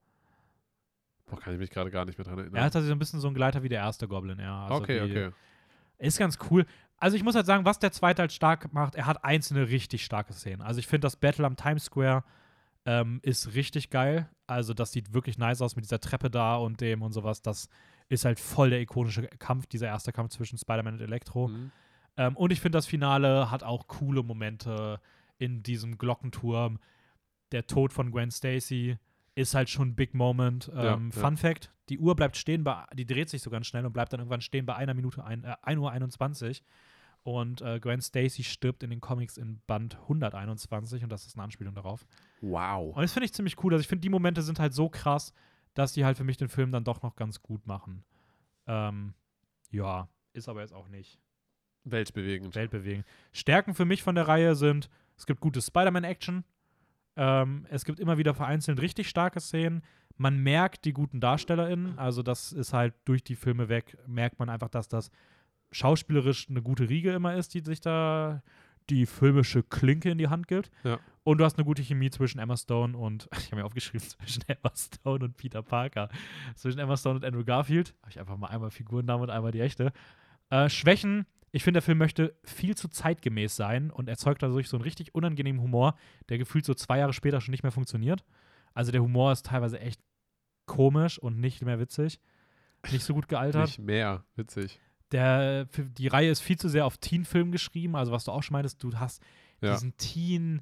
Boah, kann ich mich gerade gar nicht mehr dran erinnern. Er hat also so ein bisschen so einen Gleiter wie der erste Goblin, ja. Also okay, wie, okay. Ist ganz cool. Also ich muss halt sagen, was der zweite halt stark macht, er hat einzelne richtig starke Szenen. Also ich finde, das Battle am Times Square ähm, ist richtig geil. Also das sieht wirklich nice aus mit dieser Treppe da und dem und sowas. Das ist halt voll der ikonische Kampf, dieser erste Kampf zwischen Spider-Man und Elektro. Mhm. Ähm, und ich finde, das Finale hat auch coole Momente in diesem Glockenturm. Der Tod von Gwen Stacy ist halt schon ein Big Moment. Ähm, Ja, ja. Fun Fact: Die Uhr bleibt stehen, bei, die dreht sich so ganz schnell und bleibt dann irgendwann stehen bei einer Minute, ein, äh, ein Uhr einundzwanzig. Und äh, Gwen Stacy stirbt in den Comics in Band hunderteinundzwanzig und das ist eine Anspielung darauf. Wow. Und das finde ich ziemlich cool. Also ich finde, die Momente sind halt so krass, dass die halt für mich den Film dann doch noch ganz gut machen. Ähm, ja, ist aber jetzt auch nicht Weltbewegend. weltbewegend. Stärken für mich von der Reihe sind, es gibt gute Spider-Man-Action, ähm, es gibt immer wieder vereinzelt richtig starke Szenen, man merkt die guten DarstellerInnen, also das ist halt durch die Filme weg, merkt man einfach, dass das schauspielerisch eine gute Riege immer ist, die sich da die filmische Klinke in die Hand gibt. Ja. Und du hast eine gute Chemie zwischen Emma Stone und, ich habe mir aufgeschrieben, zwischen Emma Stone und Peter Parker. Zwischen Emma Stone und Andrew Garfield. Habe ich einfach mal einmal Figurennamen und einmal die echte. Äh, Schwächen, ich finde, der Film möchte viel zu zeitgemäß sein und erzeugt dadurch so einen richtig unangenehmen Humor, der gefühlt so zwei Jahre später schon nicht mehr funktioniert. Also der Humor ist teilweise echt komisch und nicht mehr witzig. Nicht so gut gealtert. Nicht mehr. Witzig. Der, die Reihe ist viel zu sehr auf Teen-Film geschrieben, also was du auch schon meintest, du hast Ja. diesen Teen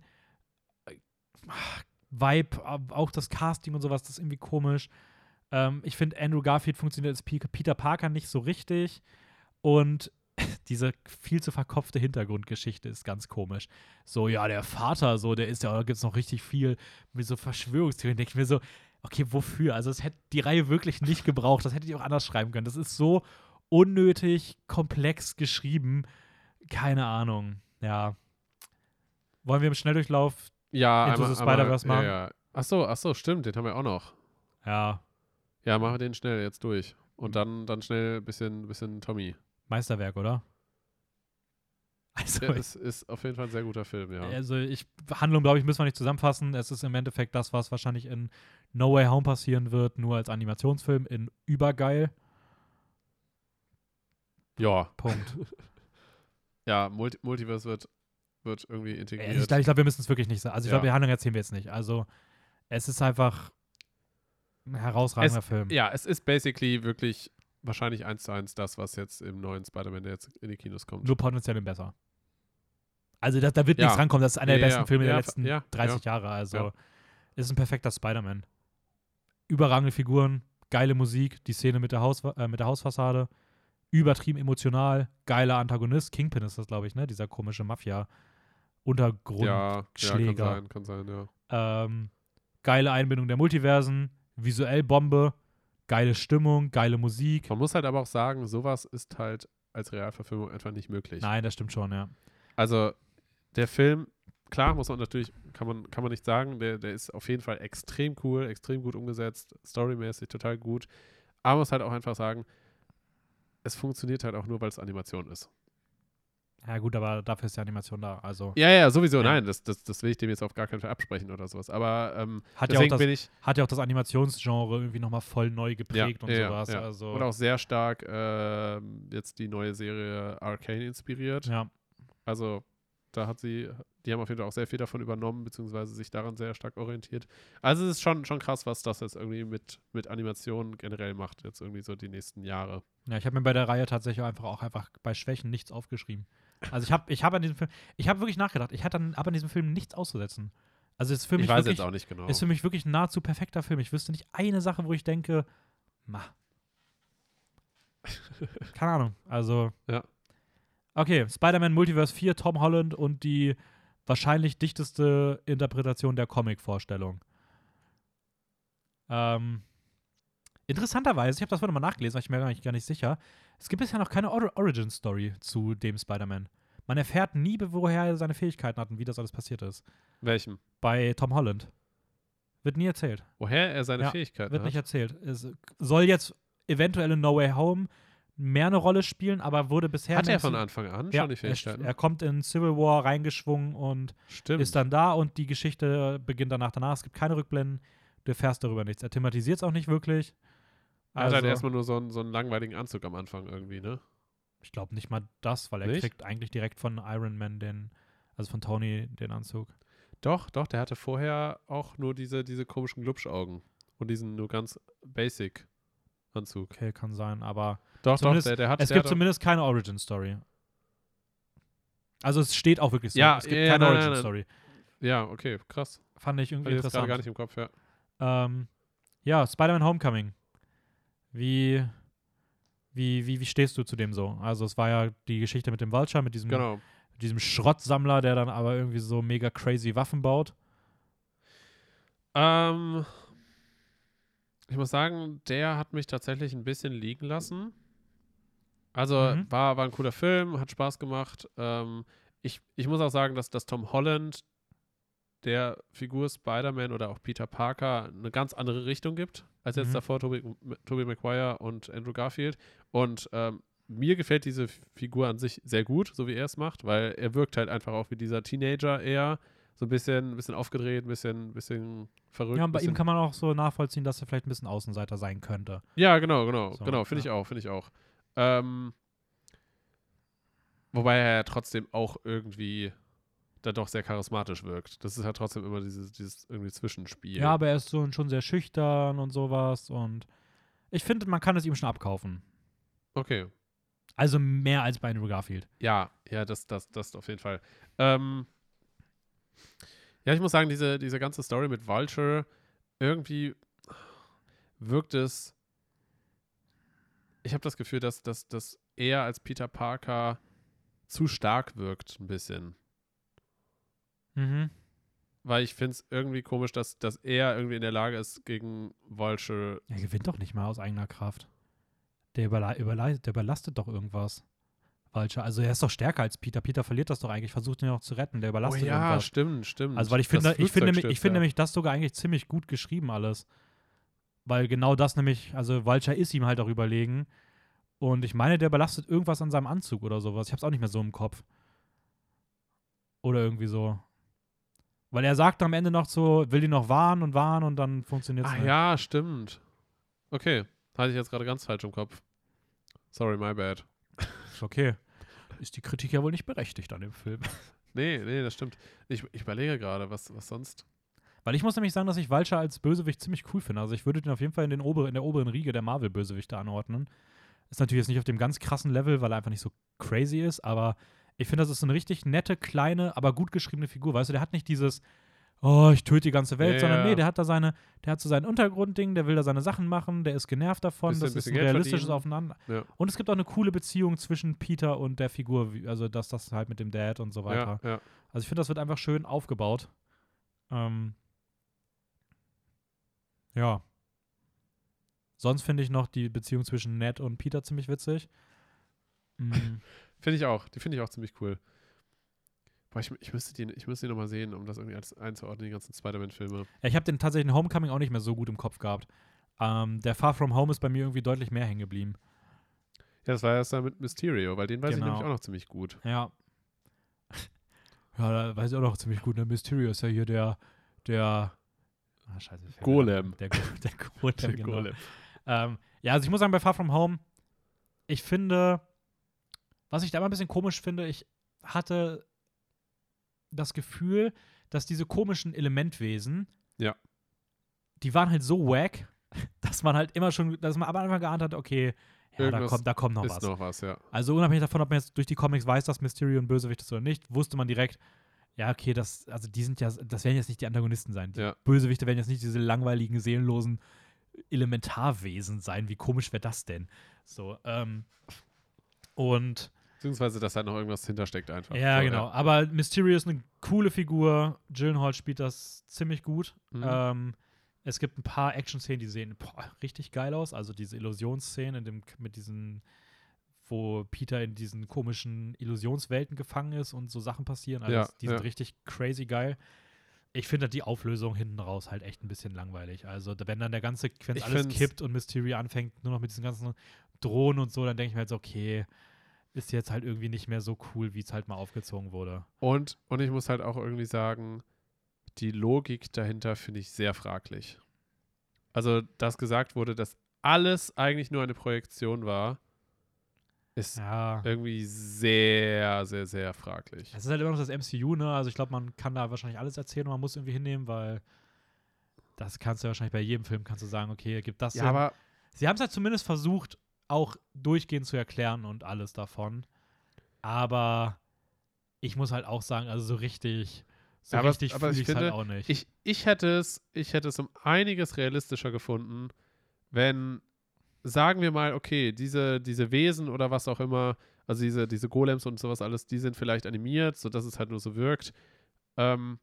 Vibe, auch das Casting und sowas, das ist irgendwie komisch. Ähm, ich finde, Andrew Garfield funktioniert als Peter Parker nicht so richtig und diese viel zu verkopfte Hintergrundgeschichte ist ganz komisch. So, ja, der Vater, so, der ist ja, da gibt es noch richtig viel mit so Verschwörungstheorien. Denke ich mir so, okay, wofür? Also, das hätte die Reihe wirklich nicht gebraucht. Das hätte ich auch anders schreiben können. Das ist so unnötig komplex geschrieben. Keine Ahnung. Ja. Wollen wir im Schnelldurchlauf Ja, Into einmal, the Spider-Verse einmal, machen? ja, ja. Ach so, ach so, stimmt, den haben wir auch noch. Ja, Ja, machen wir den schnell jetzt durch. Und dann, dann schnell ein bisschen, bisschen Tommy. Meisterwerk, oder? Also, Ja, es ist auf jeden Fall ein sehr guter Film, ja. also ich, Handlung, glaube ich, müssen wir nicht zusammenfassen. Es ist im Endeffekt das, was wahrscheinlich in No Way Home passieren wird, nur als Animationsfilm in übergeil. Ja, Punkt. ja Multi Multiverse wird, wird irgendwie integriert. ich glaube, glaub, wir müssen es wirklich nicht sagen. Also ich Ja. glaube, die Handlung erzählen wir jetzt nicht. Also es ist einfach ein herausragender Es- Film. Ja, es ist basically wirklich wahrscheinlich eins zu eins das, was jetzt im neuen Spider-Man, der jetzt in die Kinos kommt. Nur potenziell besser. Also das, da wird Ja. nichts rankommen. Das ist einer Ja, der besten ja, Filme der ja, letzten ja, dreißig Jahre. Also ja. ist ein perfekter Spider-Man. Überragende Figuren, geile Musik, die Szene mit der, Haus, äh, mit der Hausfassade, übertrieben emotional, geiler Antagonist. Kingpin ist das, glaube ich, ne? Dieser komische Mafia-Untergrund. ja, ja, Schläger. kann sein, kann sein, ja. Ähm, geile Einbindung der Multiversen, visuell Bombe. geile Stimmung, geile Musik. Man muss halt aber auch sagen, sowas ist halt als Realverfilmung einfach nicht möglich. Nein, das stimmt schon, ja. Also der Film, klar, muss man natürlich, kann man, kann man nicht sagen, der, der ist auf jeden Fall extrem cool, extrem gut umgesetzt, storymäßig total gut. Aber man muss halt auch einfach sagen, es funktioniert halt auch nur, weil es Animation ist. Ja gut, aber dafür ist die Animation da. Also Ja, ja, sowieso, Ja. nein, das, das, das will ich dem jetzt auf gar keinen Fall absprechen oder sowas. Aber ähm, hat, ja auch deswegen das, bin ich hat ja auch das Animationsgenre irgendwie nochmal voll neu geprägt und ja, sowas. Ja. Also, Und auch sehr stark ähm, jetzt die neue Serie Arcane inspiriert. ja. Also da hat sie, die haben auf jeden Fall auch sehr viel davon übernommen, beziehungsweise sich daran sehr stark orientiert. Also es ist schon, schon krass, was das jetzt irgendwie mit, mit Animationen generell macht, jetzt irgendwie so die nächsten Jahre. Ja, ich habe mir bei der Reihe tatsächlich einfach auch einfach bei Schwächen nichts aufgeschrieben. Also ich habe ich hab an diesem Film, ich habe wirklich nachgedacht, ich hatte an, hab an diesem Film nichts auszusetzen. Also es ist für mich Ich weiß wirklich, jetzt auch nicht genau. ist für mich wirklich ein nahezu perfekter Film. Ich wüsste nicht eine Sache, wo ich denke, ma. Keine Ahnung. Also. Ja. Okay, Spider-Man Multiverse vier, Tom Holland und die wahrscheinlich dichteste Interpretation der Comic-Vorstellung. Ähm, interessanterweise, ich habe das vorhin mal nachgelesen, war ich mir gar nicht, gar nicht sicher. Es gibt bisher noch keine Or- Origin-Story zu dem Spider-Man. Man erfährt nie, woher er seine Fähigkeiten hat und wie das alles passiert ist. Welchem? Bei Tom Holland. Wird nie erzählt. Woher er seine Ja, Fähigkeiten Wird hat? nicht erzählt. Es soll jetzt eventuell in No Way Home mehr eine Rolle spielen, aber wurde bisher. Hat er nicht von so- Anfang an ja, schon die er, Fähigkeiten? er kommt in Civil War reingeschwungen und Stimmt. ist dann da und die Geschichte beginnt danach. Danach. Es gibt keine Rückblenden. Du erfährst darüber nichts. Er thematisiert es auch nicht wirklich. Er hat halt Also, erstmal nur so einen, so einen langweiligen Anzug am Anfang irgendwie, ne? ich glaube nicht mal das, weil er Nicht? kriegt eigentlich direkt von Iron Man den, also von Tony den Anzug. Doch, doch, der hatte vorher auch nur diese, diese komischen Glubschaugen und diesen nur ganz basic Anzug. Okay, kann sein, aber Doch, Zumindest- doch, der, der hat es der gibt hat zumindest keine Origin-Story. Also es steht auch wirklich so. Ja, es gibt ja, ja, keine nein, nein, Origin-Story. auch, ja, okay, krass. Fand ich irgendwie Hatte ich jetzt gerade interessant. gar nicht im Kopf, ja. Ähm, ja, Spider-Man Homecoming. Wie, wie, wie, wie stehst du zu dem so? Also es war ja die Geschichte mit dem Vulture, mit diesem, Genau. mit diesem Schrottsammler, der dann aber irgendwie so mega crazy Waffen baut. Ähm, ich muss sagen, der hat mich tatsächlich ein bisschen liegen lassen. Also Mhm. war, war ein cooler Film, hat Spaß gemacht. Ähm, ich, ich muss auch sagen, dass, dass Tom Holland der Figur Spider-Man oder auch Peter Parker eine ganz andere Richtung gibt, als jetzt Mhm. davor Tobey, Tobey Maguire und Andrew Garfield. Und ähm, mir gefällt diese Figur an sich sehr gut, so wie er es macht, weil er wirkt halt einfach auch wie dieser Teenager eher. So ein bisschen, ein bisschen aufgedreht, ein bisschen, bisschen verrückt. Ja, und bei bisschen ihm kann man auch so nachvollziehen, dass er vielleicht ein bisschen Außenseiter sein könnte. Ja, genau, genau, So, genau, finde ich ja. auch, finde ich auch. Ähm, wobei er ja trotzdem auch irgendwie dann doch sehr charismatisch wirkt. Das ist halt trotzdem immer dieses, dieses irgendwie Zwischenspiel. Ja, aber er ist so schon sehr schüchtern und sowas und ich finde, man kann es ihm schon abkaufen. Okay. Also mehr als bei Andrew Garfield. Ja, ja, das, das, das auf jeden Fall. Ähm, ja, ich muss sagen, diese, diese ganze Story mit Vulture, irgendwie wirkt es. Ich habe das Gefühl, dass, dass, dass er als Peter Parker zu stark wirkt, ein bisschen. Mhm. Weil ich finde es irgendwie komisch, dass, dass er irgendwie in der Lage ist, gegen Vulture. Er gewinnt doch nicht mal aus eigener Kraft. Der, überla überla der überlastet doch irgendwas. Vulture. Also er ist doch stärker als Peter. Peter verliert das doch eigentlich, versucht ihn auch zu retten. Der Oh überlastet ja, irgendwas. stimmt, stimmt. Also weil ich Das finde, ich finde, Flugzeug nämlich- ich stürzt, finde ja. nämlich das sogar eigentlich ziemlich gut geschrieben alles. Weil genau das nämlich, also Vulture ist ihm halt auch überlegen. Und ich meine, der überlastet irgendwas an seinem Anzug oder sowas. Ich hab's auch nicht mehr so im Kopf. Oder irgendwie so. Weil er sagt am Ende noch so, will die noch warnen und warnen und dann funktioniert's Ah nicht. ja, stimmt. Okay, hatte ich jetzt gerade ganz falsch im Kopf. Sorry, my bad. Ist okay. Ist die Kritik ja wohl nicht berechtigt an dem Film. Nee, nee, das stimmt. Ich, ich überlege gerade, was, was sonst. Weil ich muss nämlich sagen, dass ich Vulture als Bösewicht ziemlich cool finde. Also ich würde den auf jeden Fall in, den ober in der oberen Riege der Marvel-Bösewichte anordnen. Ist natürlich jetzt nicht auf dem ganz krassen Level, weil er einfach nicht so crazy ist, aber ich finde, das ist eine richtig nette, kleine, aber gut geschriebene Figur. Weißt du, der hat nicht dieses, oh, ich töte die ganze Welt, Ja, sondern ja. nee, der hat da seine, der hat so sein Untergrundding, der will da seine Sachen machen, der ist genervt davon, Bisschen- das ist bisschen ein Geld realistisches verdienen. Aufeinander. Ja, Und es gibt auch eine coole Beziehung zwischen Peter und der Figur, wie- also dass das halt mit dem Dad und so ja, weiter. ja. Also ich finde, das wird einfach schön aufgebaut. Ähm, ja. Sonst finde ich noch die Beziehung zwischen Ned und Peter ziemlich witzig. Mhm. Finde ich auch. Die finde ich auch ziemlich cool. Boah, ich, ich müsste die, ich müsste die nochmal sehen, um das irgendwie als einzuordnen, die ganzen Spider-Man-Filme. Ja, ich habe den tatsächlichen Homecoming auch nicht mehr so gut im Kopf gehabt. Ähm, der Far From Home ist bei mir irgendwie deutlich mehr hängen geblieben. Ja, das war erst da mit Mysterio, weil den weiß Genau. ich nämlich auch noch ziemlich gut. Ja. Ja, da weiß ich auch noch ziemlich gut. Ne? Mysterio ist ja hier der, der ah, scheiße, Golem. Der, der Golem, Der genau. Golem. Ähm, ja, also ich muss sagen, bei Far From Home, ich finde, was ich da immer ein bisschen komisch finde, ich hatte das Gefühl, dass diese komischen Elementwesen, ja. die waren halt so wack, dass man halt immer schon, dass man am Anfang geahnt hat, okay, ja, da kommt, da kommt noch ist was. noch was, ja. Also unabhängig davon, ob man jetzt durch die Comics weiß, dass Mysterio ein Bösewicht ist oder nicht, wusste man direkt, ja, okay, das, also die sind ja, das werden jetzt nicht die Antagonisten sein. Die ja. Bösewichte werden jetzt nicht diese langweiligen, seelenlosen Elementarwesen sein. Wie komisch wäre das denn? So, ähm, und beziehungsweise, dass da noch irgendwas hintersteckt einfach. Ja, so, genau. Ja. Aber Mysterio ist eine coole Figur. Gyllenhaal spielt das ziemlich gut. Mhm. Ähm, es gibt ein paar Action-Szenen, die sehen boah, richtig geil aus. Also diese Illusionsszenen in dem, mit diesen, wo Peter in diesen komischen Illusionswelten gefangen ist und so Sachen passieren. Also ja, die ja. sind richtig crazy geil. Ich finde die Auflösung hinten raus halt echt ein bisschen langweilig. Also wenn dann der ganze, wenn Ich alles find's- kippt und Mysterio anfängt, nur noch mit diesen ganzen Drohnen und so, dann denke ich mir halt so, okay, ist jetzt halt irgendwie nicht mehr so cool, wie es halt mal aufgezogen wurde. Und, und ich muss halt auch irgendwie sagen, die Logik dahinter finde ich sehr fraglich. Also, dass gesagt wurde, dass alles eigentlich nur eine Projektion war, ist Ja. irgendwie sehr, sehr, sehr fraglich. Es ist halt immer noch das M C U, ne? Also ich glaube, man kann da wahrscheinlich alles erzählen und man muss irgendwie hinnehmen, weil das kannst du ja wahrscheinlich bei jedem Film, kannst du sagen, okay, gibt das Ja, Sinn. aber Sie haben es halt zumindest versucht, auch durchgehend zu erklären und alles davon. Aber ich muss halt auch sagen, also so richtig, so Aber- richtig aber fühle ich ich es halt finde, auch nicht. ich, ich hätte es, ich hätte es um einiges realistischer gefunden, wenn, sagen wir mal, okay, diese, diese Wesen oder was auch immer, also diese, diese Golems und sowas alles, die sind vielleicht animiert, sodass es halt nur so wirkt. Ähm,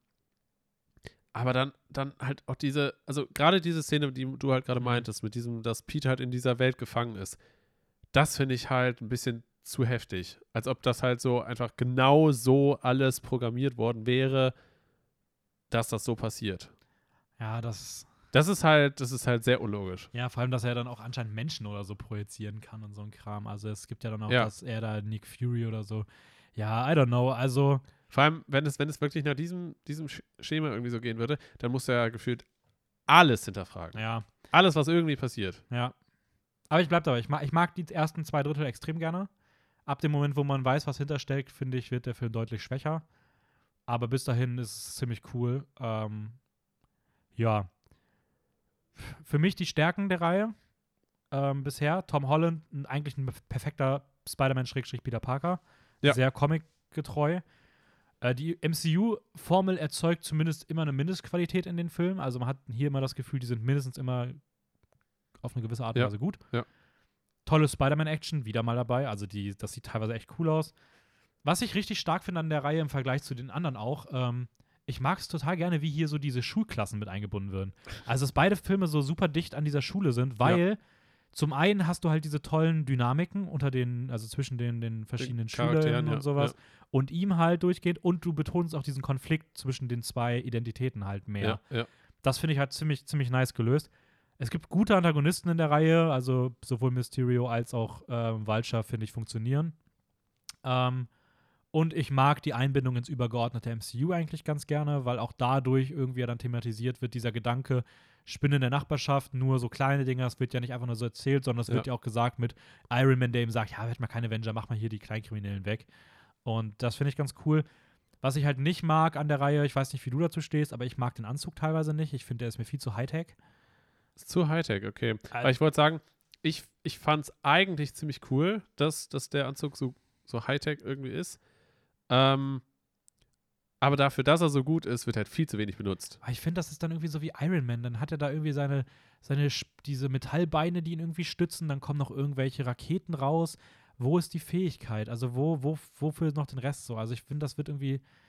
aber dann, dann halt auch diese, also gerade diese Szene, die du halt gerade Mhm. meintest, mit diesem, dass Peter halt in dieser Welt gefangen ist, das finde ich halt ein bisschen zu heftig. Als ob das halt so einfach genau so alles programmiert worden wäre, dass das so passiert. ja, das, Das ist halt, das ist halt sehr unlogisch. ja, vor allem, dass er dann auch anscheinend Menschen oder so projizieren kann und so ein Kram. Also es gibt ja dann auch, Ja. dass er da Nick Fury oder so. Ja, I don't know. Also Vor allem, wenn es, wenn es wirklich nach diesem, diesem Sch- Schema irgendwie so gehen würde, dann muss er ja gefühlt alles hinterfragen. ja, Alles, was irgendwie passiert. ja. Aber ich bleib dabei. Ich mag, ich mag die ersten zwei Drittel extrem gerne. Ab dem Moment, wo man weiß, was hintersteckt, finde ich, wird der Film deutlich schwächer. Aber bis dahin ist es ziemlich cool. Ähm, ja. Für mich die Stärken der Reihe ähm, bisher. Tom Holland, ein, eigentlich ein perfekter Spider-Man-Peter Parker. Ja. Sehr comicgetreu. Äh, die M C U-Formel erzeugt zumindest immer eine Mindestqualität in den Filmen. Also man hat hier immer das Gefühl, die sind mindestens immer auf eine gewisse Art und Ja. Weise gut. Ja. Tolle Spider-Man-Action, wieder mal dabei. Also die, das sieht teilweise echt cool aus. Was ich richtig stark finde an der Reihe im Vergleich zu den anderen auch, ähm, ich mag es total gerne, wie hier so diese Schulklassen mit eingebunden werden. Also, dass beide Filme so super dicht an dieser Schule sind, weil zum einen hast du halt diese tollen Dynamiken unter den, also zwischen den, den verschiedenen Charakteren, Schülern ja, und sowas ja. und ihm halt durchgeht und du betonst auch diesen Konflikt zwischen den zwei Identitäten halt mehr. Ja, ja. Das finde ich halt ziemlich, ziemlich nice gelöst. Es gibt gute Antagonisten in der Reihe, also sowohl Mysterio als auch ähm, Vulture, finde ich, funktionieren. Ähm, und ich mag die Einbindung ins übergeordnete M C U eigentlich ganz gerne, weil auch dadurch irgendwie ja dann thematisiert wird, dieser Gedanke, Spinne in der Nachbarschaft, nur so kleine Dinge, das wird ja nicht einfach nur so erzählt, sondern es Ja. wird ja auch gesagt mit Iron Man, der ihm sagt, ja, werd mal kein Avenger, mach mal hier die Kleinkriminellen weg. Und das finde ich ganz cool. Was ich halt nicht mag an der Reihe, ich weiß nicht, wie du dazu stehst, aber ich mag den Anzug teilweise nicht. Ich finde, der ist mir viel zu Hightech. Ist zu Hightech, okay. Al- Aber ich wollte sagen, ich, ich fand es eigentlich ziemlich cool, dass, dass der Anzug so, so Hightech irgendwie ist. Ähm, aber dafür, dass er so gut ist, wird halt viel zu wenig benutzt. Aber ich finde, das ist dann irgendwie so wie Iron Man. Dann hat er da irgendwie seine, seine Sch- diese Metallbeine, die ihn irgendwie stützen. Dann kommen noch irgendwelche Raketen raus. Wo ist die Fähigkeit? Also wo, wo, wofür noch den Rest so? Also ich finde, das wird irgendwie,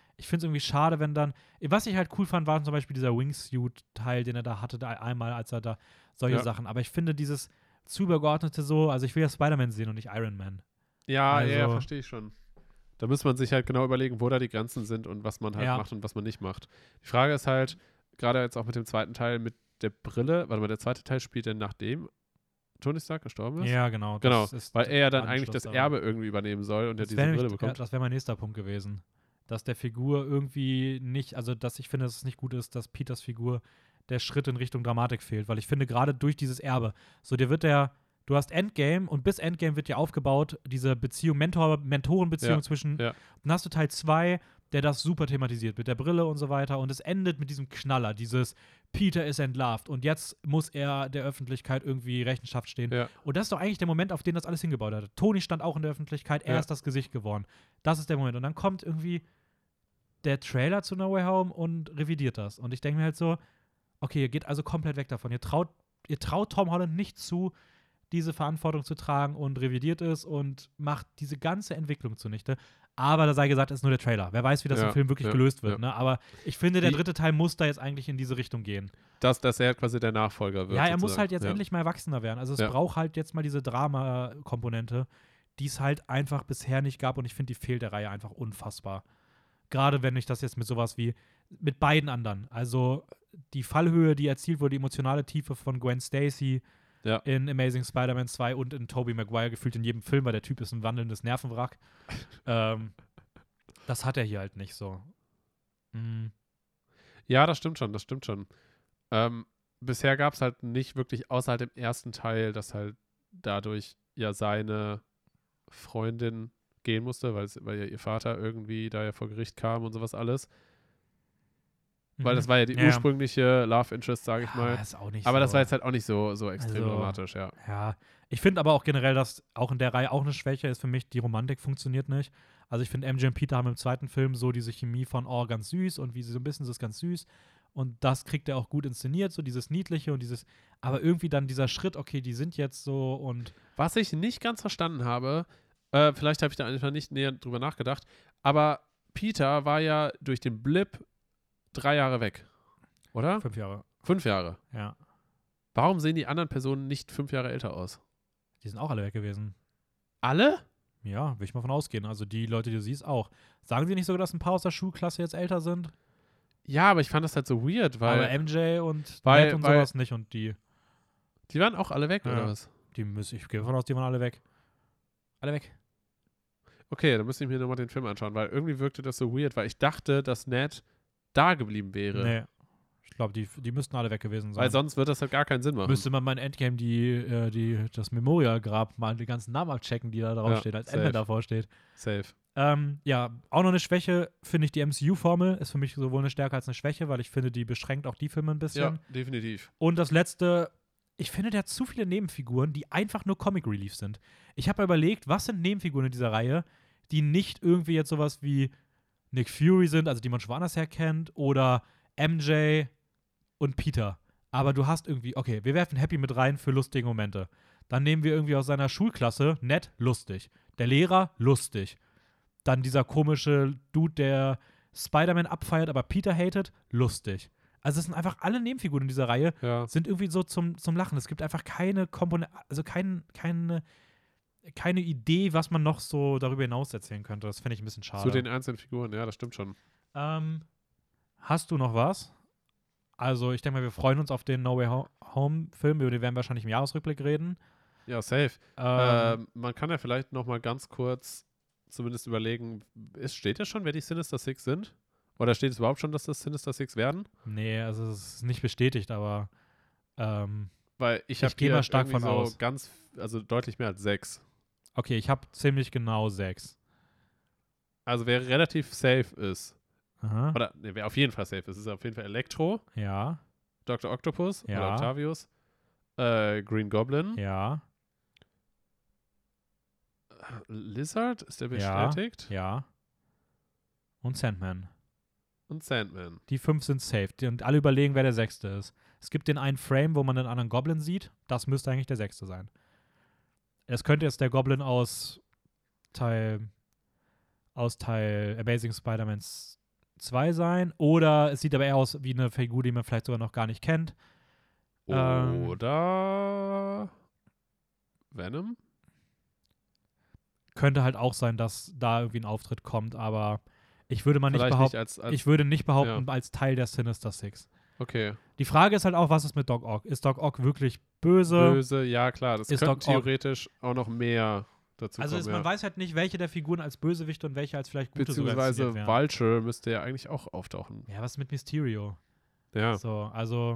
ich finde es irgendwie schade, wenn dann, was ich halt cool fand, war zum Beispiel dieser Wingsuit-Teil, den er da hatte, da einmal, als er da solche Ja. Sachen. Aber ich finde dieses zu übergeordnete so, also ich will ja Spider-Man sehen und nicht Iron Man. Ja, Also- ja, ja, verstehe ich schon. Da muss man sich halt genau überlegen, wo da die Grenzen sind und was man halt Ja. macht und was man nicht macht. Die Frage ist halt, gerade jetzt auch mit dem zweiten Teil mit der Brille, warte mal, der zweite Teil spielt denn nachdem Tony Stark gestorben ist? Ja, genau. Genau, das ist weil er ja dann Anschluss eigentlich das daran. Erbe irgendwie übernehmen soll und er Das diese wäre Brille nämlich- bekommt. Ja, das wäre mein nächster Punkt gewesen. Dass der Figur irgendwie nicht, also dass ich finde, dass es nicht gut ist, dass Peters Figur der Schritt in Richtung Dramatik fehlt. Weil ich finde, gerade durch dieses Erbe, so dir wird der, du hast Endgame und bis Endgame wird ja aufgebaut, diese Beziehung, Mentor, Mentorenbeziehung Ja, zwischen, ja. dann hast du Teil zwei, der das super thematisiert mit der Brille und so weiter und es endet mit diesem Knaller, dieses Peter ist entlarvt und jetzt muss er der Öffentlichkeit irgendwie Rechenschaft stehen. Ja. Und das ist doch eigentlich der Moment, auf den das alles hingebaut hat. Tony stand auch in der Öffentlichkeit, er Ja. ist das Gesicht geworden. Das ist der Moment. Und dann kommt irgendwie der Trailer zu No Way Home und revidiert das. Und ich denke mir halt so, okay, ihr geht also komplett weg davon. Ihr traut, ihr traut Tom Holland nicht zu, diese Verantwortung zu tragen und revidiert es und macht diese ganze Entwicklung zunichte. Aber da sei gesagt, es ist nur der Trailer. Wer weiß, wie das Ja, im Film wirklich ja, gelöst wird. ja. Ne? Aber ich finde, der Die- dritte Teil muss da jetzt eigentlich in diese Richtung gehen. Dass, dass er quasi der Nachfolger wird. Ja, er muss sozusagen. halt jetzt ja. endlich mal erwachsener werden. Also es Ja. braucht halt jetzt mal diese Drama-Komponente, die es halt einfach bisher nicht gab und ich finde, die fehlt der Reihe einfach unfassbar. Gerade wenn ich das jetzt mit sowas wie mit beiden anderen, also die Fallhöhe, die erzielt wurde, die emotionale Tiefe von Gwen Stacy Ja. in Amazing Spider-Man zwei und in Tobey Maguire gefühlt in jedem Film, weil der Typ ist ein wandelndes Nervenwrack. ähm, das hat er hier halt nicht so. Mhm. Ja, das stimmt schon, das stimmt schon. Ähm, bisher gab es halt nicht wirklich, außer halt im ersten Teil, dass halt dadurch ja seine Freundin gehen musste, weil, es, weil ja ihr Vater irgendwie da ja vor Gericht kam und sowas alles. Weil das war ja die Ja. ursprüngliche Love Interest, sage ich Ja, mal. ist auch nicht Aber so. das war jetzt halt auch nicht so, so extrem Also- dramatisch, ja. Ja, ich finde aber auch generell, dass auch in der Reihe auch eine Schwäche ist für mich, die Romantik funktioniert nicht. Also ich finde, M J und Peter haben im zweiten Film so diese Chemie von, oh, ganz süß und wie sie so ein bisschen, das ist ganz süß. Und das kriegt er auch gut inszeniert, so dieses Niedliche und dieses, aber irgendwie dann dieser Schritt, okay, die sind jetzt so und Was ich nicht ganz verstanden habe, äh, vielleicht habe ich da einfach nicht näher drüber nachgedacht, aber Peter war ja durch den Blip drei Jahre weg, oder? fünf Jahre, Fünf Jahre. ja. Warum sehen die anderen Personen nicht fünf Jahre älter aus? Die sind auch alle weg gewesen. Alle? Ja, will ich mal von ausgehen. Also die Leute, die du siehst, auch. Sagen sie nicht sogar, dass ein paar aus der Schulklasse jetzt älter sind? Ja, aber ich fand das halt so weird, weil aber M J und weil- Ned und weil- sowas nicht und die, die waren auch alle weg, Ja. oder was? die müssen, ich gehe davon aus, die waren alle weg. Alle weg. Okay, dann müsste ich mir nochmal den Film anschauen, weil irgendwie wirkte das so weird, weil ich dachte, dass Ned da geblieben wäre. Nee. Ich glaube, die, die müssten alle weg gewesen sein. Weil sonst wird das halt gar keinen Sinn machen. Müsste man mal in Endgame die, äh, die, das Memorial-Grab mal die ganzen Namen abchecken, die da draufstehen, als safe. Ende davor steht. Safe. Ähm, ja, auch noch eine Schwäche, finde ich, die M C U-Formel ist für mich sowohl eine Stärke als eine Schwäche, weil ich finde, die beschränkt auch die Filme ein bisschen. Ja, definitiv. Und das letzte, ich finde, der hat zu viele Nebenfiguren, die einfach nur Comic Relief sind. Ich habe überlegt, was sind Nebenfiguren in dieser Reihe, die nicht irgendwie jetzt sowas wie Nick Fury sind, also die man schon woanders her kennt, oder M J und Peter. Aber du hast irgendwie, okay, wir werfen Happy mit rein für lustige Momente. Dann nehmen wir irgendwie aus seiner Schulklasse, nett, lustig. Der Lehrer, lustig. Dann dieser komische Dude, der Spider-Man abfeiert, aber Peter hatet, lustig. Also es sind einfach alle Nebenfiguren in dieser Reihe, Ja. sind irgendwie so zum, zum Lachen. Es gibt einfach keine Komponente, also kein, keine, keine Idee, was man noch so darüber hinaus erzählen könnte. Das finde ich ein bisschen schade. Zu den einzelnen Figuren, ja, das stimmt schon. ähm, hast du noch was? Also, ich denke mal, wir freuen uns auf den No Way Ho- Home-Film, über den werden wir wahrscheinlich im Jahresrückblick reden. Ja, safe. Ähm, Ähm, man kann ja vielleicht noch mal ganz kurz zumindest überlegen, ist, steht ja schon, wer die Sinister Six sind? Oder steht es überhaupt schon, dass das Sinister Six werden? nee, also es ist nicht bestätigt, aber ähm, Weil ich Ich habe geh hier mal stark irgendwie von so aus. ganz, also deutlich mehr als sechs. okay, ich habe ziemlich genau sechs. Also wer relativ safe ist, Aha. oder ne, wer auf jeden Fall safe ist, ist auf jeden Fall Electro, Ja, Doktor Octopus Ja. oder Octavius, äh, Green Goblin, ja, Lizard, ist der Ja. bestätigt? ja. Und Sandman. Und Sandman. Die fünf sind safe. Die, und alle überlegen, wer der sechste ist. Es gibt den einen Frame, wo man einen anderen Goblin sieht. Das müsste eigentlich der sechste sein. Es könnte jetzt der Goblin aus Teil aus Teil Amazing Spider-Man zwei sein. Oder es sieht aber eher aus wie eine Figur, die man vielleicht sogar noch gar nicht kennt. Ähm, Oder Venom? Könnte halt auch sein, dass da irgendwie ein Auftritt kommt, aber ich würde mal nicht Vielleicht behaupten, nicht als, als ich würde nicht behaupten, ja. als Teil der Sinister Six. Okay. Die Frage ist halt auch, was ist mit Doc Ock? Ist Doc Ock wirklich böse? Böse, ja klar. Das Ist könnte Doc Ock- theoretisch auch noch mehr dazu Also kommen. ist, ja. man weiß halt nicht, welche der Figuren als Bösewichte und welche als vielleicht gute sogar Beziehungsweise inszeniert werden. Vulture müsste ja eigentlich auch auftauchen. Ja, was mit Mysterio? Ja. So, also.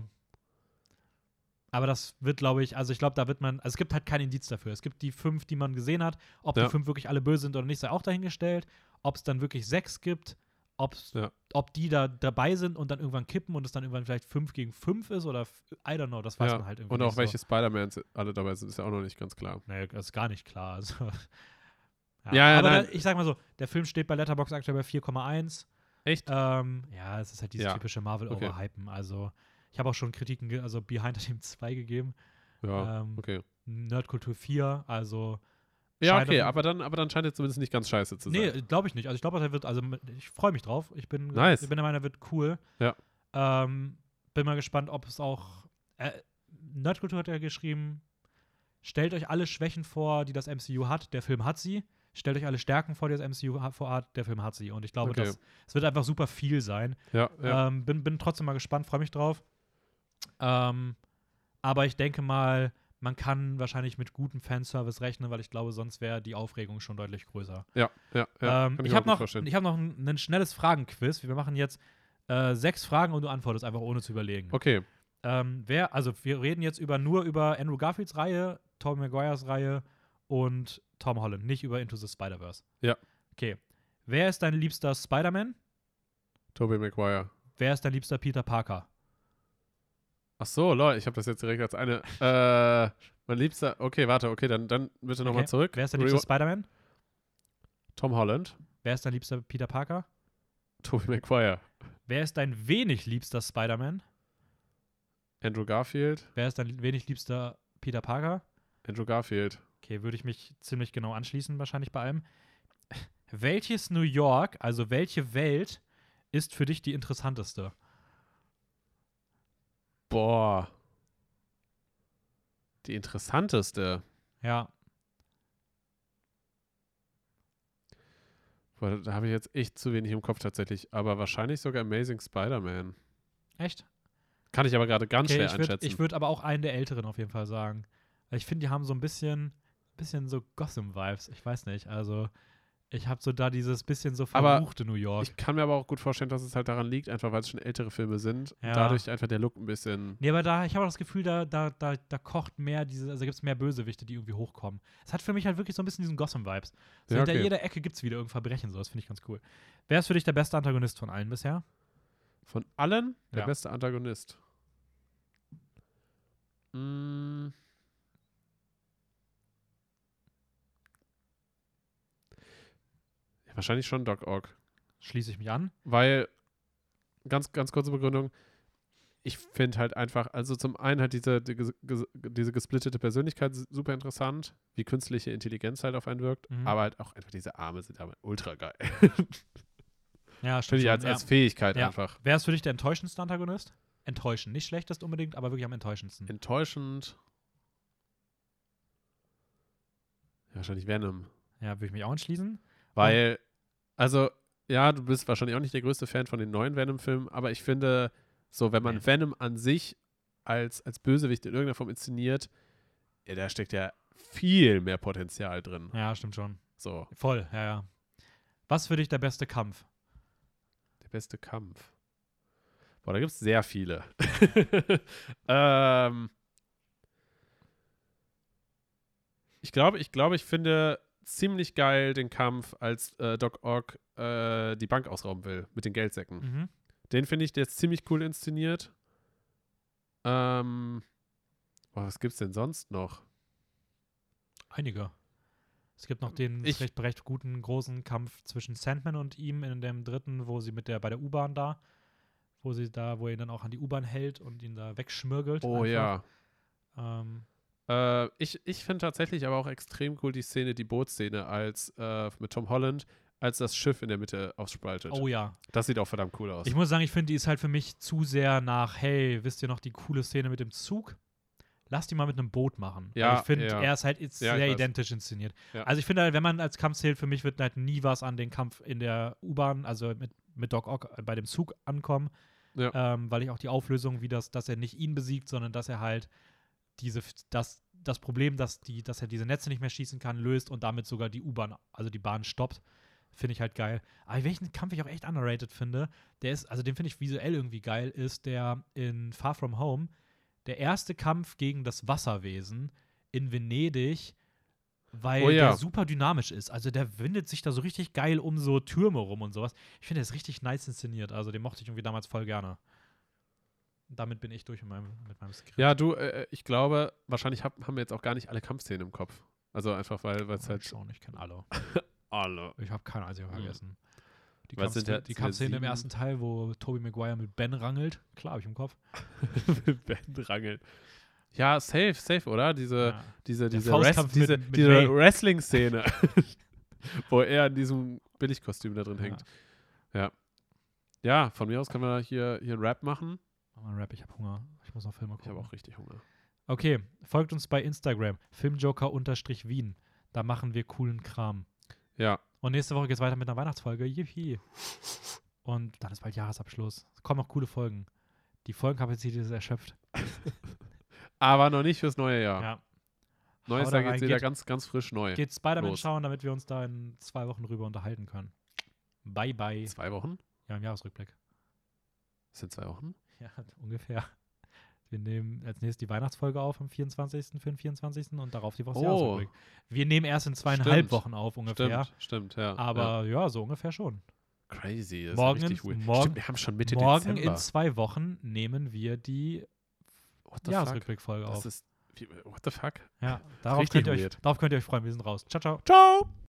Aber das wird, glaube ich, also ich glaube, da wird man, also es gibt halt kein Indiz dafür. Es gibt die fünf, die man gesehen hat. Ob Ja. die fünf wirklich alle böse sind oder nicht, sei auch dahingestellt. Ob es dann wirklich sechs gibt, ob's, Ja. ob die da dabei sind und dann irgendwann kippen und es dann irgendwann vielleicht fünf gegen fünf ist oder, f- I don't know, das weiß ja. man halt irgendwie Und auch nicht welche so. Spider-Mans alle dabei sind, ist ja auch noch nicht ganz klar. Nee, das ist gar nicht klar. Also. Ja, Ja, ja, aber nein. da, ich sag mal so, der Film steht bei Letterboxd aktuell bei vier Komma eins. Echt? Ähm, ja, es ist halt dieses Ja. typische Okay. Marvel-Overhypen. Also, ich habe auch schon Kritiken, ge- also Behind the Team zwei gegeben. Ja, ähm, okay. Nerdkultur vier, also. Ja, scheint okay, auf- aber dann, aber dann scheint er zumindest nicht ganz scheiße zu sein. Nee, glaube ich nicht. Also, ich glaube, er wird, also, ich freue mich drauf. Ich bin, Nice. ich bin der Meinung, er wird cool. Ja. Ähm, bin mal gespannt, ob es auch. Äh, Nerdkultur hat ja geschrieben: Stellt euch alle Schwächen vor, die das M C U hat. Der Film hat sie. Stellt euch alle Stärken vor, die das M C U ha- vor hat. Der Film hat sie. Und ich glaube, Okay. das, es wird einfach super viel sein. Ja, ja. Ähm, bin, bin trotzdem mal gespannt, freue mich drauf. Ähm, aber ich denke mal, man kann wahrscheinlich mit gutem Fanservice rechnen, weil ich glaube, sonst wäre die Aufregung schon deutlich größer. ja, ja, ja. ähm, Kann ich mir habe auch gut noch, vorstellen. ich hab noch ein, ein schnelles Fragenquiz. Wir machen jetzt äh, sechs Fragen und du antwortest einfach ohne zu überlegen. Okay, Ähm, wer, also wir reden jetzt über nur über Andrew Garfields Reihe, Tobey Maguires Reihe und Tom Holland, nicht über Into the Spider-Verse. Ja. Okay. Wer ist dein liebster Spider-Man? Tobey Maguire. Wer ist dein liebster Peter Parker? Ach so, Leute, ich habe das jetzt direkt als eine. Äh, mein liebster. Okay, warte, okay, dann, dann bitte nochmal Okay. zurück. Wer ist dein liebster Spider-Man? Tom Holland. Wer ist dein liebster Peter Parker? Tobey Maguire. Wer ist dein wenig liebster Spider-Man? Andrew Garfield. Wer ist dein wenig liebster Peter Parker? Andrew Garfield. Okay, würde ich mich ziemlich genau anschließen, wahrscheinlich bei allem. Welches New York, also welche Welt, ist für dich die interessanteste? Boah. Die interessanteste. Ja, Boah, da habe ich jetzt echt zu wenig im Kopf tatsächlich. Aber wahrscheinlich sogar Amazing Spider-Man. echt? Kann ich aber gerade ganz Okay, schwer ich würde einschätzen. ich würd aber auch einen der Älteren auf jeden Fall sagen. Weil ich finde, die haben so ein bisschen, bisschen so Gotham-Vibes. Ich weiß nicht, also ich habe so da dieses bisschen so Aber verruchte New York. Ich kann mir aber auch gut vorstellen, dass es halt daran liegt, einfach weil es schon ältere Filme sind. Ja. Und dadurch einfach der Look ein bisschen. Nee, aber da, ich habe auch das Gefühl, da, da, da, da kocht mehr diese, also gibt es mehr Bösewichte, die irgendwie hochkommen. Es hat für mich halt wirklich so ein bisschen diesen Gotham-Vibes. So Ja, hinter okay. jeder Ecke gibt es wieder irgendein Verbrechen, so, das finde ich ganz cool. Wer ist für dich der beste Antagonist von allen bisher? Von allen der Ja. beste Antagonist. Mm. Ja, wahrscheinlich schon Doc Ock. Schließe ich mich an. Weil, ganz, ganz kurze Begründung, ich finde halt einfach, also zum einen halt diese, die, ges- ges- diese gesplittete Persönlichkeit super interessant, wie künstliche Intelligenz halt auf einen wirkt, Mhm. aber halt auch einfach diese Arme sind aber ultra geil. Ja, Finde stimmt. ich schon, als, ja. als Fähigkeit Ja. einfach Wer ist für dich der enttäuschendste Antagonist? Enttäuschend. Nicht schlechtest unbedingt, aber wirklich am enttäuschendsten. enttäuschend. Ja, wahrscheinlich Venom. Ja, würde ich mich auch anschließen. Weil, also, ja, du bist wahrscheinlich auch nicht der größte Fan von den neuen Venom-Filmen, aber ich finde, so, wenn man Nee. Venom an sich als, als Bösewicht in irgendeiner Form inszeniert, ja, da steckt ja viel mehr Potenzial drin. Ja, stimmt schon. So, Voll, ja, ja. Was ist für dich der beste Kampf? der beste Kampf. Boah, da gibt es sehr viele. ähm, ich glaube, ich glaube, ich finde ziemlich geil den Kampf, als äh, Doc Ock äh, die Bank ausrauben will mit den Geldsäcken. Mhm. Den finde ich, der ist ziemlich cool inszeniert. Ähm, boah, was gibt's denn sonst noch? Einige. Es gibt noch den Ich- recht, recht guten großen Kampf zwischen Sandman und ihm in dem dritten, wo sie mit der bei der U-Bahn da, wo sie da, wo er ihn dann auch an die U-Bahn hält und ihn da wegschmürgelt. Oh einfach. ja. Ähm, Äh, ich ich finde tatsächlich aber auch extrem cool die Szene, die Bootszene als äh, mit Tom Holland, als das Schiff in der Mitte aufspaltet. Oh ja. Das sieht auch verdammt cool aus. Ich muss sagen, ich finde, die ist halt für mich zu sehr nach, hey, wisst ihr noch die coole Szene mit dem Zug? Lass die mal mit einem Boot machen. Ja, Weil ich finde, ja. er ist halt ist Ja, ich sehr weiß. identisch inszeniert. Ja. Also ich finde halt, wenn man als Kampf zählt, für mich wird halt nie was an den Kampf in der U-Bahn, also mit, mit Doc Ock äh, bei dem Zug ankommen. Ja. Ähm, weil ich auch die Auflösung, wie das, dass er nicht ihn besiegt, sondern dass er halt diese, das, das Problem, dass, die, dass er diese Netze nicht mehr schießen kann, löst und damit sogar die U-Bahn, also die Bahn stoppt. Finde ich halt geil. Aber welchen Kampf ich auch echt underrated finde, der ist, also den finde ich visuell irgendwie geil, ist der in Far From Home, der erste Kampf gegen das Wasserwesen in Venedig, weil Oh ja. der super dynamisch ist. Also der windet sich da so richtig geil um so Türme rum und sowas. Ich finde, der ist richtig nice inszeniert. Also den mochte ich irgendwie damals voll gerne. Damit bin ich durch mit meinem, mit meinem Skript. Ja, du, äh, ich glaube, wahrscheinlich hab, haben wir jetzt auch gar nicht alle Kampfszenen im Kopf. Also einfach, weil es Oh, halt schon, ich kenne alle. alle. Ich habe keine einzige vergessen. Die Weil es sind Kampfszene, ja- die sind ja Kampfszene im sieben- ersten Teil, wo Tobey Maguire mit Ben rangelt. Klar, habe ich im Kopf. Ben rangelt. Ja, safe, safe, oder? Diese, Ja. diese, Der diese, Res Faustkampf mit- diese, mit diese Ray. Wrestling-Szene, wo er in diesem Billigkostüm da drin hängt. Ja. Ja, von mir aus können wir hier, hier einen Rap machen. Mach mal einen Rap, ich habe Hunger. Ich muss noch Filme Ich gucken. habe auch richtig Hunger. Okay, folgt uns bei Instagram, filmjoker-wien. Da machen wir coolen Kram. Ja. Und nächste Woche geht's weiter mit einer Weihnachtsfolge. Yippie. Und dann ist bald Jahresabschluss. Es kommen noch coole Folgen. Die Folgenkapazität ist erschöpft. Aber noch nicht fürs neue Jahr. Ja. Neues Hau da Jahr rein. geht's wieder Geht- ganz, ganz frisch neu. Geht Spider-Man los. schauen, damit wir uns da in zwei Wochen drüber unterhalten können. Bye, bye. Zwei Wochen? Ja, im Jahresrückblick. Das sind zwei Wochen? Ja, ungefähr. Wir nehmen als nächstes die Weihnachtsfolge auf am vierundzwanzigsten für den vierundzwanzigsten und darauf die Woche Oh. Jahresrückblick. Wir nehmen erst in zweieinhalb Stimmt. Wochen auf ungefähr. Stimmt, stimmt, ja. Aber ja. so ungefähr schon. ja. Crazy, das Morgen ist ja richtig in- weird. morgen- Stimmt, wir haben schon Mitte Morgen Dezember. in zwei Wochen nehmen wir die What the fuck? Jahresrückblickfolge Das auf. ist, wie- what the fuck? Ja, darauf richtig könnt, ihr euch, weird. darauf könnt ihr euch freuen. Wir sind raus. Ciao, ciao. Ciao!